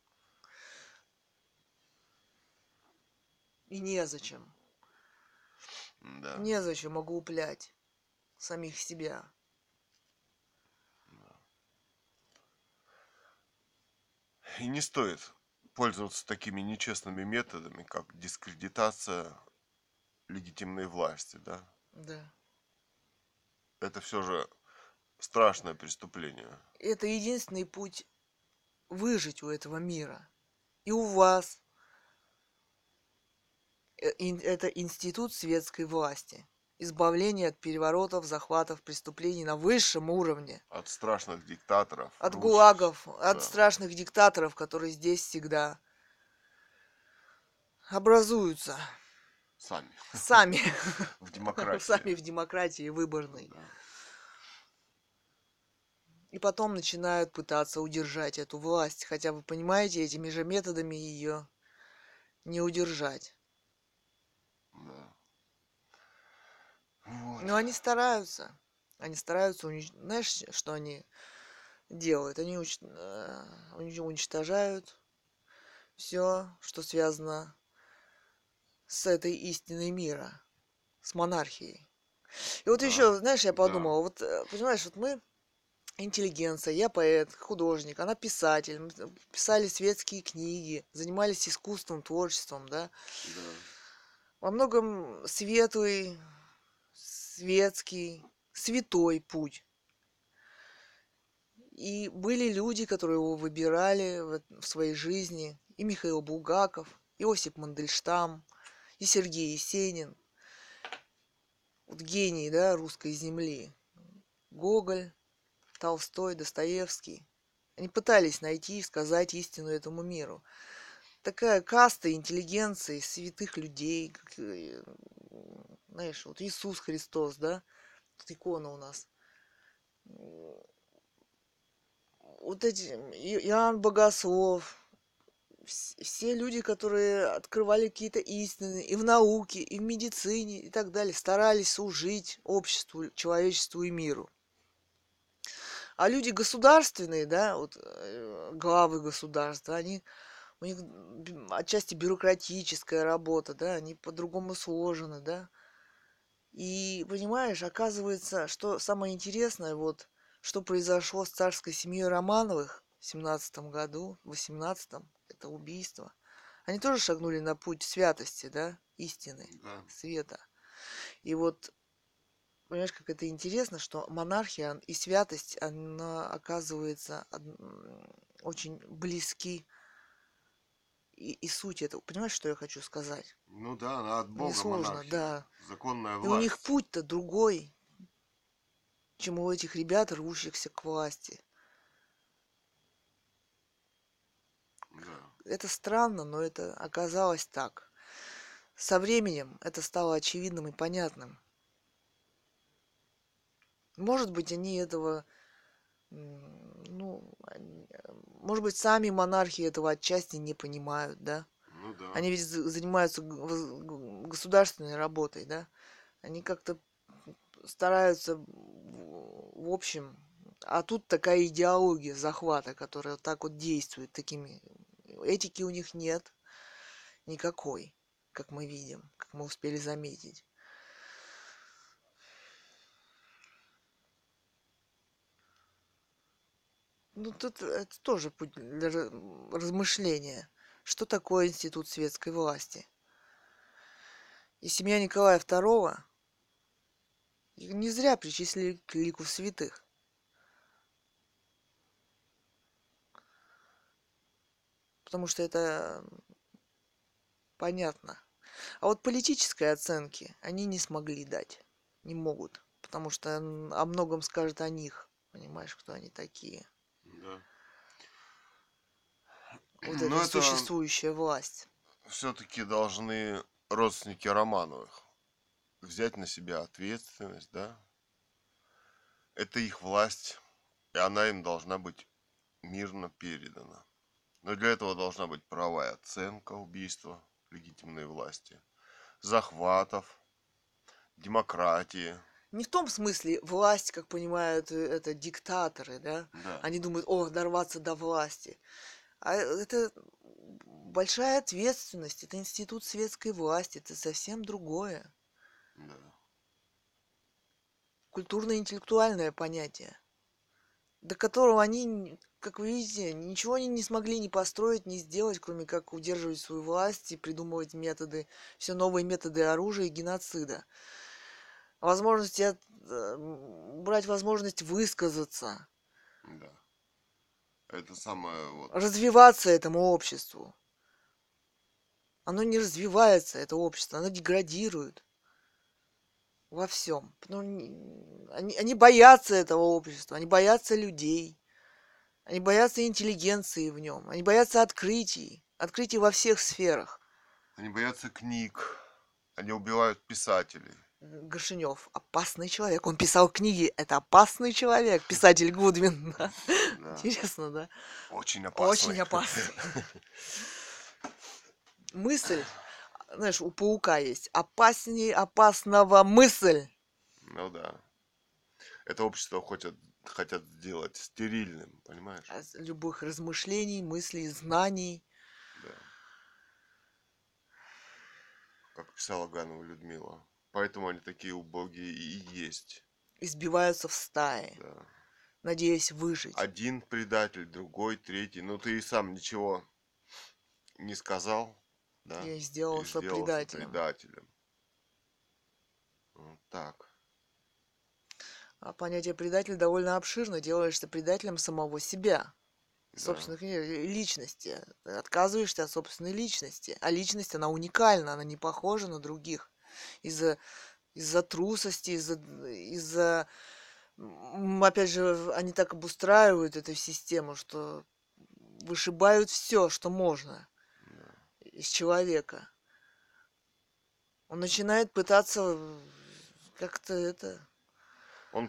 и незачем. Да. Незачем оглуплять самих себя. И не стоит пользоваться такими нечестными методами, как дискредитация легитимной власти, да? Да. Это все же страшное преступление. Это единственный путь выжить у этого мира. И у вас. Это институт светской власти. Избавление от переворотов, захватов, преступлений на высшем уровне. От страшных диктаторов, От рвущихся, гулагов, от да, страшных диктаторов, которые здесь всегда образуются сами, сами, в демократии. сами в демократии выборной. Да. И потом начинают пытаться удержать эту власть. Хотя вы понимаете, этими же методами ее не удержать. Да. Вот. Но они стараются. Они стараются знаешь, что они делают? Они уничтожают все, что связано с этой истиной мира, с монархией. И вот Да. еще, знаешь, я Да. подумала, вот, понимаешь, вот мы интеллигенция, я поэт, художник, она писатель, мы писали светские книги, занимались искусством, творчеством, да. Да. Во многом светлый, светский, святой путь. И были люди, которые его выбирали в своей жизни. И Михаил Булгаков, и Осип Мандельштам, и Сергей Есенин. Вот гений, да, русской земли. Гоголь, Толстой, Достоевский. Они пытались найти и сказать истину этому миру. Такая каста интеллигенции, святых людей, как, знаешь, вот Иисус Христос, да, тут икона у нас. Вот эти Иоанн Богослов, все люди, которые открывали какие-то истины и в науке, и в медицине, и так далее, старались служить обществу, человечеству и миру. А люди государственные, да, вот главы государства, у них отчасти бюрократическая работа, да, они по-другому сложены, да. И, понимаешь, оказывается, что самое интересное, вот, что произошло с царской семьей Романовых в 17 году, в 18-м, это убийство. Они тоже шагнули на путь святости, да, истины, Да. света. И вот, понимаешь, как это интересно, что монархия и святость, она оказывается очень близки. И суть этого, понимаешь, что я хочу сказать? Ну да, она от Мне Бога сложно, монархия. да. Законная И у них власть. путь-то другой, чем у этих ребят, рвущихся к власти. Да. Это странно, но это оказалось так. Со временем это стало очевидным и понятным. Может быть, они этого, ну, может быть, сами монархи этого отчасти не понимают, да? Ну да. Они ведь занимаются государственной работой, да? Они как-то стараются, в общем, а тут такая идеология захвата, которая вот так вот действует, такими этики у них нет никакой, как мы видим, как мы успели заметить. Ну, тут это тоже путь для размышления. Что такое институт светской власти? И семья Николая II не зря причислили к лику святых. Потому что это понятно. А вот политической оценки они не смогли дать. Не могут. Потому что о многом скажет о них. Понимаешь, кто они такие. Да. вот Ну, эта это существующая власть. все-таки должны родственники Романовых взять на себя ответственность, да? Это их власть, и она им должна быть мирно передана. Но для этого должна быть правовая оценка убийства легитимной власти, захватов, демократии. Не в том смысле власть, как понимают это диктаторы, да? Да, Они думают, о, дорваться до власти. А это большая ответственность, это институт светской власти, это совсем другое. да. Культурно-интеллектуальное понятие, до которого они, как вы видите, ничего они не смогли ни построить, ни сделать, кроме как удерживать свою власть и придумывать методы, все новые методы оружия и геноцида. Возможности брать возможность высказаться, Да. Это самое вот. развиваться этому обществу. Оно не развивается, это общество, оно деградирует во всем. Они боятся этого общества, они боятся людей, они боятся интеллигенции в нем, они боятся открытий во всех сферах. Они боятся книг, они убивают писателей. Горшинев опасный человек. Он писал книги. Это опасный человек. Писатель Гудвин. Да? Да. Интересно, да? Очень опасный. Очень опасный. Мысль, знаешь, у паука есть опаснее опасного мысль. Ну да. Это общество хотят сделать стерильным, понимаешь? От любых размышлений, мыслей, знаний. Да. Как писала Ганова Людмила. Поэтому они такие убогие и есть. Избиваются в стае, Да. надеясь выжить. Один предатель, другой, третий. Ну ты и сам ничего не сказал, да? Я И сделался сделался предателем. предателем. Вот так. А понятие предатель довольно обширно. Делаешься предателем самого себя. Да. Собственных личности. Ты отказываешься от собственной личности. А личность, она уникальна, она не похожа на других. Из-за трусости, опять же, они так обустраивают эту систему, что вышибают все, что можно Да. из человека. Он начинает пытаться как-то Он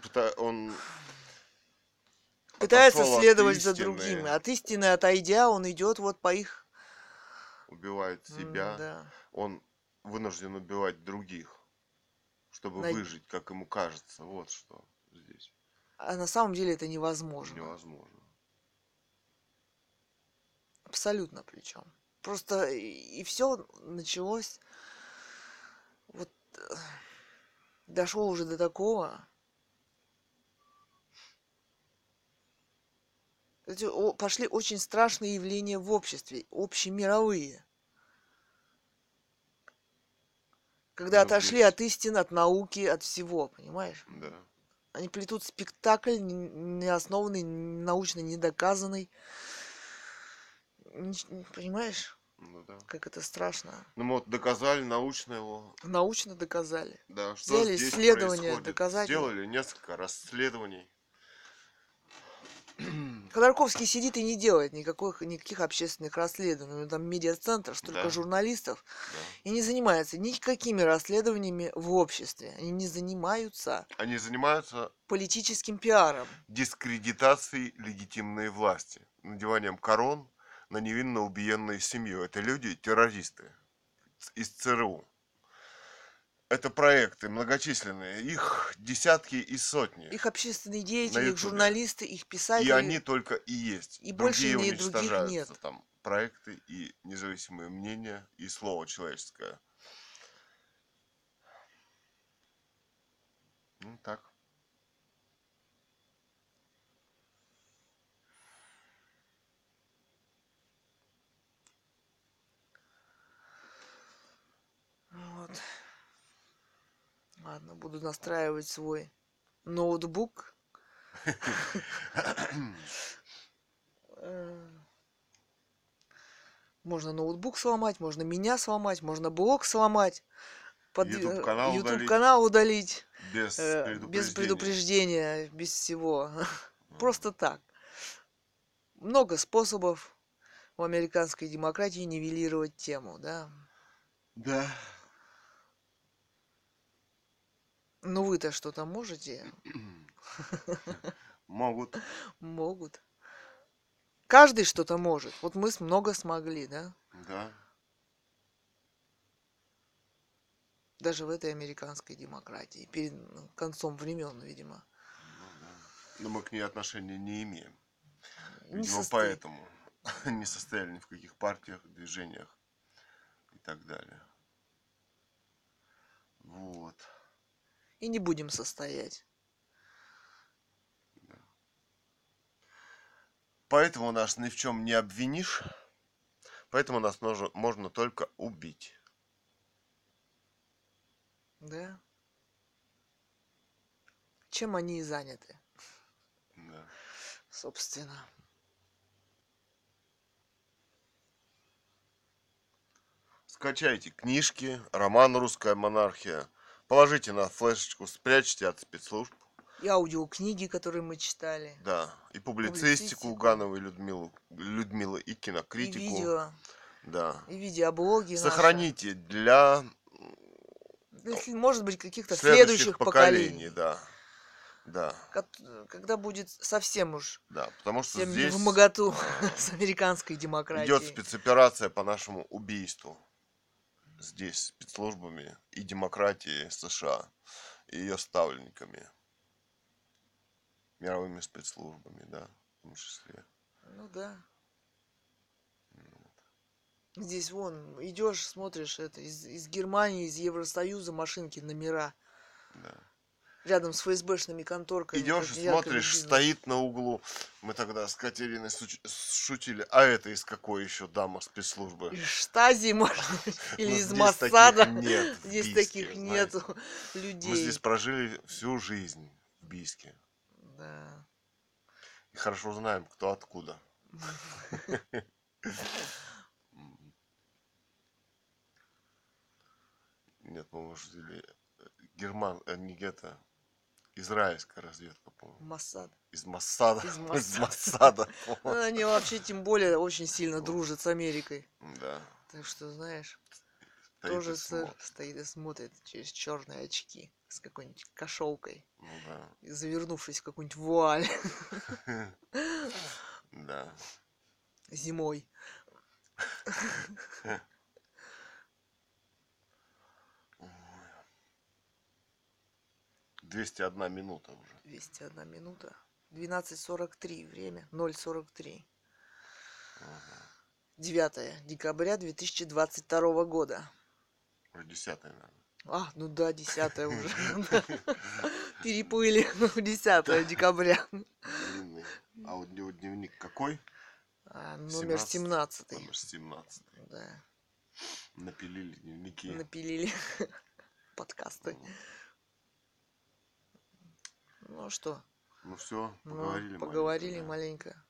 пытается отошел от следовать за истины, другими. От истины отойдя, он идет вот по их... убивает себя. Да. Он вынужден убивать других, чтобы На- выжить, как ему кажется. Вот что здесь А на самом деле это невозможно. невозможно. Абсолютно причем. Просто и все началось, вот дошло уже до такого. Пошли очень страшные явления в обществе, общемировые. Когда Ну, отошли здесь, от истин, от науки, от всего, понимаешь? да. Они плетут спектакль, не основанный, научно недоказанный. Понимаешь, Ну да. как это страшно? Ну мы вот доказали научно его. Научно доказали. Да, что Взяли здесь исследования, происходит? доказательства. Сделали несколько расследований. Ходорковский сидит и не делает никаких общественных расследований. У него там медиацентр, столько Да, журналистов. да. И не занимается никакими расследованиями в обществе. Они не занимаются Они занимаются политическим пиаром. дискредитацией легитимной власти, надеванием корон на невинно убиенную семью. Это люди, террористы из ЦРУ. Это проекты многочисленные, их десятки и сотни Их общественные на деятели, их Ютубе. журналисты, их И писатели. они только и есть. И больше Другие ни других уничтожаются. нет. Там проекты и независимые мнения и слово человеческое. Ну так. Вот. Ладно, буду настраивать свой ноутбук. Можно ноутбук сломать, можно меня сломать, можно блог сломать, YouTube-канал YouTube удалить канал удалить без без предупреждения. предупреждения, без всего. Просто так. Много способов. у американской демократии нивелировать тему, да? Да. Ну вы-то что-то можете? Могут. Могут. Каждый что-то может. Вот мы много смогли, да? Да. Даже в этой американской демократии. Перед концом времен, видимо. Ну да. Но мы к ней отношения не имеем. Не Видимо, состоит. поэтому не состояли ни в каких партиях, движениях и так далее. Вот. И не будем состоять. Поэтому нас ни в чем не обвинишь. Поэтому нас можно только убить. Да? Чем они и заняты, Да. собственно. Скачайте книжки, роман «Русская монархия». Положите на флешечку, спрячьте от спецслужб. И аудиокниги, которые мы читали. Да. И публицистику Публицистику. Угановой Людмилы и И кинокритику. видео. Да. И видеоблоги наши. Сохраните для Если, может быть, каких-то следующих следующих поколений. Да. Да. Когда будет совсем уж Да. Потому что всем не здесь вмоготу с американской идет демократией. спецоперация по нашему убийству. Здесь спецслужбами и демократией США и ее ставленниками. Мировыми спецслужбами, да, в том числе. Ну да. Здесь вон, идешь, смотришь, это из Германии, из Евросоюза машинки, номера. Да. Рядом с ФСБшными конторками. Идешь и как якобы смотришь, бизнес. стоит на углу. Мы тогда с Катериной шутили, а это из какой еще дама спецслужбы? Из Штази, может быть, или Но из здесь Моссада. таких нет в Здесь Бийске, таких знаете. нету людей. Мы здесь прожили всю жизнь в Бийске. Да. И хорошо знаем, кто откуда. Нет, мы жили не где-то, израильская разведка, по-моему. Моссад. Из Моссада. Из Из Моссада. Моссада. Ну, они вообще тем более очень сильно дружат с Америкой. Да. Так что, знаешь, Стоит тоже и смотрит. стоит и смотрит через черные очки с какой-нибудь кошелкой, Ну да. и завернувшись в какую-нибудь вуаль Да. зимой. 201 минута уже. 201 минута. 12:43 время. 0:43. 9 декабря 2022 года. Уже 10, наверное. А, ну да, 10 уже. Переплыли. 10 декабря. Длинный. Аудиодневник какой? Номер 17. Номер 17. Да. Напилили дневники. Напилили подкасты. Ну что? Ну все, Поговорили маленько, да. маленько.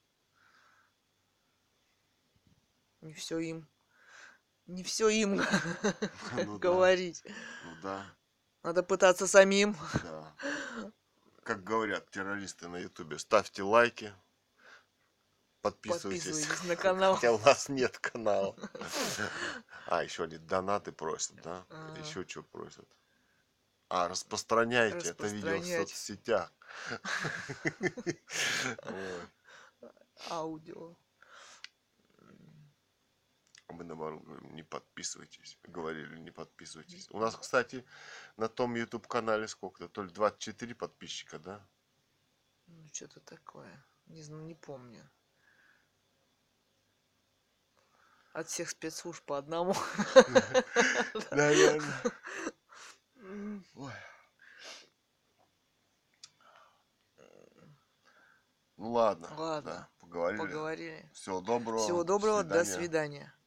Не все им. Не все им Ну да. говорить. Ну да. Надо пытаться самим. Да. Как говорят террористы на ютубе, ставьте лайки, подписывайтесь. На канал. Хотя у нас нет канала. А, еще они донаты просят, да? Ага. Еще что просят? А, распространяйте это видео в Распространять. соцсетях. Ой. Аудио. Мы наоборот говорим, не подписывайтесь. Говорили, не подписывайтесь. У нас, кстати, на том YouTube канале сколько-то, то ли 24 подписчика, да? Ну, что-то такое. Не знаю, не помню. От всех спецслужб по одному. Наверное. Ну ладно. Ладно. Да, поговорили. Поговорили. Всего доброго. Всего доброго. До свидания.